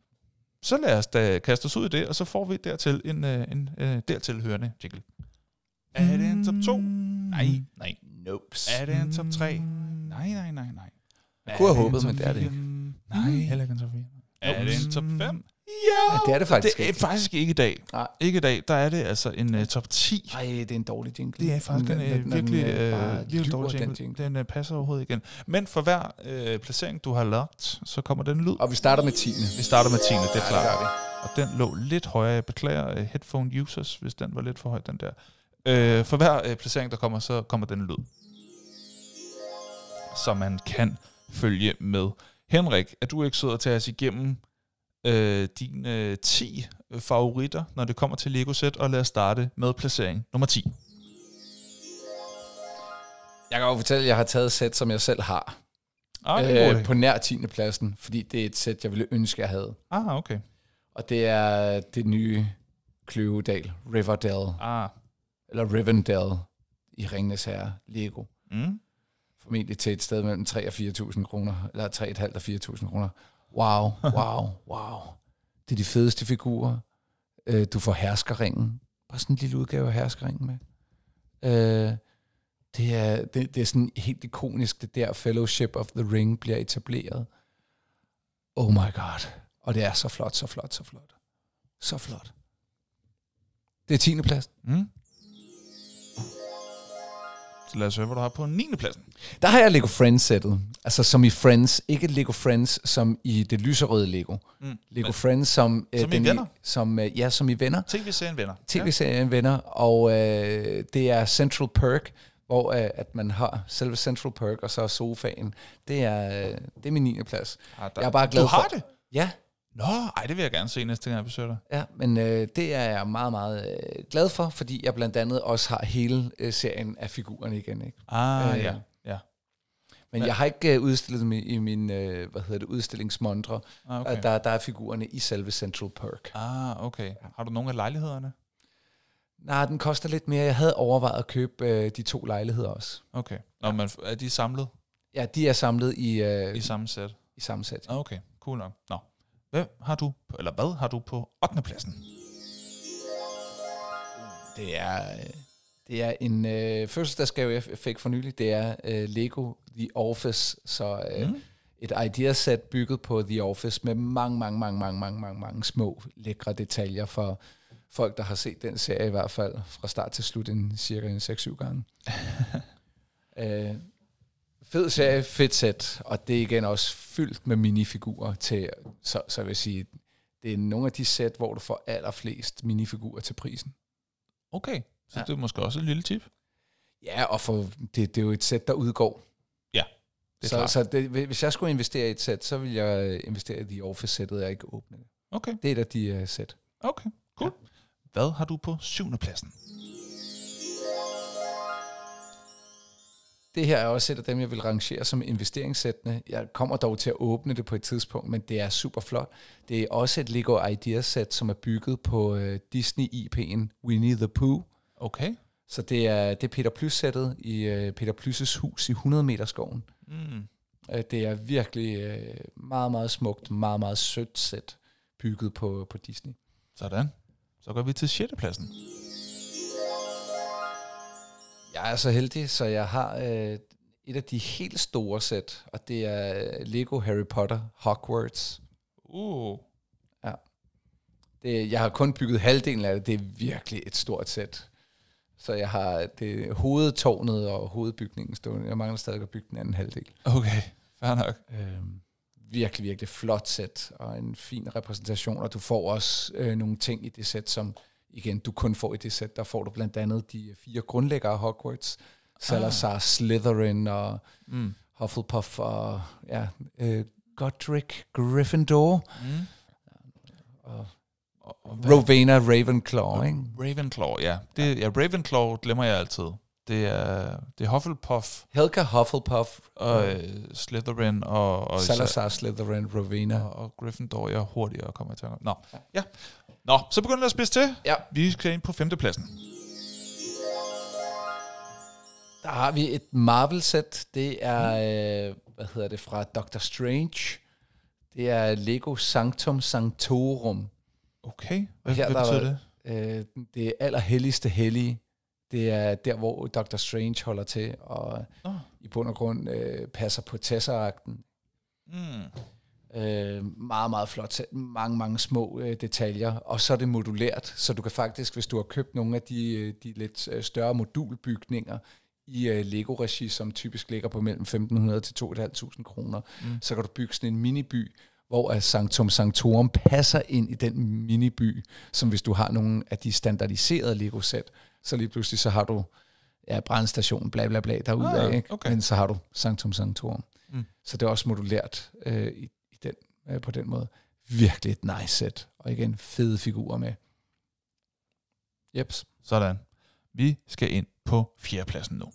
[SPEAKER 1] så lad os da kaste os ud i det, og så får vi dertil en, en, en, en dertilhørende jingle. Er det en top to? Nej, nej.
[SPEAKER 2] Nope.
[SPEAKER 1] Er det en top tre? Nej, nej, nej, nej.
[SPEAKER 2] Jeg kunne have håbet, men det er det ikke.
[SPEAKER 1] Nej, heller ikke en top fire. Er det en top fem?
[SPEAKER 2] Ja, ja, det er det faktisk
[SPEAKER 1] det er
[SPEAKER 2] ikke.
[SPEAKER 1] faktisk ikke i dag.
[SPEAKER 2] Nej.
[SPEAKER 1] Ikke i dag. Der er det altså en uh, top ti.
[SPEAKER 2] Nej, det er en dårlig jingle.
[SPEAKER 1] Det er faktisk en,
[SPEAKER 2] den,
[SPEAKER 1] uh, virkelig,
[SPEAKER 2] den, uh,
[SPEAKER 1] uh, virkelig dårlig jingle. jingle. Den uh, passer overhovedet igen. Men for hver uh, placering, du har lagt, så kommer den lyd.
[SPEAKER 2] Og vi starter med tiende.
[SPEAKER 1] Vi starter med tiende, det er
[SPEAKER 2] ja,
[SPEAKER 1] klart.
[SPEAKER 2] Det
[SPEAKER 1] og den lå lidt højere. Jeg beklager uh, headphone users, hvis den var lidt for høj, den der. Uh, for hver uh, placering, der kommer, så kommer den lyd. Så man kan følge med. Henrik, er du ikke sød at tage os igennem øh, dine øh, ti favoritter, når det kommer til Lego-sæt, og lad os starte med placering nummer ti.
[SPEAKER 2] Jeg kan jo fortælle, at jeg har taget et sæt, som jeg selv har.
[SPEAKER 1] Ah,
[SPEAKER 2] øh, på nær tiende pladsen, fordi det er et sæt, jeg ville ønske, jeg havde.
[SPEAKER 1] Ah, okay.
[SPEAKER 2] Og det er det nye Kløvedal, Riverdale,
[SPEAKER 1] ah.
[SPEAKER 2] eller Rivendell i Ringenes Herre, Lego.
[SPEAKER 1] Mm.
[SPEAKER 2] Formentlig til et sted mellem tre og fire tusind kroner, eller tre komma fem og fire tusind kroner. Wow, wow, wow. Det er de fedeste figurer. Uh, du får herskerringen. Bare sådan en lille udgave af herskerringen med. Uh, det, er, det, det er sådan helt ikonisk, det der Fellowship of the Ring bliver etableret. Oh my god. Og det er så flot, så flot, så flot. Så flot. Det er tiende plads.
[SPEAKER 1] Mm. Så lad os høre, hvad du har på niende pladsen.
[SPEAKER 2] Der har jeg Lego Friends-sættet. Altså som i Friends. Ikke Lego Friends som i det lyserøde Lego. Mm. Lego Men, Friends som...
[SPEAKER 1] Som øh, i Venner?
[SPEAKER 2] Som, øh, ja, som i Venner.
[SPEAKER 1] T V-serien Venner.
[SPEAKER 2] T V-serien ja. Venner. Og øh, det er Central Perk, hvor øh, at man har selve Central Perk, og så sofaen. Det er, øh, det er min niende plads.
[SPEAKER 1] Ah, der,
[SPEAKER 2] jeg er bare glad
[SPEAKER 1] du har
[SPEAKER 2] for,
[SPEAKER 1] det?
[SPEAKER 2] Ja.
[SPEAKER 1] Nå, ej, det vil jeg gerne se næste gang, jeg besøger dig.
[SPEAKER 2] Ja, men øh, det er jeg meget, meget øh, glad for, fordi jeg blandt andet også har hele øh, serien af figurerne igen, ikke?
[SPEAKER 1] Ah,
[SPEAKER 2] Øh,
[SPEAKER 1] ja, ja.
[SPEAKER 2] Men jeg har ikke øh, udstillet dem i, i min, øh, hvad hedder det, udstillingsmontre.
[SPEAKER 1] Ah, okay.
[SPEAKER 2] Der, der er figurerne i selve Central Perk.
[SPEAKER 1] Ah, okay. Har du nogle af lejlighederne?
[SPEAKER 2] Nej, den koster lidt mere. Jeg havde overvejet at købe øh, de to lejligheder også.
[SPEAKER 1] Okay. Nå, men er de samlet
[SPEAKER 2] Ja, de er samlet i, øh,
[SPEAKER 1] i samme sæt?
[SPEAKER 2] i samme sæt.
[SPEAKER 1] Ah, okay, cool nok. Nå. Hvad har du, på, eller hvad har du på ottende pladsen?
[SPEAKER 2] Det er, øh, det er en øh, fødselsdagsgave, jeg fik for nylig. Det er øh, Lego The Office. Så øh, mm. et idea-sæt bygget på The Office med mange, mange, mange, mange, mange, mange, mange små lækre detaljer for folk, der har set den serie i hvert fald fra start til slut en cirka en seks syv gange. øh, fed serie, fedt sæt, og det er igen også fyldt med minifigurer til, så, så vil jeg sige, det er nogle af de sæt, hvor du får allerflest minifigurer til prisen.
[SPEAKER 1] Okay, så
[SPEAKER 2] Ja.
[SPEAKER 1] det er måske også et lille tip.
[SPEAKER 2] Ja, og for det, det er jo et sæt, der udgår.
[SPEAKER 1] Ja, det er
[SPEAKER 2] så
[SPEAKER 1] klart.
[SPEAKER 2] så det, hvis jeg skulle investere i et sæt, så vil jeg investere i The Office-sættet, og ikke åbne det.
[SPEAKER 1] Okay,
[SPEAKER 2] Det er et af de uh, sæt.
[SPEAKER 1] okay, cool. Ja. Hvad har du på syvende pladsen?
[SPEAKER 2] Det her er også et af dem, jeg vil rangere som investeringssættene. Jeg kommer dog til at åbne det på et tidspunkt, men det er super flot. Det er også et Lego Ideas-sæt, som er bygget på uh, Disney-I P'en Winnie the Pooh.
[SPEAKER 1] Okay.
[SPEAKER 2] Så det er, det er Peter Plys-sættet i uh, Peter Plys' hus i hundrede meter skoven.
[SPEAKER 1] Mm.
[SPEAKER 2] Uh, det er virkelig uh, meget, meget smukt, meget, meget sødt sæt, bygget på, på Disney.
[SPEAKER 1] Sådan. Så går vi til sjette pladsen.
[SPEAKER 2] Jeg er så heldig, så jeg har øh, et af de helt store sæt, og det er Lego Harry Potter Hogwarts.
[SPEAKER 1] Uh.
[SPEAKER 2] Ja. Det, jeg har kun bygget halvdelen af det. Det er virkelig et stort sæt. Så jeg har det hovedtårnet og hovedbygningen stående. Jeg mangler stadig at bygge den anden halvdel.
[SPEAKER 1] Okay, fair nok.
[SPEAKER 2] Øhm, virkelig, virkelig flot sæt og en fin repræsentation. Og du får også øh, nogle ting i det sæt, som igen, du kun får i det sæt. Der får du blandt andet de fire grundlæggere af Hogwarts. Salazar, ah. Slytherin og mm. Hufflepuff og ja, øh, Godric Gryffindor. Mm. Og, og, og Rowena Ravenclaw, ikke?
[SPEAKER 1] Ravenclaw, ja. Det, ja, Ravenclaw glemmer jeg altid. Det er, det er Hufflepuff.
[SPEAKER 2] Helga Hufflepuff.
[SPEAKER 1] Og øh, Slytherin og... og
[SPEAKER 2] Salazar, Slytherin, Rowena.
[SPEAKER 1] Og, og Gryffindor, jeg hurtigere kommer til at... Nå, ja. ja. Nå, så begynder det at spidse til.
[SPEAKER 2] Ja.
[SPEAKER 1] Vi skal ind på femtepladsen.
[SPEAKER 2] Der har vi et Marvel-sæt. Det er, øh, hvad hedder det, fra Doctor Strange. Det er Lego Sanctum Sanctorum.
[SPEAKER 1] Okay, hvad,
[SPEAKER 2] her,
[SPEAKER 1] hvad betyder
[SPEAKER 2] der,
[SPEAKER 1] det?
[SPEAKER 2] Øh, det allerhelligste hellige. Det er der, hvor Doctor Strange holder til, og oh. i bund og grund øh, passer på Tesseracten. Mm. Øh, meget, meget flot. Mange, mange små øh, detaljer. Og så er det modulært, så du kan faktisk, hvis du har købt nogle af de, de lidt større modulbygninger i øh, Lego-regi, som typisk ligger på mellem femten hundrede til to tusind fem hundrede kroner, mm. så kan du bygge sådan en miniby, hvor Sanctum Sanctorum passer ind i den miniby, som hvis du har nogle af de standardiserede Lego-sæt, så lige pludselig så har du ja, brandstation, bla bla bla, derude af,
[SPEAKER 1] ah, okay.
[SPEAKER 2] Men så har du Sanctum Sanctorum.
[SPEAKER 1] Mm.
[SPEAKER 2] Så det er også modulært øh, i, i den, øh, på den måde. Virkelig et nice sæt, og igen fede figurer med. Jeps.
[SPEAKER 1] Sådan. Vi skal ind på fjerdepladsen nu.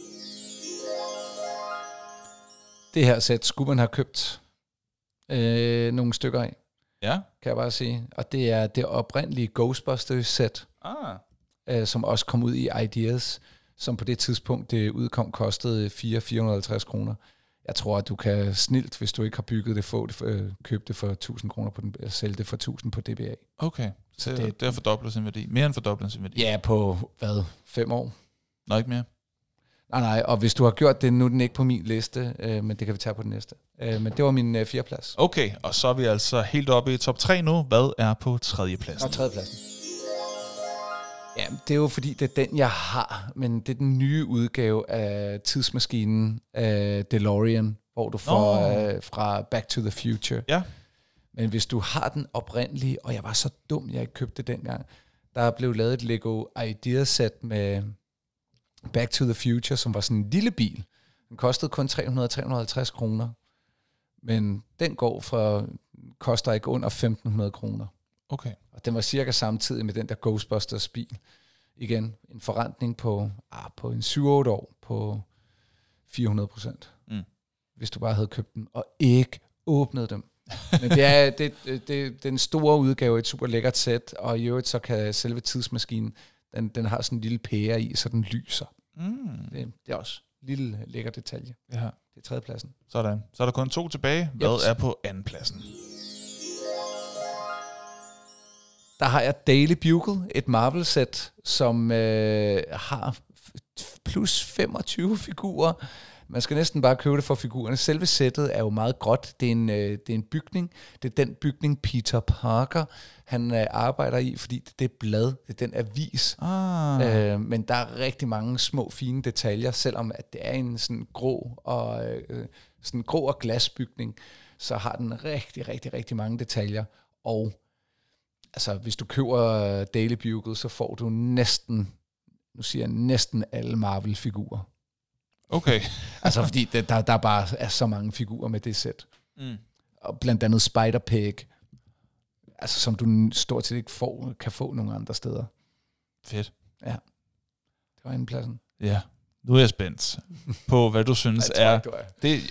[SPEAKER 2] Det her sæt skulle man have købt øh, nogle stykker af.
[SPEAKER 1] Ja.
[SPEAKER 2] Kan jeg bare sige. Og det er det oprindelige Ghostbusters-sæt,
[SPEAKER 1] ah.
[SPEAKER 2] øh, som også kom ud i Ideas, som på det tidspunkt, det udkom, kostede fire tusind fire hundrede og halvtreds kroner. Jeg tror, at du kan snilt, hvis du ikke har bygget det, få det, øh, købe det for tusind kroner på den, sælge det for tusind på D B A.
[SPEAKER 1] Okay, så det, det, det har fordoblet sin værdi. Mere end fordoblet sin værdi.
[SPEAKER 2] Ja, på hvad? Fem år?
[SPEAKER 1] Nå, ikke mere.
[SPEAKER 2] Nej, nej, og hvis du har gjort det, nu er den ikke på min liste, øh, men det kan vi tage på den næste. Øh, men det var min øh, fjerdeplads.
[SPEAKER 1] Okay, og så er vi altså helt oppe i top tre nu. Hvad er på tredjepladsen?
[SPEAKER 2] Og tredjepladsen. Ja, det er jo fordi, det er den, jeg har, men det er den nye udgave af tidsmaskinen af DeLorean, hvor du får øh, fra Back to the Future.
[SPEAKER 1] Ja.
[SPEAKER 2] Men hvis du har den oprindelige, og jeg var så dum, jeg ikke købte det dengang, der blev lavet et Lego Ideas-sæt med Back to the Future, som var sådan en lille bil. Den kostede kun tre hundrede til tre hundrede og halvtreds kroner. Men den går fra koster ikke under femten hundrede kroner.
[SPEAKER 1] Okay.
[SPEAKER 2] Og den var cirka samtidig med den der Ghostbusters-bil. Igen, en forrentning på, ah, på en syv otte år på fire hundrede procent. Mm. Hvis du bare havde købt den, og ikke åbnet dem. Men det er, det, det, det, den store udgave, et super lækkert sæt, og i øvrigt så kan selve tidsmaskinen, den, den har sådan en lille pære i, så den lyser. Mm. Det, det er også en lille lækker detalje.
[SPEAKER 1] Ja.
[SPEAKER 2] Det er tredjepladsen.
[SPEAKER 1] Sådan. Så er der kun to tilbage. Hvad yep. er på andenpladsen?
[SPEAKER 2] Der har jeg Daily Bugle, et Marvel-sæt, som øh, har plus femogtyve figurer. Man skal næsten bare købe det for figurerne. Selve sættet er jo meget gråt. Det er en, øh, det er en bygning. Det er den bygning, Peter Parker han øh, arbejder i, fordi det er det blad, det er den avis. Ah. Øh, men der er rigtig mange små, fine detaljer, selvom at det er en sådan grå og, øh, sådan grå og glasbygning, så har den rigtig, rigtig, rigtig mange detaljer. Og altså, hvis du køber Daily Bugle, så får du næsten, nu siger jeg næsten alle Marvel-figurer.
[SPEAKER 1] Okay.
[SPEAKER 2] Altså, fordi det, der, der bare er så mange figurer med det sæt. Mm. Og blandt andet Spider-Pig, altså, som du stort set ikke får, kan få nogle andre steder.
[SPEAKER 1] Fedt.
[SPEAKER 2] Ja. Det var andenpladsen.
[SPEAKER 1] Ja. Nu er jeg spændt på, hvad du synes
[SPEAKER 2] jeg
[SPEAKER 1] er...
[SPEAKER 2] Tror, er.
[SPEAKER 1] Det...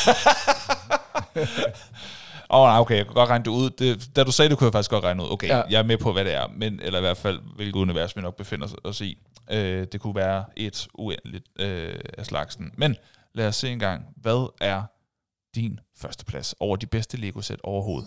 [SPEAKER 1] Åh, oh, nej, okay, jeg kan godt regne det ud. Det, da du sagde det, kunne jeg faktisk godt regne ud. Okay, ja. Jeg er med på, hvad det er, men, eller i hvert fald, hvilket univers vi nok befinder os i. Øh, det kunne være et uendeligt øh, af slagsen. Men lad os se en gang, hvad er din første plads over de bedste Lego-sæt overhovedet?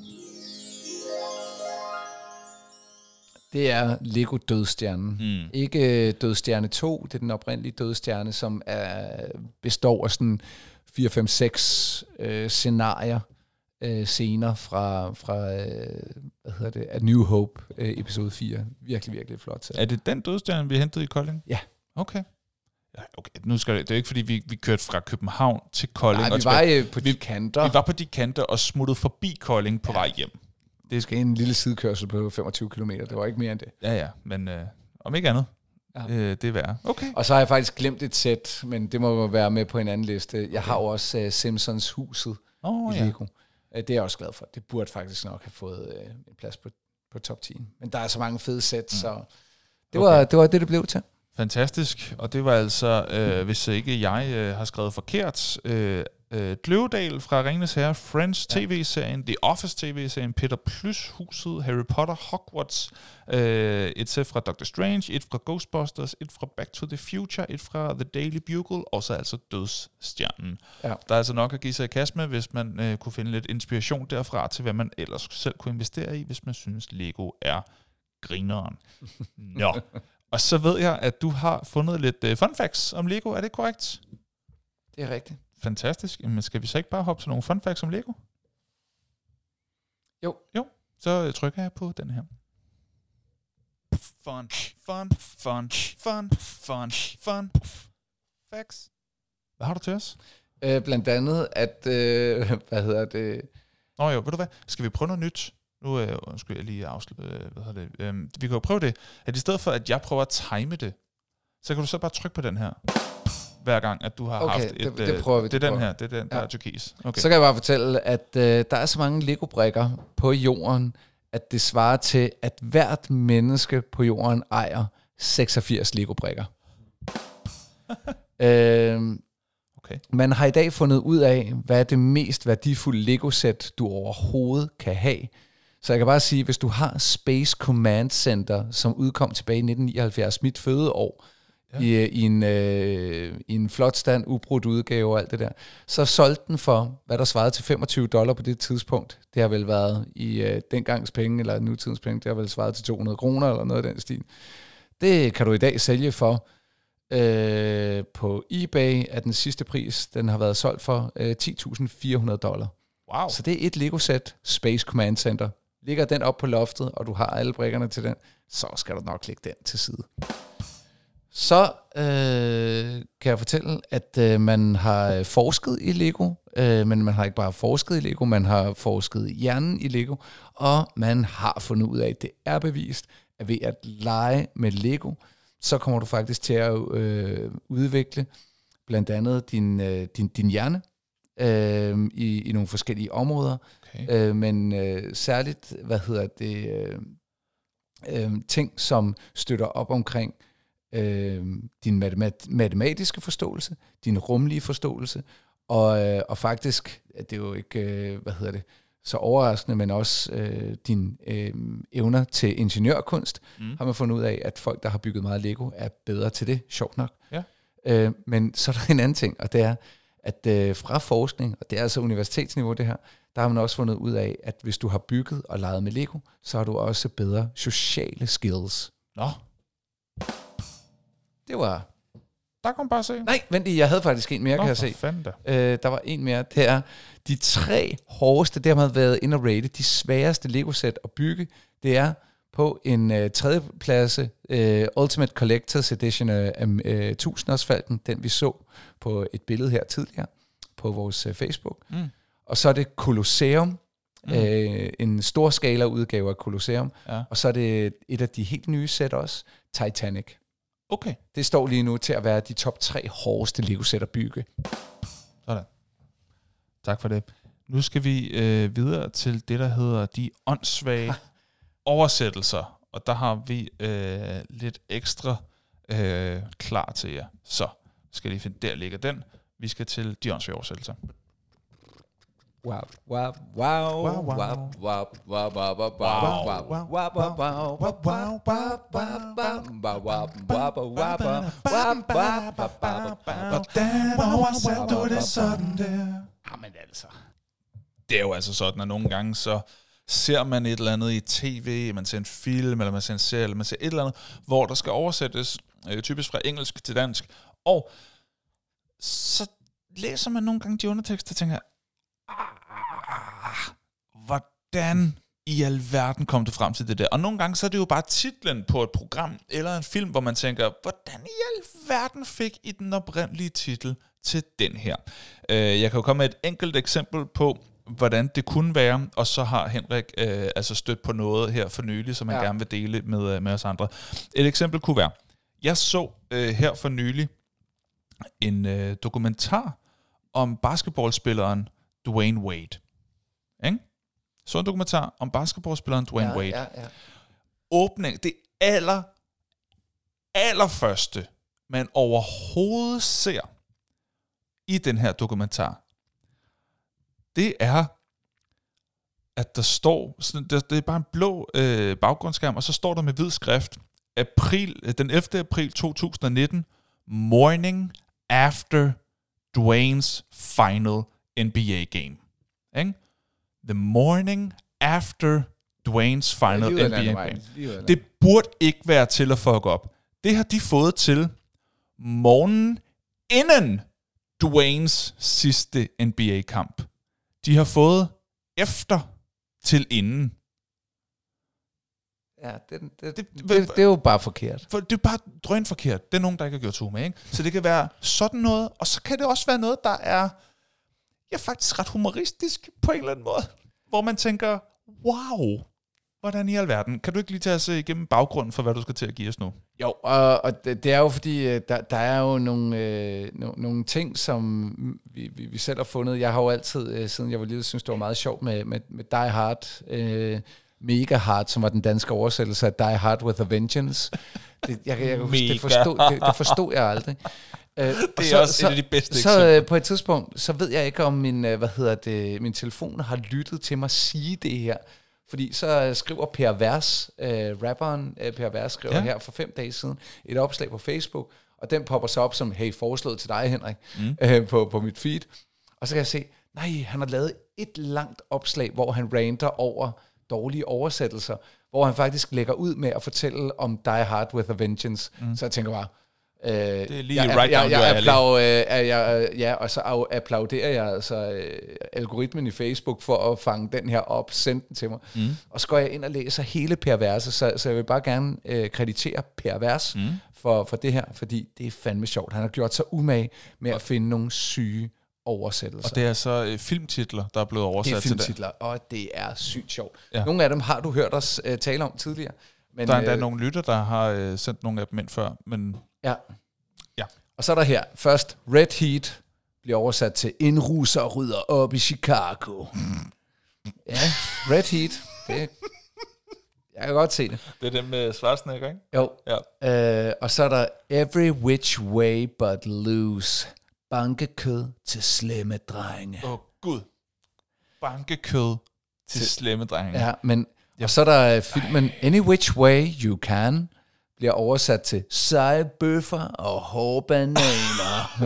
[SPEAKER 2] Det er Lego Dødstjernen. Mm. Ikke Dødstjerne to, det er den oprindelige Dødstjerne, som er, består af sådan fire, fem, seks øh, scenarier, øh, scener fra, fra øh, hvad hedder det, A New Hope, øh, episode fire. Virkelig, virkelig flot. Så.
[SPEAKER 1] Er det den Dødstjerne, vi hentede i Kolding?
[SPEAKER 2] Ja.
[SPEAKER 1] Okay. Ja, okay. Nu skal det, det er ikke, fordi vi, vi kørte fra København til Kolding.
[SPEAKER 2] Nej, vi
[SPEAKER 1] og
[SPEAKER 2] var
[SPEAKER 1] tilbage.
[SPEAKER 2] på de kanter.
[SPEAKER 1] Vi var på de kanter og smuttede forbi Kolding på ja. vej hjem.
[SPEAKER 2] Det skal en lille sidekørsel på femogtyve kilometer. Det var ikke mere end det.
[SPEAKER 1] Ja, ja. Men øh, om ikke andet, ja. øh, det er værd. Okay.
[SPEAKER 2] Og så har jeg faktisk glemt et sæt, men det må være med på en anden liste. Jeg okay. har også uh, Simpsons huset
[SPEAKER 1] oh,
[SPEAKER 2] i
[SPEAKER 1] ja.
[SPEAKER 2] Lego. Det er jeg også glad for. Det burde faktisk nok have fået uh, en plads på, på top ti. Men der er så mange fede sæt, mm. så det, okay. var, det var det, det blev til.
[SPEAKER 1] Fantastisk. Og det var altså, øh, hvis ikke jeg øh, har skrevet forkert, øh, øh, Kløvedal fra Ringenes Herre, Friends ja. tv-serien, The Office tv-serien, Peter Plys huset, Harry Potter, Hogwarts, øh, et sæt fra Doctor Strange, et fra Ghostbusters, et fra Back to the Future, et fra The Daily Bugle, og så altså Dødsstjernen. Ja. Der er altså nok at give sig i kast med, hvis man øh, kunne finde lidt inspiration derfra til, hvad man ellers selv kunne investere i, hvis man synes, Lego er grineren. Nå. Og så ved jeg, at du har fundet lidt uh, fun facts om Lego. Er det korrekt?
[SPEAKER 2] Det er rigtigt.
[SPEAKER 1] Fantastisk. Men skal vi så ikke bare hoppe til nogle fun facts om Lego?
[SPEAKER 2] Jo.
[SPEAKER 1] Jo, så trykker jeg på den her. Fun, fun, fun, fun, fun, fun facts. Hvad har du til os?
[SPEAKER 2] Øh, blandt andet, at... Øh, hvad hedder det?
[SPEAKER 1] Nå jo, ved du hvad? Skal vi prøve noget nyt? Nu øh, skal jeg lige afslutte, hvad hedder det. Øhm, vi kan jo prøve det, at i stedet for, at jeg prøver at time det, så kan du så bare trykke på den her, hver gang, at du har
[SPEAKER 2] okay,
[SPEAKER 1] haft et...
[SPEAKER 2] Det, det prøver vi.
[SPEAKER 1] Det er den her, det er den, der ja. er turkis. Okay.
[SPEAKER 2] Så kan jeg bare fortælle, at øh, der er så mange Lego-brikker på jorden, at det svarer til, at hvert menneske på jorden ejer seksogfirs Lego-brikker. øhm, okay. Man har i dag fundet ud af, hvad er det mest værdifulde Lego-sæt, du overhovedet kan have. Så jeg kan bare sige, hvis du har Space Command Center, som udkom tilbage i nitten nioghalvfjerds, mit fødeår, ja. i, i, en, øh, i en flot stand, ubrudt udgave og alt det der, så solgte den for, hvad der svarede til femogtyve dollar på det tidspunkt. Det har vel været i øh, dengangs penge, eller nutidens penge, det har vel svaret til to hundrede kroner, eller noget af den stil. Det kan du i dag sælge for. Øh, på eBay er den sidste pris, den har været solgt for øh, ti tusind fire hundrede dollar.
[SPEAKER 1] Wow.
[SPEAKER 2] Så det er et Lego-sæt, Space Command Center. Ligger den op på loftet, og du har alle brikkerne til den, så skal du nok lægge den til side. Så øh, kan jeg fortælle, at øh, man har forsket i Lego, øh, men man har ikke bare forsket i Lego, man har forsket i hjernen i Lego, og man har fundet ud af, at det er bevist, at ved at lege med Lego, så kommer du faktisk til at øh, udvikle blandt andet din, øh, din, din hjerne, øh, i, i nogle forskellige områder. Okay. Øh, men øh, særligt, hvad hedder det, øh, øh, ting, som støtter op omkring øh, din matemat- matematiske forståelse, din rumlige forståelse, og, øh, og faktisk, det er jo ikke, øh, hvad hedder det, så overraskende, men også øh, dine øh, evner til ingeniørkunst, mm. har man fundet ud af, at folk, der har bygget meget Lego, er bedre til det, sjovt nok.
[SPEAKER 1] Ja.
[SPEAKER 2] Øh, men så er der en anden ting, og det er, at øh, fra forskning, og det er altså universitetsniveau det her, der har man også fundet ud af, at hvis du har bygget og leget med Lego, så har du også bedre sociale skills.
[SPEAKER 1] Nå.
[SPEAKER 2] Det var...
[SPEAKER 1] Der kan man bare se.
[SPEAKER 2] Nej, vent lige, jeg havde faktisk en mere, Nå, kan jeg se.
[SPEAKER 1] Fanden
[SPEAKER 2] øh, der var en mere. Det er de tre hårdeste, det har man været inde og rate, de sværeste Lego-sæt at bygge, det er på en øh, tredjeplads øh, Ultimate Collector's Edition af øh, tusind-årsfalken, den vi så på et billede her tidligere på vores øh, Facebook. Mm. Og så er det Colosseum, mm. øh, en stor skala udgave af Colosseum. Ja. Og så er det et af de helt nye sæt også, Titanic.
[SPEAKER 1] Okay.
[SPEAKER 2] Det står lige nu til at være de top tre hårdeste Lego-sæt at bygge.
[SPEAKER 1] Sådan. Tak for det. Nu skal vi øh, videre til det, der hedder de åndssvage oversættelser. Og der har vi øh, lidt ekstra øh, klar til jer. Så skal I finde, der ligger den. Vi skal til de åndssvage oversættelser.
[SPEAKER 2] Wow, wow, wow, wow, wow, wow, wow, wow, wow,
[SPEAKER 1] Jamen altså. Det er jo altså sådan, at nogle gange så ser man et eller andet i tv, man ser en film, eller man ser en serie, eller man ser et eller andet, hvor der skal oversættes øh, typisk fra engelsk til dansk, og så læser man nogle gange de undertekster og tænker, ah, hvordan i alverden kom du frem til det der? Og nogle gange så er det jo bare titlen på et program eller en film, hvor man tænker, hvordan i alverden fik I den oprindelige titel til den her? Øh, jeg kan jo komme med et enkelt eksempel på, hvordan det kunne være, og så har Henrik øh, altså stødt på noget her for nylig, som han ja. gerne vil dele med, med os andre. Et eksempel kunne være, jeg så øh, her for nylig en øh, dokumentar om basketballspilleren Dwayne Wade. Ikke? Så en dokumentar om basketballspilleren Dwayne ja, Wade. Ja, ja. Åbning, det aller, allerførste, man overhovedet ser i den her dokumentar, det er, at der står, det er bare en blå øh, baggrundsskærm, og så står der med hvid skrift, april, den ellevte april to tusind nitten, morning after Dwayne's final N B A game. Ikke? The morning after Dwayne's final N B A game. Det burde ikke være til at fuck op. Det har de fået til morgenen inden Dwaynes sidste N B A-kamp. De har fået efter til inden.
[SPEAKER 2] Ja, det, det, det, det, det er jo bare forkert.
[SPEAKER 1] For det er bare drøn forkert. Det er nogen, der ikke har gjort to med, ikke? Så det kan være sådan noget, og så kan det også være noget, der er ja, faktisk ret humoristisk på en eller anden måde. Hvor man tænker, wow, hvordan i alverden? Kan du ikke lige tage os igennem baggrunden for, hvad du skal til at give os nu?
[SPEAKER 2] Jo, og, og det, det er jo fordi, der, der er jo nogle, øh, no, nogle ting, som vi, vi, vi selv har fundet. Jeg har jo altid, øh, siden jeg var lille, synes det var meget sjovt med, med, med Die Hard, øh, Mega Hard, som var den danske oversættelse af Die Hard with a Vengeance. Det, jeg, jeg, jeg, det, forstod, det, det forstod jeg aldrig. Uh, det
[SPEAKER 1] er
[SPEAKER 2] så,
[SPEAKER 1] også
[SPEAKER 2] så,
[SPEAKER 1] et af de bedste
[SPEAKER 2] så,
[SPEAKER 1] eksempler.
[SPEAKER 2] Så uh, på et tidspunkt, så ved jeg ikke, om min, uh, hvad hedder det, min telefon har lyttet til mig sige det her. Fordi så uh, skriver Per Vers, uh, rapperen uh, Per Vers, skriver ja. her for fem dage siden, et opslag på Facebook, og den popper så op som, hey, foreslået til dig, Henrik, mm. uh, på, på mit feed. Og så kan jeg se, nej, han har lavet et langt opslag, hvor han ranter over dårlige oversættelser, hvor han faktisk lægger ud med at fortælle om Die Hard with a Vengeance. Mm. Så jeg tænker bare, øh, det er lige jeg, right jeg, jeg, jeg applaud, øh, jeg, ja, og så applauderer jeg altså øh, algoritmen i Facebook for at fange den her op, sende den til mig. Mm. Og så går jeg ind og læser hele Per Verse, så, så jeg vil bare gerne øh, kreditere Per Vers mm. for, for det her, fordi det er fandme sjovt. Han har gjort sig umage med at finde nogle syge oversættelser.
[SPEAKER 1] Og det er så øh, filmtitler, der er blevet oversat til det.
[SPEAKER 2] Det er filmtitler, og det er sygt sjovt. Ja. Nogle af dem har du hørt os øh, tale om tidligere. Men,
[SPEAKER 1] der er endda øh, nogle lytter, der har øh, sendt nogle af dem ind før. Men
[SPEAKER 2] ja.
[SPEAKER 1] ja.
[SPEAKER 2] Og så er der her først Red Heat bliver oversat til en russer rydder op i Chicago. Mm. Ja, Red Heat. Det, jeg kan godt se det.
[SPEAKER 1] Det er den med Schwarzenegger, ikke?
[SPEAKER 2] Jo.
[SPEAKER 1] Ja.
[SPEAKER 2] Øh, og så er der Every Which Way But Loose. Bankekød til slemme drenge.
[SPEAKER 1] Åh, oh, Gud. Bankekød til, til slemme drenge.
[SPEAKER 2] Ja, men... Og så er der filmen Any Which Way You Can, bliver oversat til seje bøffer og hårde bananer.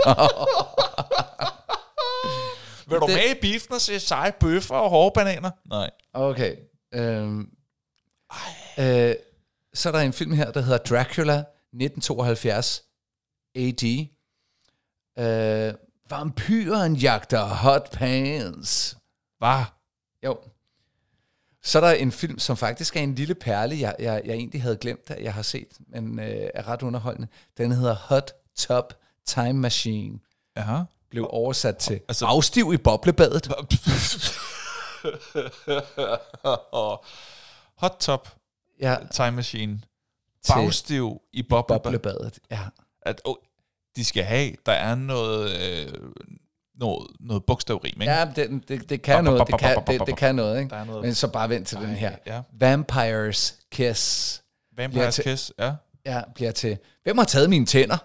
[SPEAKER 1] Vil du med i biffen og se seje bøffer og hårde bananer? Nej.
[SPEAKER 2] Okay. Øhm, øh, så er der en film her, der hedder Dracula nitten tooghalvfjerds A D. Øh, vampyren jagter hot pants.
[SPEAKER 1] Hvad?
[SPEAKER 2] Jo. Så er der en film, som faktisk er en lille perle, jeg, jeg, jeg egentlig havde glemt, at jeg har set, men øh, er ret underholdende. Den hedder Hot Tub Time Machine.
[SPEAKER 1] Aha.
[SPEAKER 2] Blev oversat til
[SPEAKER 1] altså,
[SPEAKER 2] afstiv i boblebadet.
[SPEAKER 1] Hot Tub
[SPEAKER 2] ja.
[SPEAKER 1] Time Machine. Bagstiv i boblebadet.
[SPEAKER 2] boblebadet. Ja.
[SPEAKER 1] At, oh, de skal have, der er noget... Øh, Noget, noget bogstavrim, ikke?
[SPEAKER 2] Ja, det, det, det kan noget, det kan, det, det kan noget, ikke? Noget. Men så bare vent til Ej, den her. Ja. Vampires Kiss.
[SPEAKER 1] Vampires til, Kiss, ja.
[SPEAKER 2] Ja, bliver til, hvem har taget mine tænder?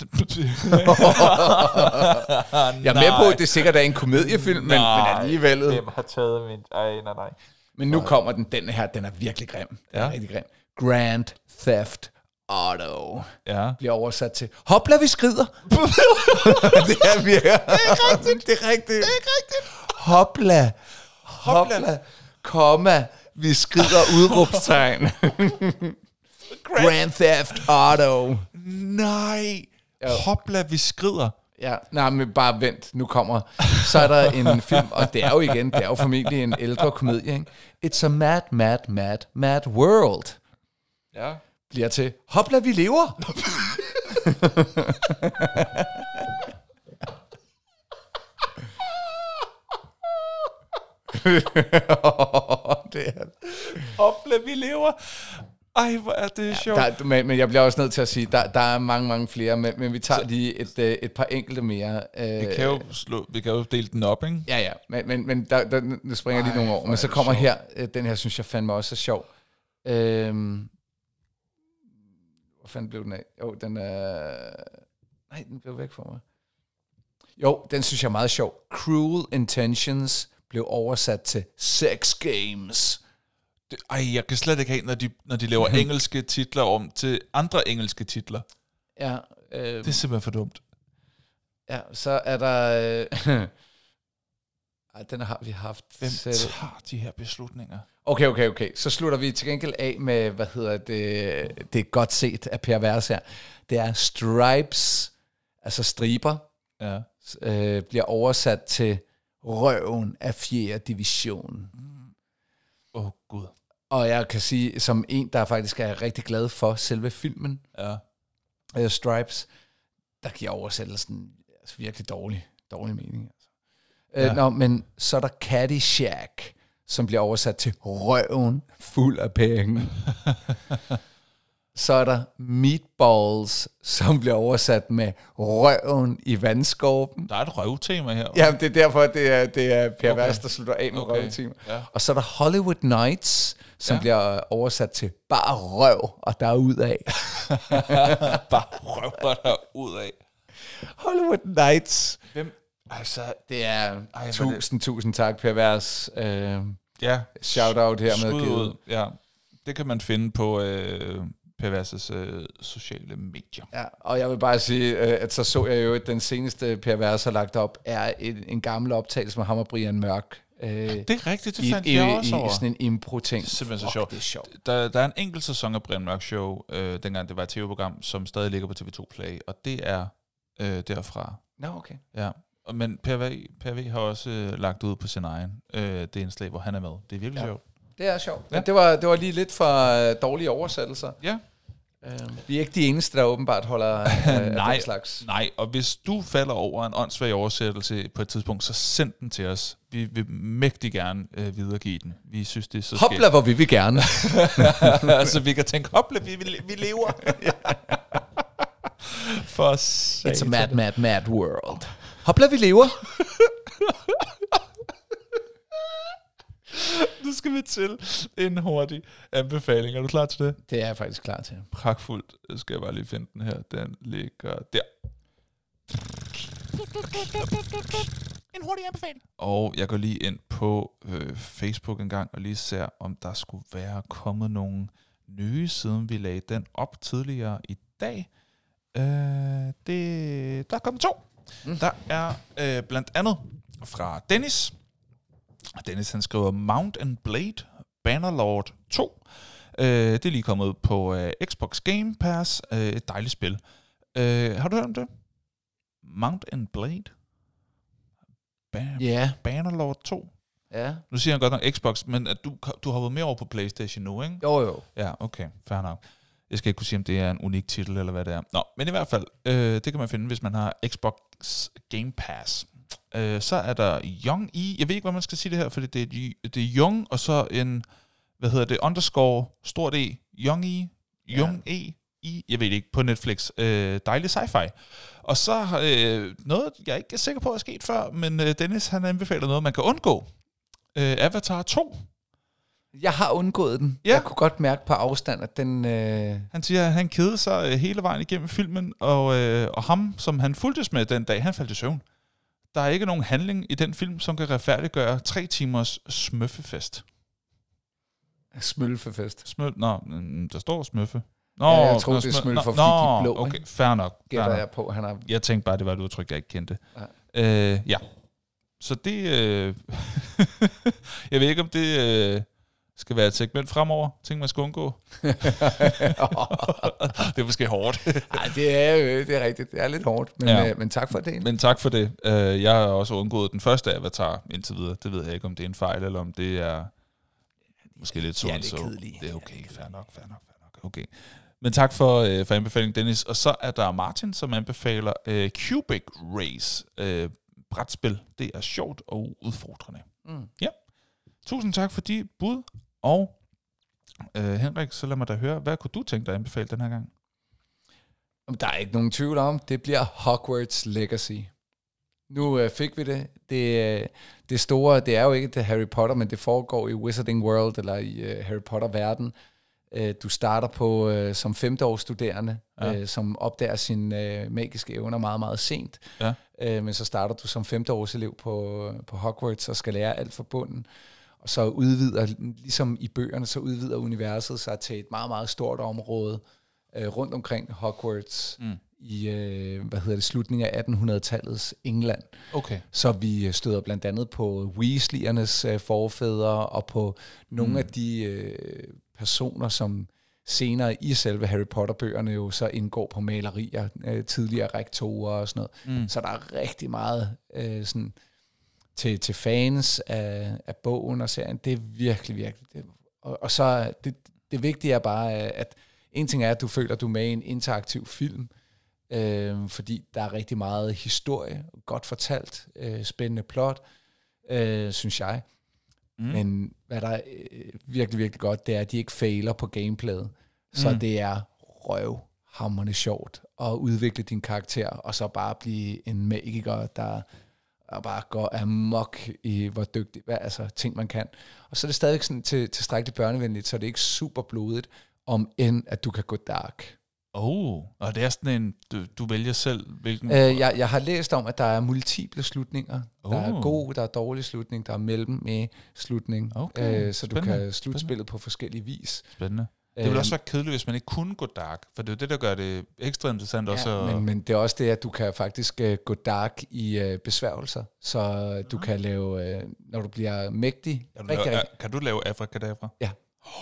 [SPEAKER 2] Jeg er med på, at det sikkert er en komediefilm, men, men alligevel.
[SPEAKER 1] Hvem har taget min... Ej, nej, nej.
[SPEAKER 2] Men nu kommer den, den her, den er virkelig grim. Den ja. er rigtig grim. Grand Theft Auto.
[SPEAKER 1] Ja.
[SPEAKER 2] Bliver oversat til, hopla, vi skrider. Det er virkelig. Det er rigtigt. Det er rigtigt. Det er rigtigt. Hopla. Hopla. Hopla. Komma. Vi skrider udråbstegn. Grand. Grand Theft Auto.
[SPEAKER 1] Nej. Jo. Hopla, vi skrider.
[SPEAKER 2] Ja, nej, men bare vent. Nu kommer. Så er der en film, og det er jo igen, det er jo formentlig en ældre komedie, ikke? It's a mad, mad, mad, mad world.
[SPEAKER 1] Ja.
[SPEAKER 2] Bliver til, hopla, vi lever. Det er...
[SPEAKER 1] Hopla, vi lever. Ej, hvor er det sjovt.
[SPEAKER 2] Ja, der, men, men jeg bliver også nødt til at sige, der, der er mange, mange flere, men, men vi tager lige et, et par enkelte mere.
[SPEAKER 1] Vi kan jo, slå, vi kan jo dele den op, ikke?
[SPEAKER 2] Ja, ja, men, men, men der, der, nu springer jeg lige nogle år. Men så kommer her, den her synes jeg fandme også er sjov. Øhm, hvor fanden blev den af? Jo, den er... Nej, den blev væk fra mig. Jo, den synes jeg er meget sjov. Cruel Intentions blev oversat til Sex Games.
[SPEAKER 1] Det, ej, jeg kan slet ikke have, når de, når de laver engelske titler om til andre engelske titler.
[SPEAKER 2] Ja. Øh,
[SPEAKER 1] det er simpelthen for dumt.
[SPEAKER 2] Ja, så er der... Øh, ej, den har vi haft.
[SPEAKER 1] Hvem selv. tager de her beslutninger?
[SPEAKER 2] Okay, okay, okay. Så slutter vi til gengæld af med, hvad hedder det, det er godt set af Per Vers her. Det er Stripes, altså striber,
[SPEAKER 1] ja.
[SPEAKER 2] øh, bliver oversat til røven af fjerde division.
[SPEAKER 1] Åh, oh, Gud.
[SPEAKER 2] Og jeg kan sige, som en, der faktisk er rigtig glad for selve filmen,
[SPEAKER 1] ja.
[SPEAKER 2] uh, Stripes, der giver oversættelsen altså, virkelig dårlig, dårlig mening. Altså. Ja. Uh, nå, men så er der Caddyshack, som bliver oversat til røven fuld af penge. Så er der Meatballs, som bliver oversat med røven i vandskorpen.
[SPEAKER 1] Der er et røvtema her.
[SPEAKER 2] Ja, det er derfor, det er, det er Per okay. Vers, der slutter af med okay. røvtema. Ja. Og så er der Hollywood Nights, som ja. bliver oversat til bare røv, og der er ud af.
[SPEAKER 1] Bare røv, og der er ud af.
[SPEAKER 2] Hollywood Nights.
[SPEAKER 1] Hvem? Altså,
[SPEAKER 2] det er ej, tusind, det... tusind tak, Per Vers. Uh,
[SPEAKER 1] ja.
[SPEAKER 2] Shout-out her med
[SPEAKER 1] givet. Ja, det kan man finde på... Uh, Per Vers' øh, sociale medier.
[SPEAKER 2] Ja, og jeg vil bare sige, øh, at så så jeg jo, at den seneste Per Vers har lagt op, er en, en gammel optagelse med ham og Brian Mørk. Øh,
[SPEAKER 1] det er rigtigt, det fandt
[SPEAKER 2] i,
[SPEAKER 1] jeg også
[SPEAKER 2] i,
[SPEAKER 1] over.
[SPEAKER 2] I sådan en impro-ting.
[SPEAKER 1] Det er simpelthen så sjovt. Det er sjovt. Der, der er en enkelt sæson af Brian Mørk Show, øh, dengang det var et tv-program, som stadig ligger på T V to Play, og det er øh, derfra.
[SPEAKER 2] Nå, okay.
[SPEAKER 1] Ja, men Per V, Per V har også øh, lagt ud på sin egen øh, det indslag, hvor han er med. Det er virkelig ja. sjovt.
[SPEAKER 2] Det er sjovt. Ja. Det, var, det var lige lidt for øh, dårlige oversættelser.
[SPEAKER 1] Ja.
[SPEAKER 2] Uh, vi er ikke de eneste, der åbenbart holder uh,
[SPEAKER 1] nej,
[SPEAKER 2] den slags.
[SPEAKER 1] Nej, og hvis du falder over en åndssvag oversættelse på et tidspunkt, så send den til os. Vi vil mægtig gerne uh, videregive den. Vi synes, det er så skægt.
[SPEAKER 2] Hopla, hvor vi vil gerne.
[SPEAKER 1] Altså, vi kan tænke, hopla, vi, vi lever. For
[SPEAKER 2] satan. It's a mad, mad, mad world. Hopla, vi lever.
[SPEAKER 1] Nu skal vi til en hurtig anbefaling. Er du klar til det?
[SPEAKER 2] Det er jeg faktisk klar til.
[SPEAKER 1] Pragtfuldt. Jeg skal bare lige finde den her. Den ligger der. En hurtig anbefaling. Og jeg går lige ind på øh, Facebook en gang og lige ser, om der skulle være kommet nogle nye, siden vi lagde den op tidligere i dag. Øh, det, der er kommet to. Mm. Der er øh, blandt andet fra Dennis. Dennis han skriver Mount and Blade Bannerlord to. Øh, det er lige kommet på øh, Xbox Game Pass. Øh, et dejligt spil. Øh, har du hørt om det? Mount and Blade? Ba-
[SPEAKER 2] Yeah.
[SPEAKER 1] Bannerlord to?
[SPEAKER 2] Ja.
[SPEAKER 1] Nu siger jeg godt nok Xbox, men at du, du har været med over på PlayStation nu, ikke?
[SPEAKER 2] Jo, jo.
[SPEAKER 1] Ja, okay. Fair nok. Jeg skal ikke kunne sige, om det er en unik titel, eller hvad det er. Nå, men i hvert fald, øh, det kan man finde, hvis man har Xbox Game Pass. Øh, så er der Young E. Jeg ved ikke, hvad man skal sige det her, fordi det er, det er Young, og så en, hvad hedder det, underscore, stort E. Young E. Young ja. E. I, jeg ved ikke, på Netflix. Øh, dejlig sci-fi. Og så øh, noget, jeg ikke er sikker på, er sket før, men øh, Dennis, han anbefaler noget, man kan undgå. Øh, Avatar to.
[SPEAKER 2] Jeg har undgået den.
[SPEAKER 1] Ja.
[SPEAKER 2] Jeg kunne godt mærke på afstand, at den... Øh...
[SPEAKER 1] Han siger, at han kedede sig øh, hele vejen igennem filmen, og, øh, og ham, som han fulgtes med den dag, han faldt i søvn. Der er ikke nogen handling i den film, som kan retfærdiggøre tre timers smøffefest.
[SPEAKER 2] Smølfefest.
[SPEAKER 1] Smøl, nå, der står smøffe. Nå,
[SPEAKER 2] ja, jeg tror,
[SPEAKER 1] nå,
[SPEAKER 2] det er
[SPEAKER 1] smø-
[SPEAKER 2] smølfer, fordi
[SPEAKER 1] nå,
[SPEAKER 2] de er blå.
[SPEAKER 1] Okay, fair nok.
[SPEAKER 2] Gætter jeg på, han har...
[SPEAKER 1] Jeg tænkte bare, det var et udtryk, jeg ikke kendte.
[SPEAKER 2] Ja.
[SPEAKER 1] Øh, ja. Så det... Øh... jeg ved ikke, om det øh... skal være et segment fremover. Ting, man skal undgå. Det er måske hårdt.
[SPEAKER 2] Nej, det er jo det er rigtigt. Det er lidt hårdt, men, ja. øh, men tak for det.
[SPEAKER 1] Men tak for det. Uh, jeg har også undgået den første Avatar indtil videre. Det ved jeg ikke, om det er en fejl, eller om det er måske lidt sådan.
[SPEAKER 2] Ja, det er kedeligt.
[SPEAKER 1] Det er okay. Fair nok, fair nok, fair nok. Okay. Men tak for, uh, for anbefalingen, Dennis. Og så er der Martin, som anbefaler uh, Cubic Race uh, brætspil. Det er sjovt og udfordrende. Mm. Ja. Tusind tak for de bud. Og uh, Henrik, så lad mig da høre, hvad kunne du tænke dig at anbefale den her gang?
[SPEAKER 2] Der er ikke nogen tvivl om, det bliver Hogwarts Legacy. Nu øh, fik vi det. Det, øh, det store, det er jo ikke det Harry Potter, men det foregår i Wizarding World, eller i øh, Harry Potter-verden. Øh, du starter på øh, som femteårsstuderende, ja. øh, som opdager sine øh, magiske evner meget, meget sent. Ja. Øh, men så starter du som femteårselev på, på Hogwarts og skal lære alt fra bunden. Og så udvider, ligesom i bøgerne, så udvider universet sig til et meget, meget stort område, rundt omkring Hogwarts mm. i øh, hvad hedder det, slutningen af attenhundredetalets England. Okay. Så vi støder blandt andet på Weasleyernes øh, forfædre og på nogle mm. af de øh, personer, som senere i selve Harry Potter-bøgerne jo så indgår på malerier, øh, tidligere rektorer og sådan noget. Mm. Så der er rigtig meget øh, sådan til, til fans af, af bogen og serien. Det er virkelig, virkelig... Det, og, og så det, det vigtige er bare, at en ting er, at du føler, at du er med i en interaktiv film, øh, fordi der er rigtig meget historie, godt fortalt, øh, spændende plot, øh, synes jeg. Mm. Men hvad der er øh, virkelig, virkelig godt, det er, at de ikke fejler på gameplayet. Så mm. det er røvhamrende sjovt at udvikle din karakter, og så bare blive en magiker, der bare går amok i, hvor dygtig, hvad, altså ting man kan. Og så er det stadig sådan til, tilstrækkeligt børnevenligt, så det er ikke super blodigt, om end at du kan gå dark.
[SPEAKER 1] Oh, og det er sådan en, du, du vælger selv, hvilken...
[SPEAKER 2] Øh, jeg, jeg har læst om, at der er multiple slutninger. Oh. Der er god, der er dårlig slutning, der er mellem med slutning. Okay. Øh, så
[SPEAKER 1] Spændende.
[SPEAKER 2] du kan slutte spillet på forskellige vis.
[SPEAKER 1] Spændende. Det ville også være kedeligt, hvis man ikke kunne gå dark, for det er jo det, der gør det ekstra interessant ja, også.
[SPEAKER 2] Men, men det er også det, at du kan faktisk uh, gå dark i uh, besværgelser, så uh, du ja. kan lave, uh, når du bliver mægtig...
[SPEAKER 1] Kan du, lave, kan du lave abracadabra?
[SPEAKER 2] Ja.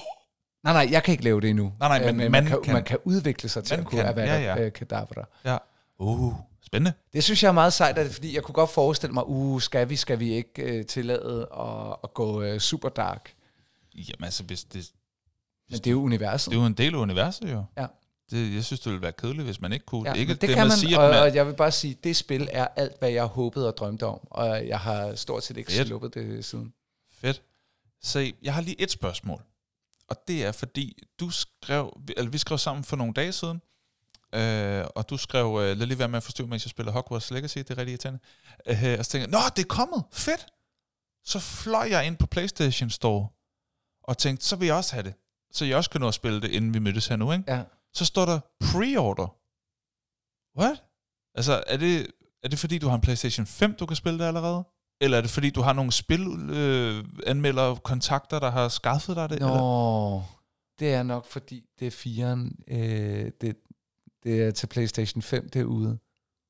[SPEAKER 2] Nej, nej, jeg kan ikke lave det endnu.
[SPEAKER 1] Nej, nej, men,
[SPEAKER 2] men
[SPEAKER 1] man,
[SPEAKER 2] man, kan,
[SPEAKER 1] kan,
[SPEAKER 2] man kan udvikle sig til at kunne være
[SPEAKER 1] ja, ja.
[SPEAKER 2] uh, kadabra.
[SPEAKER 1] Ja. Uh, spændende.
[SPEAKER 2] Det synes jeg er meget sejt, at, fordi jeg kunne godt forestille mig, uh, skal vi, skal vi ikke uh, tillade at, at gå uh, super dark?
[SPEAKER 1] Jamen altså, hvis det...
[SPEAKER 2] Men det er jo universet.
[SPEAKER 1] Det er jo en del af universet, jo.
[SPEAKER 2] Ja.
[SPEAKER 1] Det, jeg synes, det ville være kedeligt, hvis man ikke kunne.
[SPEAKER 2] Ja,
[SPEAKER 1] ikke
[SPEAKER 2] det, det kan man, sige, og, man og jeg vil bare sige, det spil er alt, hvad jeg håbede og drømte om, og jeg har stort set ikke Fedt. sluppet det siden.
[SPEAKER 1] Fedt. Så jeg har lige et spørgsmål, og det er fordi, du skrev, eller vi skrev sammen for nogle dage siden, øh, og du skrev, øh, lad lige være med at forstyrre, mens jeg spiller Hogwarts Legacy, det er rigtig irriterende. Øh, og så tænkte jeg, nå, det er kommet, fedt! Så fløj jeg ind på PlayStation Store, og tænkte, så vil jeg også have det. Så jeg også kunne nå at spille det, inden vi mødtes her nu, ikke?
[SPEAKER 2] Ja.
[SPEAKER 1] Så står der pre-order. What? Altså, er det, er det fordi, du har en PlayStation fem, du kan spille det allerede? Eller er det fordi, du har nogle spilanmeldere, øh, kontakter, der har skaffet dig det?
[SPEAKER 2] Nå,
[SPEAKER 1] eller?
[SPEAKER 2] det er nok fordi, det er firen, øh, det, det er til PlayStation fem derude.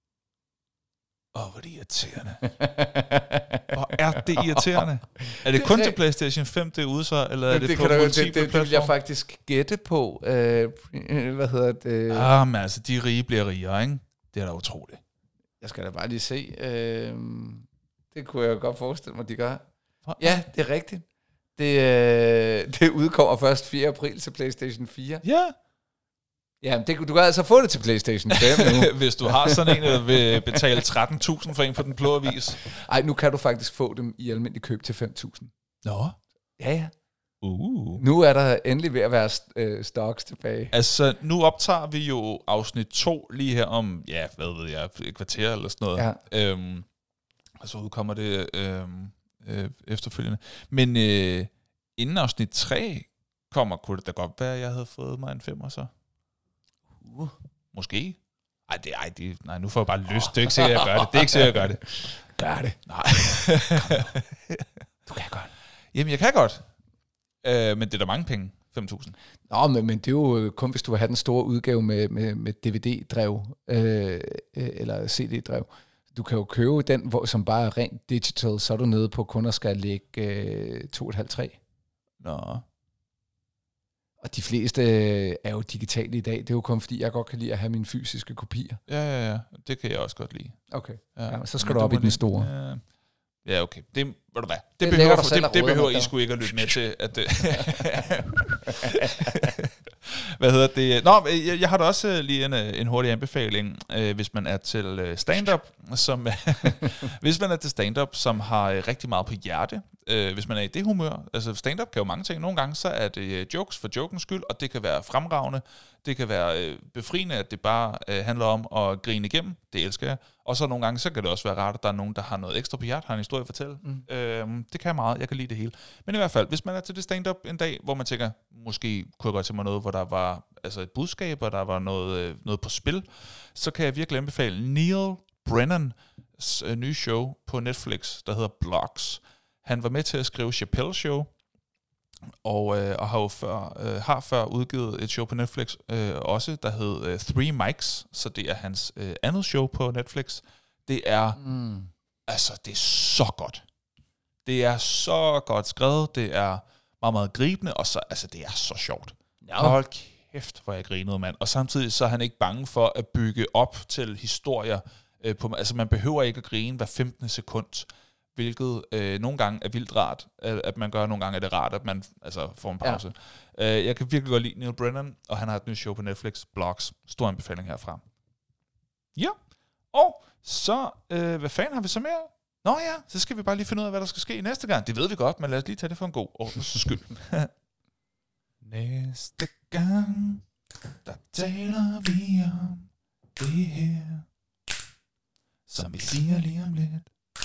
[SPEAKER 1] Åh, oh, hvor er det irriterende. Hvor er det irriterende? Er det, det kun til PlayStation fem derude så, eller er det, det på multiple
[SPEAKER 2] det, det, det vil jeg faktisk gætte på. Øh, hvad hedder det?
[SPEAKER 1] Ah, men altså, de rige bliver rigere, ikke? Det er da utroligt.
[SPEAKER 2] Jeg skal da bare lige se. Øh, det kunne jeg godt forestille mig, de gør. Ja, det er rigtigt. Det, øh, det udkommer først fjerde april til PlayStation fire.
[SPEAKER 1] Ja.
[SPEAKER 2] Ja, det, du kan altså få det til PlayStation fem nu.
[SPEAKER 1] Hvis du har sådan en, der vil betale tretten tusind for en på den blå avis.
[SPEAKER 2] Ej, nu kan du faktisk få dem i almindelig køb til fem tusind.
[SPEAKER 1] Nå.
[SPEAKER 2] Ja, ja.
[SPEAKER 1] Uh.
[SPEAKER 2] Nu er der endelig ved at være øh, stocks tilbage.
[SPEAKER 1] Altså, nu optager vi jo afsnit to lige her om, ja, hvad ved jeg, et kvarter eller sådan noget.
[SPEAKER 2] Ja.
[SPEAKER 1] Øhm, og så udkommer det øhm, øh, efterfølgende. Men øh, inden afsnit tre kommer, kunne det da godt være, at jeg havde fået mig en femmer så. Uh. Måske. Ej, det, ej det, nej, nu får jeg bare lyst. Det er ikke sikkert, jeg gør det. Det er ikke sikkert, jeg gør det.
[SPEAKER 2] Gør det.
[SPEAKER 1] Nej.
[SPEAKER 2] Du kan godt.
[SPEAKER 1] Jamen, jeg kan godt. Øh, men det er da mange penge. fem tusind.
[SPEAKER 2] Nå, men, men det er jo kun, hvis du vil have den store udgave med, med, med D V D-drev, øh, eller C D-drev. Du kan jo købe den, hvor, som bare er rent digital, så er du nede på kun at skal lægge øh, to komma fem til tre.
[SPEAKER 1] Nå.
[SPEAKER 2] Og de fleste er jo digitale i dag. Det er jo kun fordi, jeg godt kan lide at have mine fysiske kopier.
[SPEAKER 1] Ja, ja, ja. Det kan jeg også godt lide.
[SPEAKER 2] Okay.
[SPEAKER 1] Ja.
[SPEAKER 2] Ja, så skal men du op i den lige, store.
[SPEAKER 1] Ja. Ja, okay. Det, ved du hvad? Det,
[SPEAKER 2] det
[SPEAKER 1] behøver, for, det, det behøver I sgu ikke at lytte med til. At, hvad hedder det? Nå, jeg, jeg har da også lige en, en hurtig anbefaling, øh, hvis man er til stand-up, som hvis man er til stand-up, som har rigtig meget på hjerte. Øh, hvis man er i det humør. Altså stand-up kan jo mange ting. Nogle gange så er det jokes for jokens skyld, og det kan være fremragende. Det kan være øh, befriende, at det bare øh, handler om at grine igennem. Det elsker jeg. Og så nogle gange, så kan det også være rart, at der er nogen, der har noget ekstra på hjertet, har en historie at fortælle. Mm. Øhm, det kan jeg meget. Jeg kan lide det hele. Men i hvert fald, hvis man er til det stand-up en dag, hvor man tænker, måske kunne jeg godt til mig noget, hvor der var altså et budskab, og der var noget, øh, noget på spil, så kan jeg virkelig anbefale Neil Brennans øh, nye show på Netflix, der hedder Blocks. Han var med til at skrive Chappelle Show, og, øh, og har jo før, øh, har før udgivet et show på Netflix, øh, også, der hed øh, Three Mics, så det er hans øh, andet show på Netflix. Det er, mm. altså, det er så godt. Det er så godt skrevet, det er meget, meget gribende, og så, altså, det er så sjovt. Ja. Hold kæft, hvor jeg grinede, mand. Og samtidig så er han ikke bange for at bygge op til historier. Øh, på, altså, man behøver ikke at grine hver femtende sekund, hvilket øh, nogle gange er vildt rart, at, at man gør, nogle gange er det rart, at man altså, får en pause. Ja. Øh, jeg kan virkelig godt lide Neil Brennan, og han har et nyt show på Netflix, Blocks. Stor anbefaling herfra. Ja, og så, øh, hvad fanden har vi så mere? Nå ja, så skal vi bare lige finde ud af, hvad der skal ske næste gang. Det ved vi godt, men lad os lige tage det for en god ordens skyld. Næste gang, der taler vi om det her, som vi siger lige om lidt.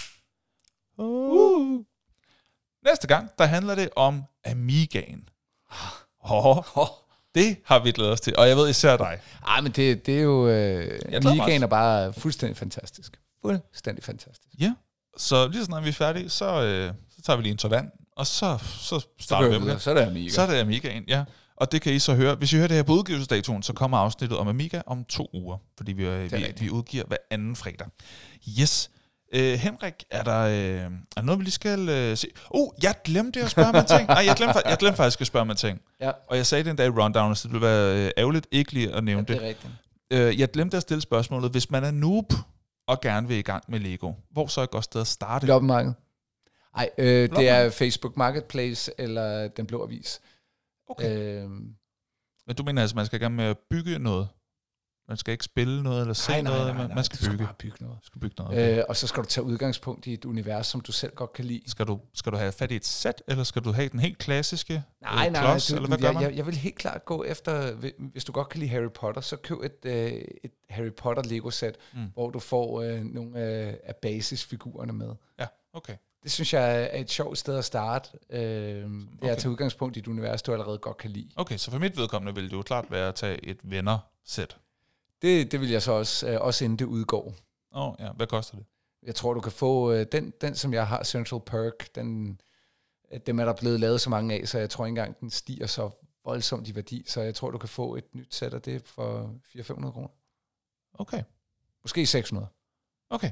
[SPEAKER 1] Uh. Næste gang, der handler det om Amigaen. Oh, oh, det har vi glædet os til, og jeg ved især dig.
[SPEAKER 2] Ej, men det, det er jo... Øh, Amigaen er bare fuldstændig fantastisk. Fuldstændig fantastisk.
[SPEAKER 1] Ja, så lige så snart vi er færdige, så, øh, så tager vi lige en tår vand, og så, så starter
[SPEAKER 2] så
[SPEAKER 1] vi med
[SPEAKER 2] det. Så er det Amiga.
[SPEAKER 1] Så er det Amigaen, ja. Og det kan I så høre. Hvis I hører det her på udgivelsesdatoen, så kommer afsnittet om Amiga om to uger, fordi vi, vi, vi udgiver hver anden fredag. Yes. Øh, Henrik, er der, øh, er der noget, vi lige skal øh, se? Oh, jeg glemte at spørge mig en ting. Nej, jeg glemte, jeg glemte faktisk at spørge mig en ting. Ja. Og jeg sagde det en dag i rundown, så det ville være øh, ærgerligt ikke lige at nævne
[SPEAKER 2] ja, det.
[SPEAKER 1] det.
[SPEAKER 2] Er rigtigt.
[SPEAKER 1] Øh, jeg glemte at stille spørgsmålet. Hvis man er noob og gerne vil i gang med Lego, hvor så er et godt sted at starte?
[SPEAKER 2] Loppemarked. Nej, øh, det er Facebook Marketplace eller Den Blå Avis.
[SPEAKER 1] Okay. Øh, Men du mener altså, man skal i gang med at bygge noget? Man skal ikke spille noget eller se
[SPEAKER 2] nej, nej,
[SPEAKER 1] noget,
[SPEAKER 2] nej, nej,
[SPEAKER 1] man, man skal
[SPEAKER 2] du
[SPEAKER 1] bygge.
[SPEAKER 2] Skal bare bygge noget.
[SPEAKER 1] Skal bygge noget. Okay.
[SPEAKER 2] Øh, og så skal du tage udgangspunkt i et univers, som du selv godt kan lide.
[SPEAKER 1] Skal du, skal du have fat i et sæt, eller skal du have den helt klassiske
[SPEAKER 2] nej,
[SPEAKER 1] øh,
[SPEAKER 2] nej,
[SPEAKER 1] klods,
[SPEAKER 2] du,
[SPEAKER 1] eller hvad
[SPEAKER 2] jeg,
[SPEAKER 1] gør man?
[SPEAKER 2] Jeg, jeg vil helt klart gå efter, hvis du godt kan lide Harry Potter, så køb et, øh, et Harry Potter Lego-sæt, mm. hvor du får øh, nogle øh, af basisfigurerne med.
[SPEAKER 1] Ja, okay.
[SPEAKER 2] Det synes jeg er et sjovt sted at starte. Øh, det er at tage udgangspunkt i et univers, du allerede godt kan lide.
[SPEAKER 1] Okay, så for mit vedkommende vil det jo klart være at tage et venner-sæt.
[SPEAKER 2] Det, det vil jeg så også, øh, også inden det udgår.
[SPEAKER 1] Åh, oh, ja. Hvad koster det?
[SPEAKER 2] Jeg tror, du kan få øh, den, den, som jeg har, Central Perk, den, dem er der blevet lavet så mange af, så jeg tror ikke engang, den stiger så voldsomt i værdi. Så jeg tror, du kan få et nyt sæt af det for fire hundrede til fem hundrede kroner.
[SPEAKER 1] Okay.
[SPEAKER 2] Måske seks hundrede.
[SPEAKER 1] Okay.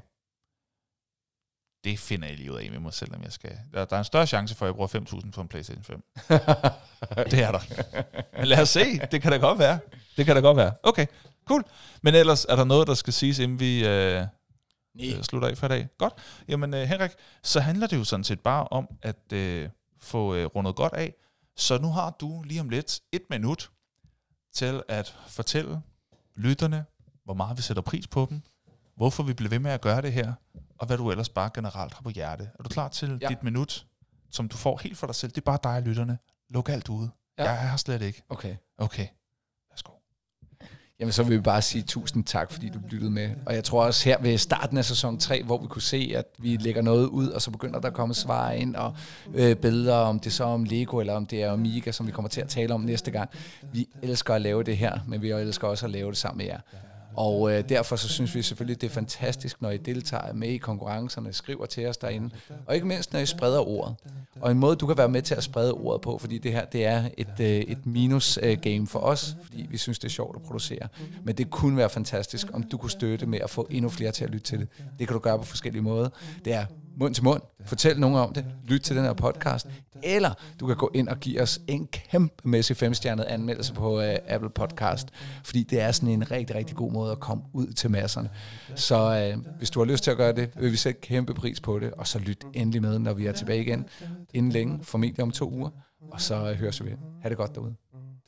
[SPEAKER 1] Det finder jeg lige ud af med mig selv, om jeg skal. Der, der er en større chance for, at jeg bruger fem tusind for en PlayStation fem. Det er der. Men lad os se. Det kan da godt være. Det kan da godt være. Okay, cool. Men ellers er der noget, der skal siges, inden vi øh, øh, slutter af for i dag. Godt. Jamen øh, Henrik, så handler det jo sådan set bare om at øh, få øh, rundet godt af. Så nu har du lige om lidt et minut til at fortælle lytterne, hvor meget vi sætter pris på dem, hvorfor vi bliver ved med at gøre det her, og hvad du ellers bare generelt har på hjerte. Er du klar til ja. dit minut, som du får helt for dig selv? Det er bare dig, lytterne. Luk alt ude. Ja. Jeg har slet ikke.
[SPEAKER 2] Okay.
[SPEAKER 1] Okay. Værsgo.
[SPEAKER 2] Jamen, så vil vi bare sige tusind tak, fordi du lyttede med. Og jeg tror også her ved starten af sæson tre, hvor vi kunne se, at vi lægger noget ud, og så begynder der at komme svar ind, og øh, billeder, om det så om Lego, eller om det er Amiga, som vi kommer til at tale om næste gang. Vi elsker at lave det her, men vi elsker også at lave det sammen med jer. Og øh, derfor så synes vi selvfølgelig, det er fantastisk, når I deltager med i konkurrencerne, skriver til os derinde, og ikke mindst, når I spreder ordet. Og en måde, du kan være med til at sprede ordet på, fordi det her, det er et, øh, et minus-game for os, fordi vi synes, det er sjovt at producere. Men det kunne være fantastisk, om du kunne støtte med at få endnu flere til at lytte til det. Det kan du gøre på forskellige måder. Det er mund til mund. Fortæl nogen om det. Lyt til den her podcast. Eller du kan gå ind og give os en kæmpemæssig femstjernet anmeldelse på uh, Apple Podcast. Fordi det er sådan en rigtig, rigtig god måde at komme ud til masserne. Så uh, hvis du har lyst til at gøre det, vil vi sætte kæmpe pris på det. Og så lyt endelig med, når vi er tilbage igen. Inden længe, formentlig om to uger. Og så uh, høres vi. Ha' det godt derude.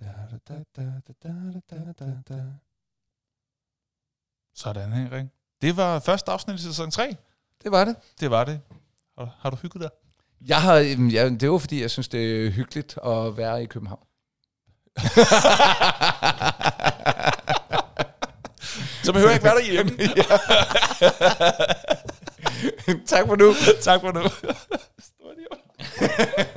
[SPEAKER 1] Sådan, Henrik. Det var første afsnit i sæson tre.
[SPEAKER 2] Det var det.
[SPEAKER 1] Det var det. Har, har du hygget dig?
[SPEAKER 2] Jeg har, ja, det var fordi, jeg synes, det er hyggeligt at være i København.
[SPEAKER 1] Så behøver jeg ikke være derhjemme.
[SPEAKER 2] Tak for nu.
[SPEAKER 1] Tak for nu. Stort